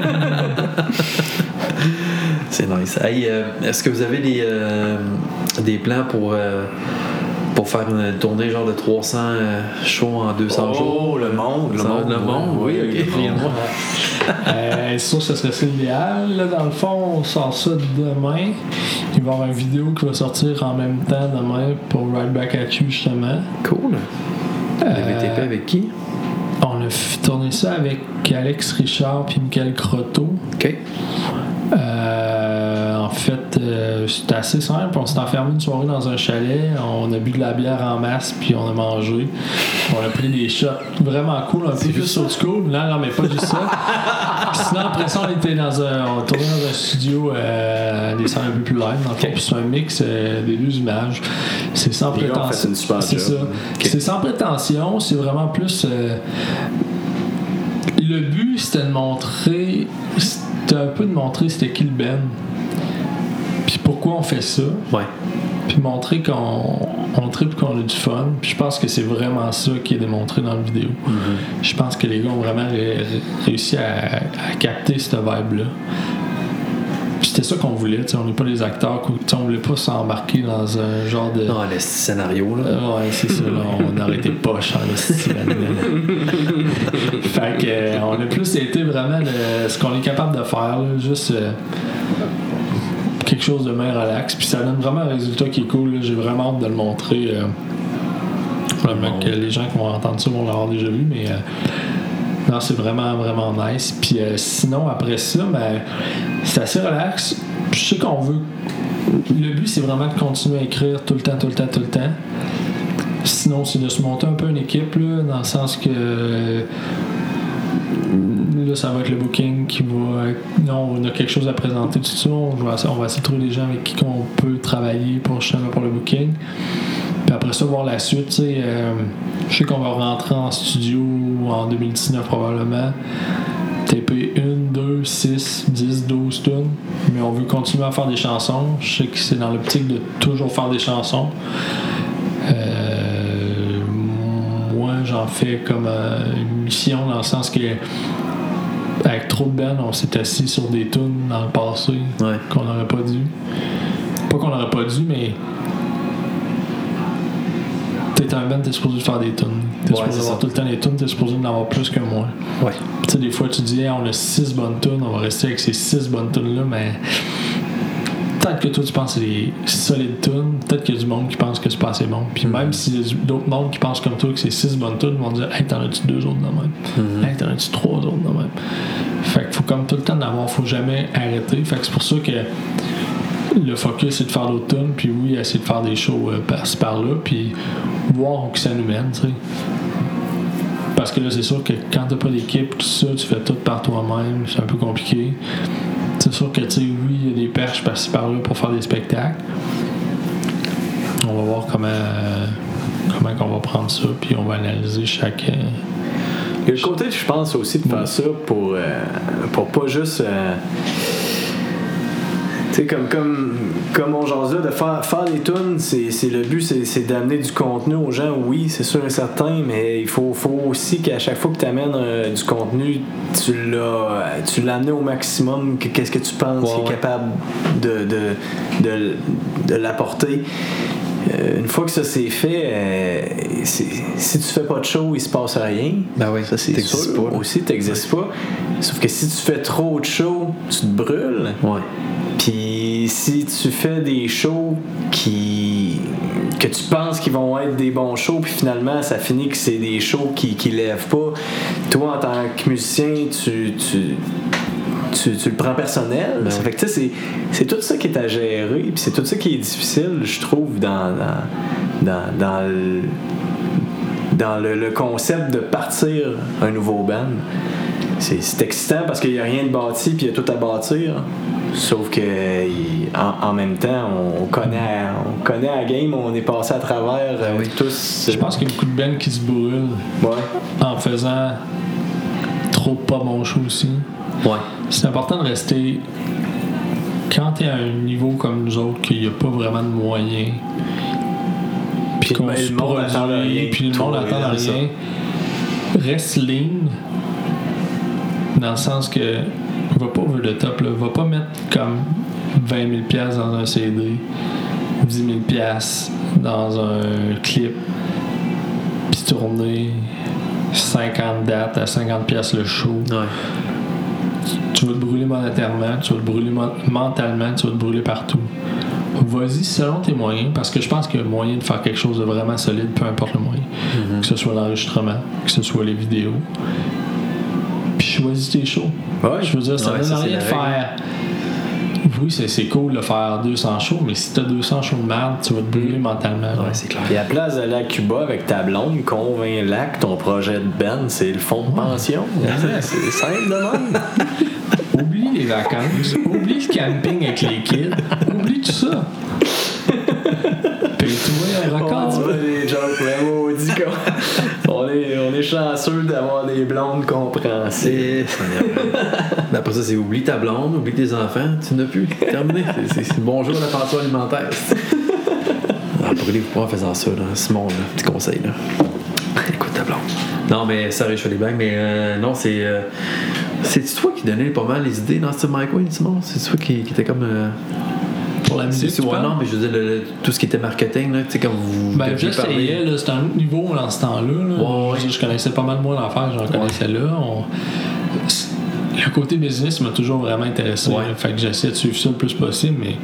C'est nice. Hey, est-ce que vous avez des plans pour faire une tournée genre de 300 shows en 200 jours? Oh, le monde, oui, ok. C'est sûr que ce serait ça l'idéal. Là, dans le fond, on sort ça demain. Il va y avoir une vidéo qui va sortir en même temps demain pour Right Back at You, justement. Cool. Le VTP avec qui? On a tourné ça avec Alex Richard puis Michael Croteau. OK. En fait, c'était assez simple. On s'est enfermé une soirée dans un chalet. On a bu de la bière en masse, puis on a mangé. On a pris des shots vraiment cool, un peu juste old school. Non, mais pas juste ça. Sinon, après ça, on tournait dans un studio des sons un peu plus live. Dans le fond, puis c'est un mix des deux images. C'est sans Les gars ont fait prétention. une super C'est job. ça. Ok. C'est sans prétention. C'est vraiment plus. Le but, c'était de montrer. C'était un peu de montrer c'était qui le band. Puis pourquoi on fait ça. Ouais. Puis montrer qu'on tripe, qu'on a du fun. Puis je pense que c'est vraiment ça qui est démontré dans la vidéo. Je pense que les gars ont vraiment réussi à capter cette vibe-là. Puis c'était ça qu'on voulait. On n'est pas des acteurs. On voulait pas s'embarquer dans un genre de... Non, le scénario, là. Ouais, c'est ça. Là, on aurait été poche en estime. Fait que on a plus été vraiment ce qu'on est capable de faire. Là, juste... quelque chose de bien relax, puis ça donne vraiment un résultat qui est cool. Là. J'ai vraiment hâte de le montrer. Probablement que les gens qui vont entendre ça vont l'avoir déjà vu, mais non, c'est vraiment, vraiment nice. Puis sinon, après ça, ben, c'est assez relax. Je sais qu'on veut. Le but, c'est vraiment de continuer à écrire tout le temps. Sinon, c'est de se monter un peu une équipe, là, dans le sens que. Là, ça va être le booking qui va. Non, on a quelque chose à présenter, tout ça. On va essayer de trouver des gens avec qui on peut travailler pour le booking. Puis après ça, voir la suite. Je sais qu'on va rentrer en studio en 2019 probablement. TP 1, 2, 6, 10, 12 tunes. Mais on veut continuer à faire des chansons. Je sais que c'est dans l'optique de toujours faire des chansons. Moi, j'en fais comme une mission dans le sens que avec trop de bands, on s'est assis sur des tunes dans le passé qu'on n'aurait pas dû. Pas qu'on n'aurait pas dû, mais t'es un band, t'es supposé faire des tunes. T'es supposé avoir tout le temps des tunes, t'es supposé en avoir plus que moi. Ouais. Tu sais, des fois, tu dis, hey, on a 6 bonnes tunes, on va rester avec ces 6 bonnes tunes-là, mais peut-être que toi, tu penses que c'est des solides tunes, peut-être qu'il y a du monde qui pense que c'est pas assez bon. Puis même s'il y a d'autres mondes qui pensent comme toi que c'est 6 bonnes tunes, ils vont dire, hey, t'en as-tu 2 autres de même? Hey, t'en as-tu 3 autres de même? Fait qu'il faut comme tout le temps d'avoir, faut jamais arrêter. Fait que c'est pour ça que le focus, c'est de faire d'autres tunes, puis oui, essayer de faire des shows par-ci par-là, puis voir où ça nous mène, tu sais. Parce que là, c'est sûr que quand t'as pas d'équipe, tout ça, tu fais tout par toi-même, c'est un peu compliqué. C'est sûr que, tu sais, oui, il y a des perches par-ci par-là pour faire des spectacles. On va voir comment on va prendre ça, puis on va analyser chaque... Il y a le côté, je pense, aussi de faire ça pour pas juste Tu sais, comme on jase là, de faire des tunes, c'est le but, c'est d'amener du contenu aux gens, oui, c'est sûr et certain, mais il faut aussi qu'à chaque fois que tu amènes du contenu, tu l'as amené au maximum, qu'est-ce que tu penses qu'il est capable de l'apporter. Une fois que ça c'est fait, si tu fais pas de show, il se passe rien. Ben oui, ça c'est t'existes sûr. pas. Aussi, t'existes pas. Sauf que si tu fais trop de shows, tu te brûles. Ouais. Puis si tu fais des shows que tu penses qu'ils vont être des bons shows, puis finalement ça finit que c'est des shows qui lèvent pas, toi en tant que musicien, tu le prends personnel. Ben Ça oui. fait que tu sais, c'est tout ça qui est à gérer, puis c'est tout ça qui est difficile, je trouve, dans le concept de partir un nouveau band. C'est excitant parce qu'il n'y a rien de bâti, puis il y a tout à bâtir. Sauf que en même temps, on connaît la game, on est passé à travers tous. Je pense qu'il y a beaucoup de bands qui se brûlent en faisant trop de pas bons shows aussi. Ouais. C'est important de rester. Quand t'es à un niveau comme nous autres, qu'il n'y a pas vraiment de moyens, puis qu'on se produit, puis le monde attend rien, reste ligne, dans le sens que va pas over the top, là, va pas mettre comme 20 000$ dans un CD, 10 000$ dans un clip, puis tourner 50 dates à 50$ le show. Ouais. Tu vas te brûler monétairement, tu vas te brûler mentalement, tu vas te brûler partout. Vas-y selon tes moyens, parce que je pense qu'il y a moyen de faire quelque chose de vraiment solide, peu importe le moyen. Mm-hmm. Que ce soit l'enregistrement, que ce soit les vidéos. Puis choisis tes shows. Ouais. Je veux dire, ça Ouais, donne ça, rien de c'est la faire. Oui, c'est cool de faire 200 shows, mais si t'as 200 shows de merde, tu vas te brûler mentalement. Ouais, c'est clair. Puis à la place d'aller à Cuba avec ta blonde, convainc-la que ton projet de band, c'est le fonds de pension. C'est simple de même. Oublie les vacances, oublie le camping avec les kids, oublie tout ça. Paye-toi un record. On fait des jokes, mais maudit qu'on on est chanceux d'avoir des blondes compréhensibles. Après ça, c'est oublie ta blonde, oublie tes enfants, tu n'as plus. Terminé. C'est bonjour la pension alimentaire. Brûlez-vous pas en faisant ça, là. Simon, là, petit conseil. Là. Écoute ta blonde. Non, mais sérieux, je fais des blagues, mais non, c'est. C'est toi qui donnais pas mal les idées dans ce Mike Wayne, Simon? C'est toi qui était comme. Pour la musique, tu ouais, parles? non, mais je veux dire, tout ce qui était marketing, là, tu sais, quand vous. Ben, deviez j'essayais, là, c'était un autre niveau dans ce temps-là. Là. Ouais. Je connaissais pas mal moins l'affaire, j'en connaissais là. Le côté business m'a toujours vraiment intéressé. Ouais. Là. Fait que j'essaie de suivre ça le plus possible, mais.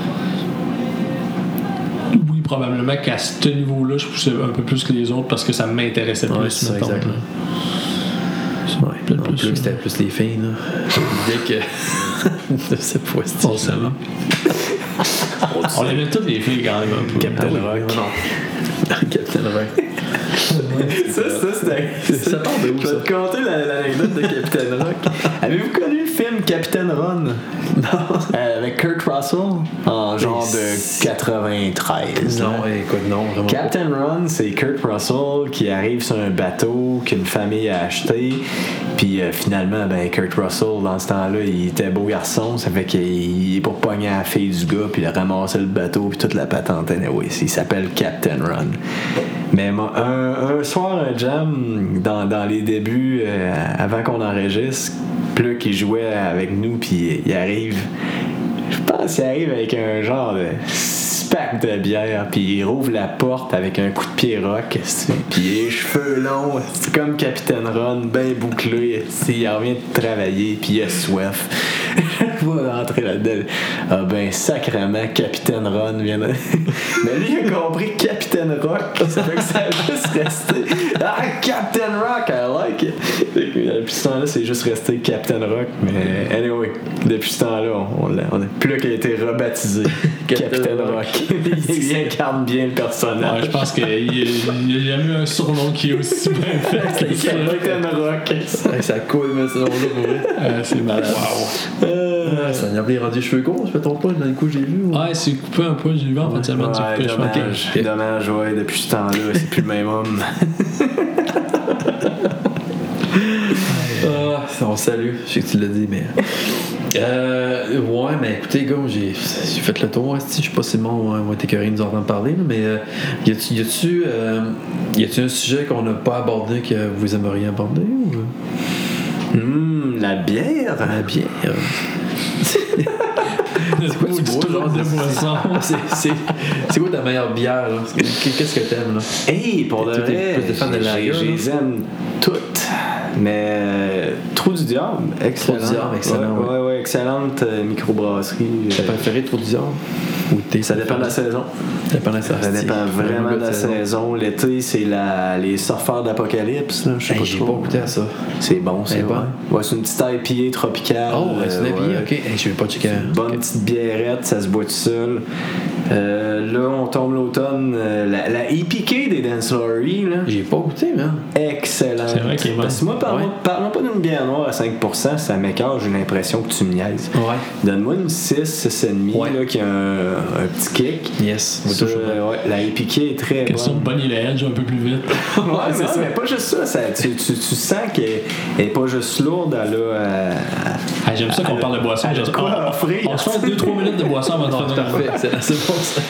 Oui, probablement qu'à ce niveau-là, je poussais un peu plus que les autres parce que ça m'intéressait Ouais, plus. c'est ça, mettons, exact. là. Ouais, Peut-être non plus, plus que là. c'était plus les filles, là. Je disais que. Je sais pas si On le savait. On aimait toutes les filles quand même un peu. Captain oui, Rock. non. Captain Rock. Ça Ça part de où, Je vais ça? te conter l'anecdote de Captain Rock. Avez-vous connu le film Captain Run? Non. Avec Kurt Russell en genre de 93. Non, là. écoute, non, vraiment. Captain Run, c'est Kurt Russell qui arrive sur un bateau qu'une famille a acheté. Puis finalement, ben, Kurt Russell, dans ce temps-là, il était beau garçon. Ça fait qu'il est pour pogner la fille du gars, puis il a ramassé le bateau, puis toute la patente. Anyway, il s'appelle Captain Run. Mais un soir, un jam, dans les débuts, avant qu'on enregistre, Pluck, il jouait avec nous, puis il arrive. Je pense qu'il arrive avec un genre de pack de bière, puis il rouvre la porte avec un coup de pied rock, puis les cheveux longs, c'est comme Capitaine Ron, bien bouclé, il revient de travailler, puis il a soif. Je vais rentrer là-dedans. Ah ben, sacrément, Capitaine Ron vient de... Mais lui, il a compris Capitaine Rock, ça fait que ça a juste resté. Ah, Captain Rock, I like it. Depuis ce temps-là, c'est juste resté Captain Rock, mais anyway, depuis ce temps-là, on a plus qu'il a été rebaptisé Captain Rock. Il incarne bien le personnage. Ouais, je pense qu'il y a eu un surnom qui est aussi bien fait. C'est Captain Rock. Ça coule, mais c'est drôle pour vrai. C'est malade. Ça n'a pas rendu les cheveux courts, je fais ton pas, dans le coup, j'ai vu. Ouais, c'est coupé un peu, j'ai vu en fait seulement du Ouais, coupé. Je pense que- dommage, ouais, depuis ce temps-là, c'est plus le même homme. On salue, je sais que tu l'as dit, mais. Ouais, mais écoutez, gars, j'ai fait le tour. Je sais pas si le monde va être écœuré de nous entendre parler, là, mais y a-tu un sujet qu'on n'a pas abordé que vous aimeriez aborder? Ou... La bière. La bière. C'est quoi tu bois, genre de boisson? C'est quoi ta meilleure bière, là? Qu'est-ce que t'aimes, là? Hey, pour de Toi, t'es vrai, plus de fan de lager, je les aime toutes. Mais Trou du Diable, excellent. Trou du Diable, excellent, Ouais, excellente microbrasserie. T'as préféré Trou du Diable? Ou Ça dépend de la saison. Ça dépend vraiment de la saison. L'été, c'est les surfeurs d'Apocalypse. Je sais pas j'ai pas goûté à ça. C'est bon, c'est bon. Ouais, c'est une petite IPA tropicale. Oh, c'est une IPA, ok. Je vais pas checker. Bonne petite biérette, ça se boit tout seul. Là, on tombe l'automne. La EPK des Dance Lorry, là. J'ai pas goûté, man. Excellent. C'est vrai qu'il est bon. Parce que moi, parlons pas d'une bière noire à 5%, ça m'écarte, j'ai l'impression que tu me niaises. Ouais. Donne-moi une 6, 6,5, là, qui a un petit kick. Yes. Ça, la EPK est très Question de bonne. bonne et un peu plus vite. Ouais, mais pas juste ça. Tu sens qu'elle est pas juste lourde, elle a... J'aime ça qu'on parle de boisson. Elle a quoi offrir. On se fait 2-3 minutes de boisson avant de finir. Parfait, c'est bon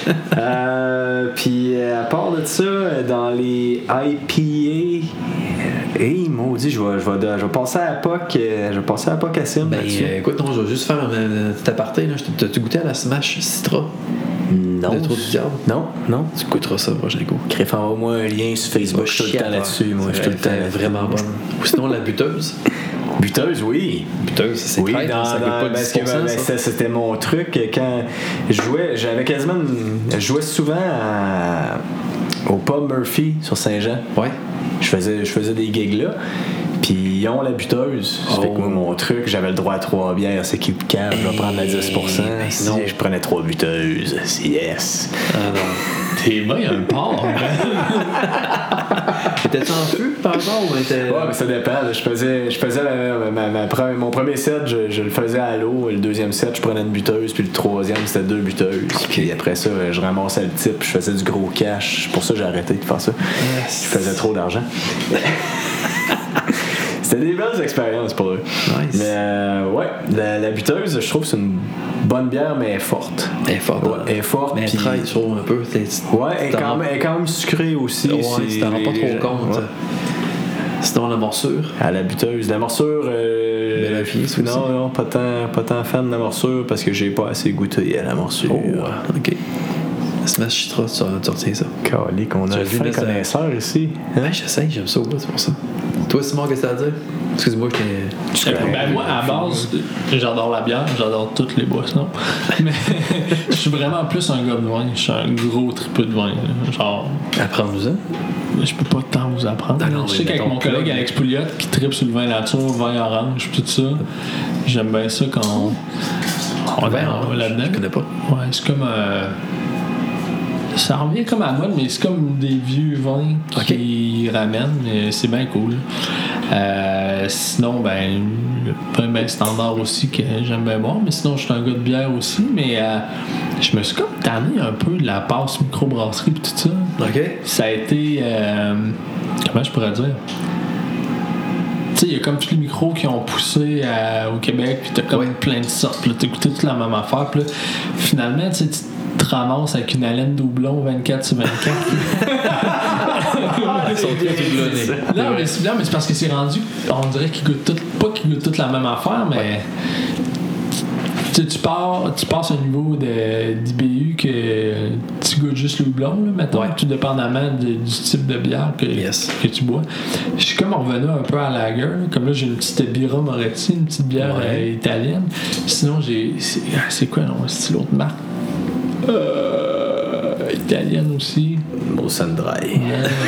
ça. Puis à part de ça, dans les IPA, maudit, je vais passer à la POC. Je vais passer à la POC à Sim. Écoute, non, je vais juste faire un petit aparté. T'as-tu goûté à la Smash Citra? Non. De Trou du Diable? Non. Tu goûteras ça, prochain coup. Crève, envoie-moi un lien sur Facebook. Je suis tout le temps là-dessus. Moi, je suis tout le temps vraiment bonne. Ou sinon, la buteuse. Buteuse, oui. Buteuse, c'est oui, très ça goûte pas 10%, ça. C'était mon truc quand je jouais. Je jouais souvent au pub Murphy sur Saint-Jean. Ouais. Je faisais des gigs là. Puis ils ont la buteuse. Ça fait que moi, mon truc, j'avais le droit à 3 bières. C'est qui calme, je vais prendre la 10%. Sinon, je prenais 3 buteuses. C'est yes. Ah non. T'es bien un porc. T'étais-tu en feu par exemple? Ouais, mais ça dépend. Je faisais mon premier set, je le faisais à l'eau. Le deuxième set, je prenais une buteuse. Puis le troisième, c'était 2 buteuses. Puis après ça, je ramassais le type. Je faisais du gros cash. Pour ça, j'ai arrêté de faire ça. Yes. Je faisais trop d'argent. C'était des belles expériences pour eux. Nice. Mais ouais, la buteuse, je trouve que c'est une bonne bière, mais elle est forte. Elle est forte. Ouais, elle est forte. Mais elle traîne, je trouve, un peu. Ouais, elle est quand même sucrée aussi. Ouais, tu t'en rends pas trop compte. Ouais. Sinon, la morsure. À la buteuse. La morsure. Non, pas tant fan de la morsure parce que j'ai pas assez goûté à la morsure. Oh, ok. Smash Citra, tu retiens ça. Calique, on a vu le connaisseur ici. Ouais, j'essaie, j'aime ça, c'est pour ça. Toi, Simon, qu'est-ce que t'as à dire? Excuse-moi, moi, à la base, j'adore la bière, j'adore toutes les boissons. Mais je suis vraiment plus un gars de vin. Je suis un gros tripeux de vin. Genre. Apprends-nous-en. Je peux pas tant vous apprendre. Je sais qu'avec mon collègue Alex Pouliot qui tripe sur le vin nature, vin orange, tout ça, j'aime bien ça quand on va là-dedans. Je connais pas. Ouais, c'est comme ça revient comme à la mode, mais c'est comme des vieux vins qui ramènent, mais c'est bien cool. Sinon, le vin standard aussi que j'aime bien boire, mais sinon, je suis un gars de bière aussi, mais je me suis comme tanné un peu de la passe microbrasserie et tout ça. OK. Ça a été... comment je pourrais dire? Tu sais, il y a comme tous les micros qui ont poussé au Québec, puis t'as comme plein de sortes, là, t'as écouté toute la même affaire, puis là, finalement, tu te ramasses avec une haleine doublon 24/24. Ils sont très doublonnés. Non, mais c'est parce que c'est rendu, on dirait qu'ils goûtent pas qu'ils goûtent toute la même affaire, mais tu passes un niveau d'IBU que tu goûtes juste le houblon, là, mettons, tout dépendamment du type de bière que tu bois. Je suis comme revenu un peu à la lager, comme là j'ai une petite Birra Moretti, une petite bière italienne. Sinon c'est quoi non, c'est l'autre marque? Italienne aussi. Mosandrai.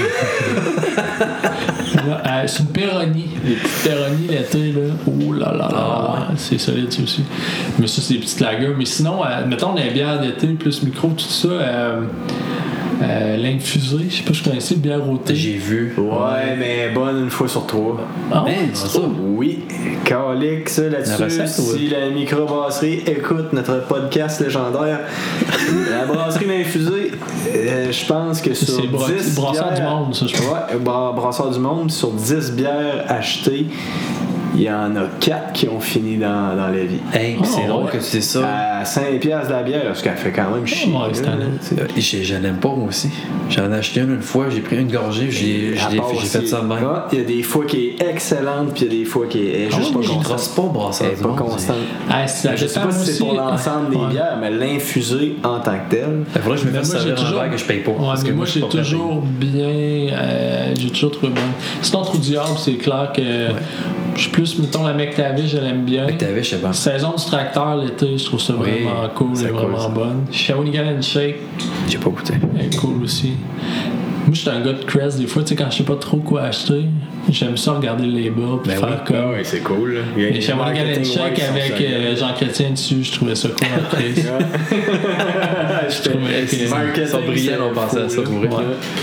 C'est une Peroni. Les petites Peroni l'été, là. Oh là là là. C'est solide, ça aussi. Mais ça, c'est des petites lagers. Mais sinon, mettons les bières d'été, plus micro, tout ça. L'infusé, je sais pas si je connaissais, bière au thé. J'ai vu. Ouais, mais bonne une fois sur 3. Ah, c'est ça. Oui. Calique, ça là-dessus. Si la microbrasserie écoute notre podcast légendaire, la brasserie d'infusé, je pense que sur 10 Brasseur du Monde, ça, je crois. Ouais, Brasseur du Monde, sur 10 bières achetées, il y en a 4 qui ont fini dans la vie. Hey, c'est Oh, drôle ouais. que tu sais ça. À 5$ de la bière, parce qu'elle fait quand même chier. Ouais, c'est là, talent. tu sais. Je l'aime pas, moi aussi. J'en ai acheté une fois, j'ai pris une gorgée, j'ai À part fait aussi, ça de même. ouais, il y a des fois qui est excellente, puis il y a des fois qui est juste pas Je constante. trosse pas brasseur Elle est du pas monde. constante. Ah, ça Je sais dépend pas si c'est aussi, pour l'ensemble des ouais. bières, mais l'infuser en tant que tel. Il faudrait que je me Mais fasse moi, j'ai servir un toujours- verre que je paye pas. Ouais, parce mais que moi, je suis j'ai pas prêt à toujours bien. J'ai toujours trouvé bon. Sinon, Trou du Diable, c'est clair que je suis plus, mettons, la McTavish, je l'aime bien. payer. T'avais, je sais pas. Saison du tracteur l'été, je trouve ça Oui, vraiment cool, c'est et cool, vraiment ça. bonne. Shawinigan and Shake, J'ai pas goûté. elle est cool aussi. Moi, je suis un gars de Crest, des fois, tu sais, quand je sais pas trop quoi acheter, j'aime ça regarder le label puis faire comme. oui, c'est cool. Là. Les Shawinigan and Shake avec Jean Chrétien dessus, je trouvais ça cool en crise. Je trouvais que- Ils sont brillants, on pensait à ça pour vrai.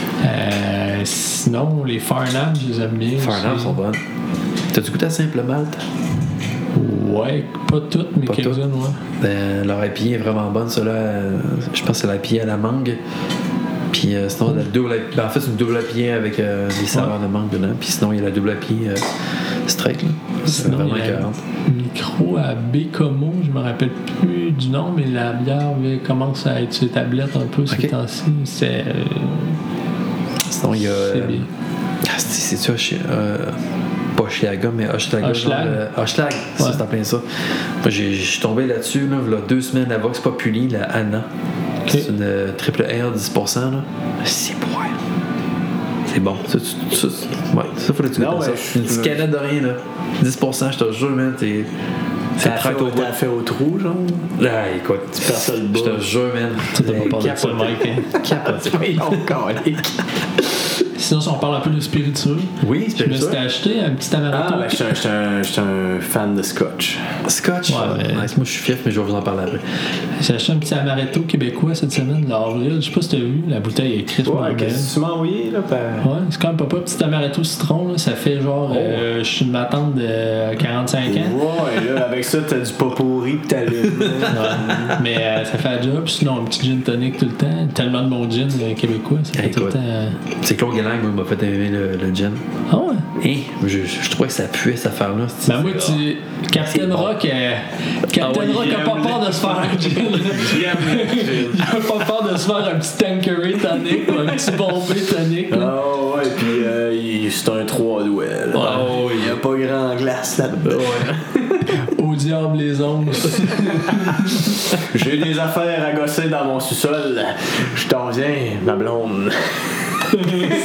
Sinon, les Farnham, je les aime bien. Farnham aussi. sont bonnes. T'as-tu goûté à Simple Malte? Ouais, pas toutes, mais Pas quelques-unes, ouais. Ben, leur IPA est vraiment bonne, celle-là. Je pense que c'est l'IPA à la mangue. Puis sinon, la double IPA, ben, en fait, c'est une double IPA avec des saveurs de mangue dedans. Puis sinon, il y a la double IPA straight, là. C'est Sinon, vraiment il y a écœurant. Micro à Bécomo, je me rappelle plus du nom, mais la bière commence à être sur les tablettes un peu ces Ok. temps-ci. C'est Sinon, il y a. c'est bien. C'est ça, pas Hochelaga, mais Hochelaga. Hochelag. Hochelag, Ouais. c'est en plein ça. Moi, je suis tombé là-dessus, là, il y a 2 semaines à Vox Populi, la Anna. C'est une triple R, 10%. Là. C'est bon. C'est bon. Ça, faudrait que tu Non, goûtes ça. ouais, Une petite canette de rien, là. 10%, je te jure, man, c'est prêt au bout. T'as fait au trou, genre? Ah, écoute, perds ça le je bas. te jure, man. Tu t'as pas parlé de ça, Capoté. Mike, hein? Capoté. Oui, on Sinon, si on parle un peu de spiritueux, Oui, je me spiritueux. suis acheté un petit amaretto. Ah, ben, je suis un fan de scotch. Scotch. Ouais, mais- Nice. Moi, je suis fief, mais je vais vous en parler après. J'ai acheté un petit amaretto québécois cette semaine, l'avril. Je sais pas si t'as vu, la bouteille est écrite Ouais, belle. qu'est-ce que tu m'as envoyé, là? Ouais, c'est quand même pas petit amaretto citron, là. Ça fait genre. Je suis une matante de 45 ans. Ouais, là, avec ça, t'as du pot-pourri pis t'allumes. Ouais. Mais ça fait la job. Sinon, un petit gin tonic tout le temps. Tellement de bon gin québécois, ça fait tout le Écoute. temps. C'est Claude Guélang, moi, m'a fait aimer le gin. Ah ouais? Et je trouvais que ça puait, cette affaire-là. Ben moi, Captain bon. Rock, Captain Ah ouais, Rock a j'aime pas peur de se faire un gin. Il a pas peur de se faire un petit Tanqueray tonic ou un petit Bombay tonic. Là. Ah ouais, pis c'est un 3 doigts, là. Oh, Il y a pas grand glace là-dedans. Au diable les onces. J'ai des affaires à gosser dans mon sous-sol. Je t'en viens, ma blonde. Il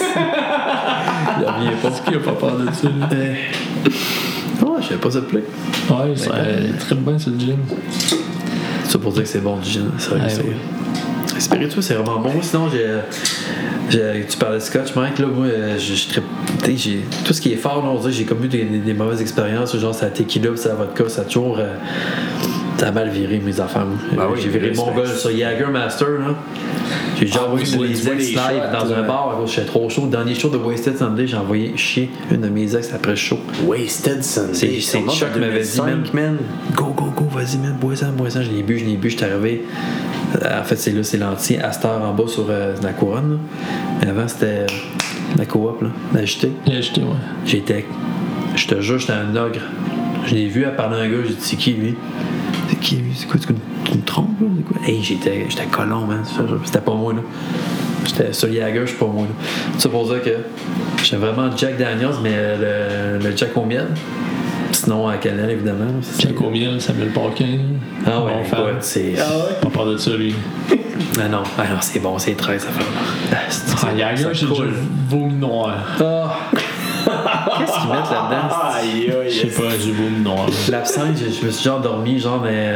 revient pas. Qui a pas peur de ça? Là? Ouais, je savais pas ça te plaît. Ouais, c'est très bien ce gin. C'est ça pour dire que c'est bon du gin. C'est vrai que Ouais, c'est. ouais. Spiritueux, c'est vraiment bon. Sinon, tu parlais de scotch, Mike. Là, moi, j'ai tout ce qui est fort, là, on dirait que j'ai comme eu des mauvaises expériences. Genre, c'est la tequila, c'est la vodka, ça a toujours. Ça a mal viré mes affaires. Moi. Ben oui, J'ai viré respect. mon gars sur Jagermaster. Là. J'ai déjà envoyé oui, des tu vois ex les live shots, dans un là. bar. J'étais trop chaud. Le dernier show de Wasted Sunday, j'ai envoyé chier une de mes ex après le show. Wasted Sunday. C'est Chuck qui m'avait dit, man. Go, vas-y, man, bois-en. Je l'ai bu, j'étais arrivé. En fait, c'est l'anti Astor en bas sur la couronne. Là. Mais avant, c'était la coop, là, l'acheter. Il a acheté, ouais. Je te jure, j'étais un ogre. Je l'ai vu à parler à un gars, j'ai dit, c'est qui lui? C'est qui lui? C'est quoi? Tu me trompes, là? C'est quoi? Hey, j'étais colon, man. C'était pas moi, là. J'étais sur Jagger, je suis pas moi, là. Tout ça pour dire que j'étais vraiment Jack Daniels, mais le Jack au miel. Sinon, à Canal, évidemment. Jack au miel, Samuel Paquin. Ah ouais, Bon fan. écoute, c'est. Pas peur de ça, lui. Ah non, c'est bon, c'est 13 ça fait. Ah, Jagger, j'ai déjà vomi noir. Qu'est-ce qu'ils mettent là-dedans? Aïe, aïe, Je sais pas, j'ai vomi noir. L'absinthe, je me suis genre dormi, genre, mais.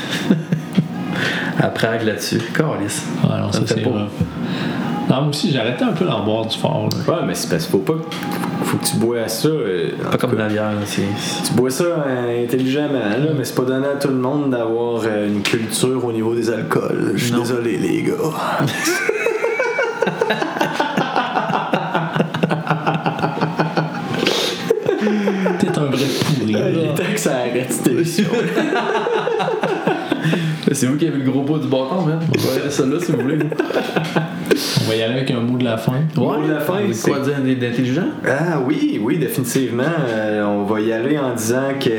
à Prague là-dessus. Calice. Ah non, ça me fait c'est pas. vrai. Non, moi aussi, j'ai arrêté un peu d'en boire du fort. Là. Ouais, mais c'est parce qu'il faut que tu bois ça. Pas comme la bière, là, c'est. Tu bois ça intelligemment, là, mais c'est pas donné à tout le monde d'avoir une culture au niveau des alcools. Je suis Non. désolé, les gars. T'es un vrai pourri. Il là. est temps que ça arrête cette émission. C'est vous qui avez le gros bout du bâton, man. On va aller ça là si vous voulez. On va y aller avec un mot de la fin. Mot de la fin, c'est quoi dire d'intelligent? Ah oui, définitivement. On va y aller en disant que...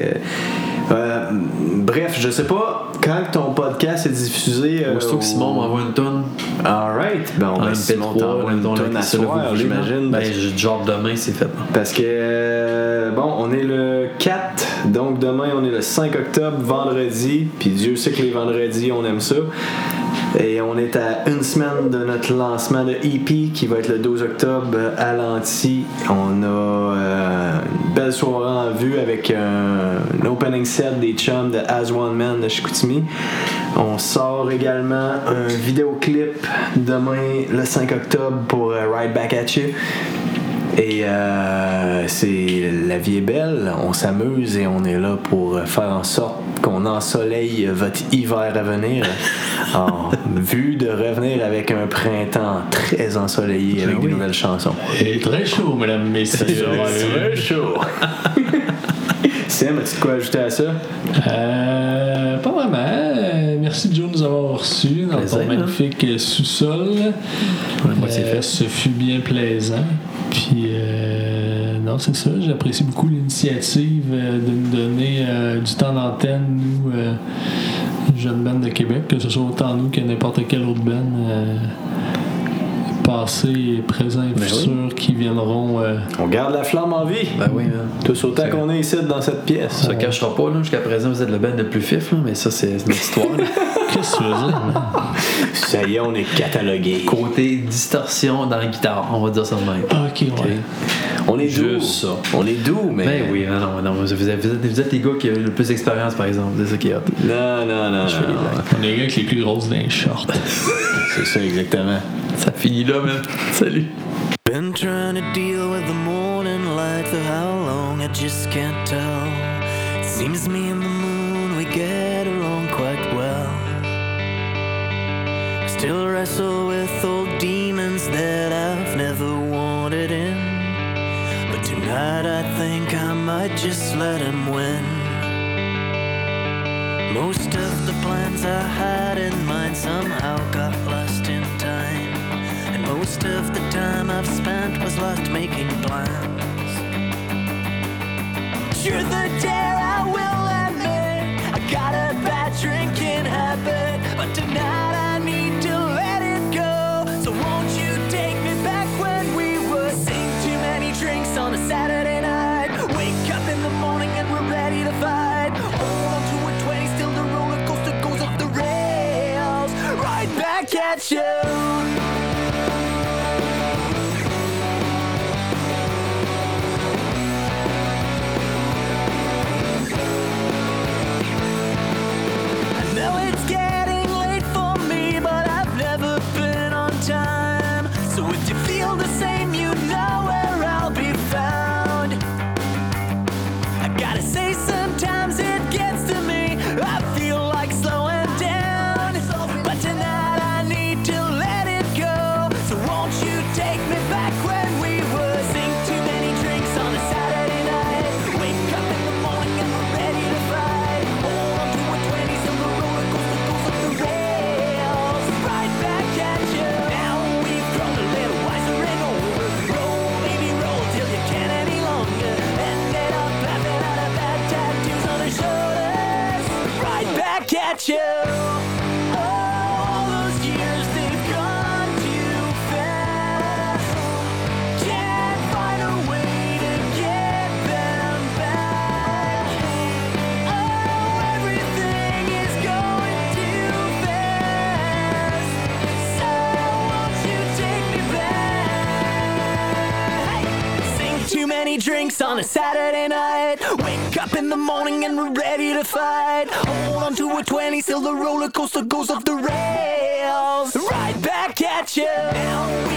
bref, je sais pas quand ton podcast est diffusé. Aussitôt que Simon m'envoie une tonne. Alright. Bon, ben, Simon t'envoie une tonne à soir, j'imagine. Ben, genre demain, c'est fait. Parce que, bon, on est le 4, donc demain, on est le 5 octobre, vendredi. Puis Dieu sait que les vendredis, on aime ça. Et on est à une semaine de notre lancement de EP qui va être le 12 octobre à l'Anti. On a une belle soirée en vue avec un opening set des chums de As One Man de Chicoutimi. On sort également un vidéoclip demain le 5 octobre pour Right Back at You. Et c'est la vie est belle, on s'amuse et on est là pour faire en sorte qu'on ensoleille votre hiver à venir en vue de revenir avec un printemps très ensoleillé avec des nouvelles chansons. Et très chaud, mesdames, messieurs. Très chaud. Sam, as-tu de quoi ajouter à ça? Pas vraiment. Merci Joe de nous avoir reçus dans ton magnifique sous-sol. Ce fut bien plaisant. Puis, non, c'est ça. J'apprécie beaucoup l'initiative de nous donner du temps d'antenne, nous, jeunes bands de Québec, que ce soit autant nous que n'importe quelle autre band, passé, présent et futur, qui viendront. On garde la flamme en vie. Ben oui, man. Tous autant qu'on est ici dans cette pièce. Ça ne cachera pas, là. Jusqu'à présent, vous êtes le band le plus fif, là, mais ça, c'est notre histoire. Qu'est-ce que tu veux dire, man? Ça y est, on est catalogué. Côté distorsion dans la guitare, on va dire ça de même. Ok, ouais. On est doux. Juste ça. On est doux, mais. Ben oui, non, vous êtes les gars qui ont le plus d'expérience, par exemple. C'est ça qui est hot. Non. Je fais les blagues. On est les gars avec les plus grosses d'un short. C'est ça, exactement. Ça finit là, man. Salut. Been trying to deal with the morning light for how long I just can't tell. It seems me and the moon, we get along quite well. Still wrestle with old demons that I've never wanted in. But tonight I think I might just let him win. Most of the plans I had in mind somehow got lost in time. And most of the time I've spent was lost making plans. Truth or dare, I will admit I got a bad drinking habit. But tonight I need to let it go. So won't you take me back when we were sing too many drinks on a Saturday night. Wake up in the morning and we're ready to fight. Hold on to a 20, still the roller coaster goes off the rails. Right back at you. At you. All those years they've gone too fast. Can't find a way to get them back. Oh, everything is going too fast. So won't you take me back? Sing too many drinks on a Saturday night. Wake up in the morning and we're ready to fight. Hold on to a 20, still the roller coaster goes off the rails. Right back at you. Now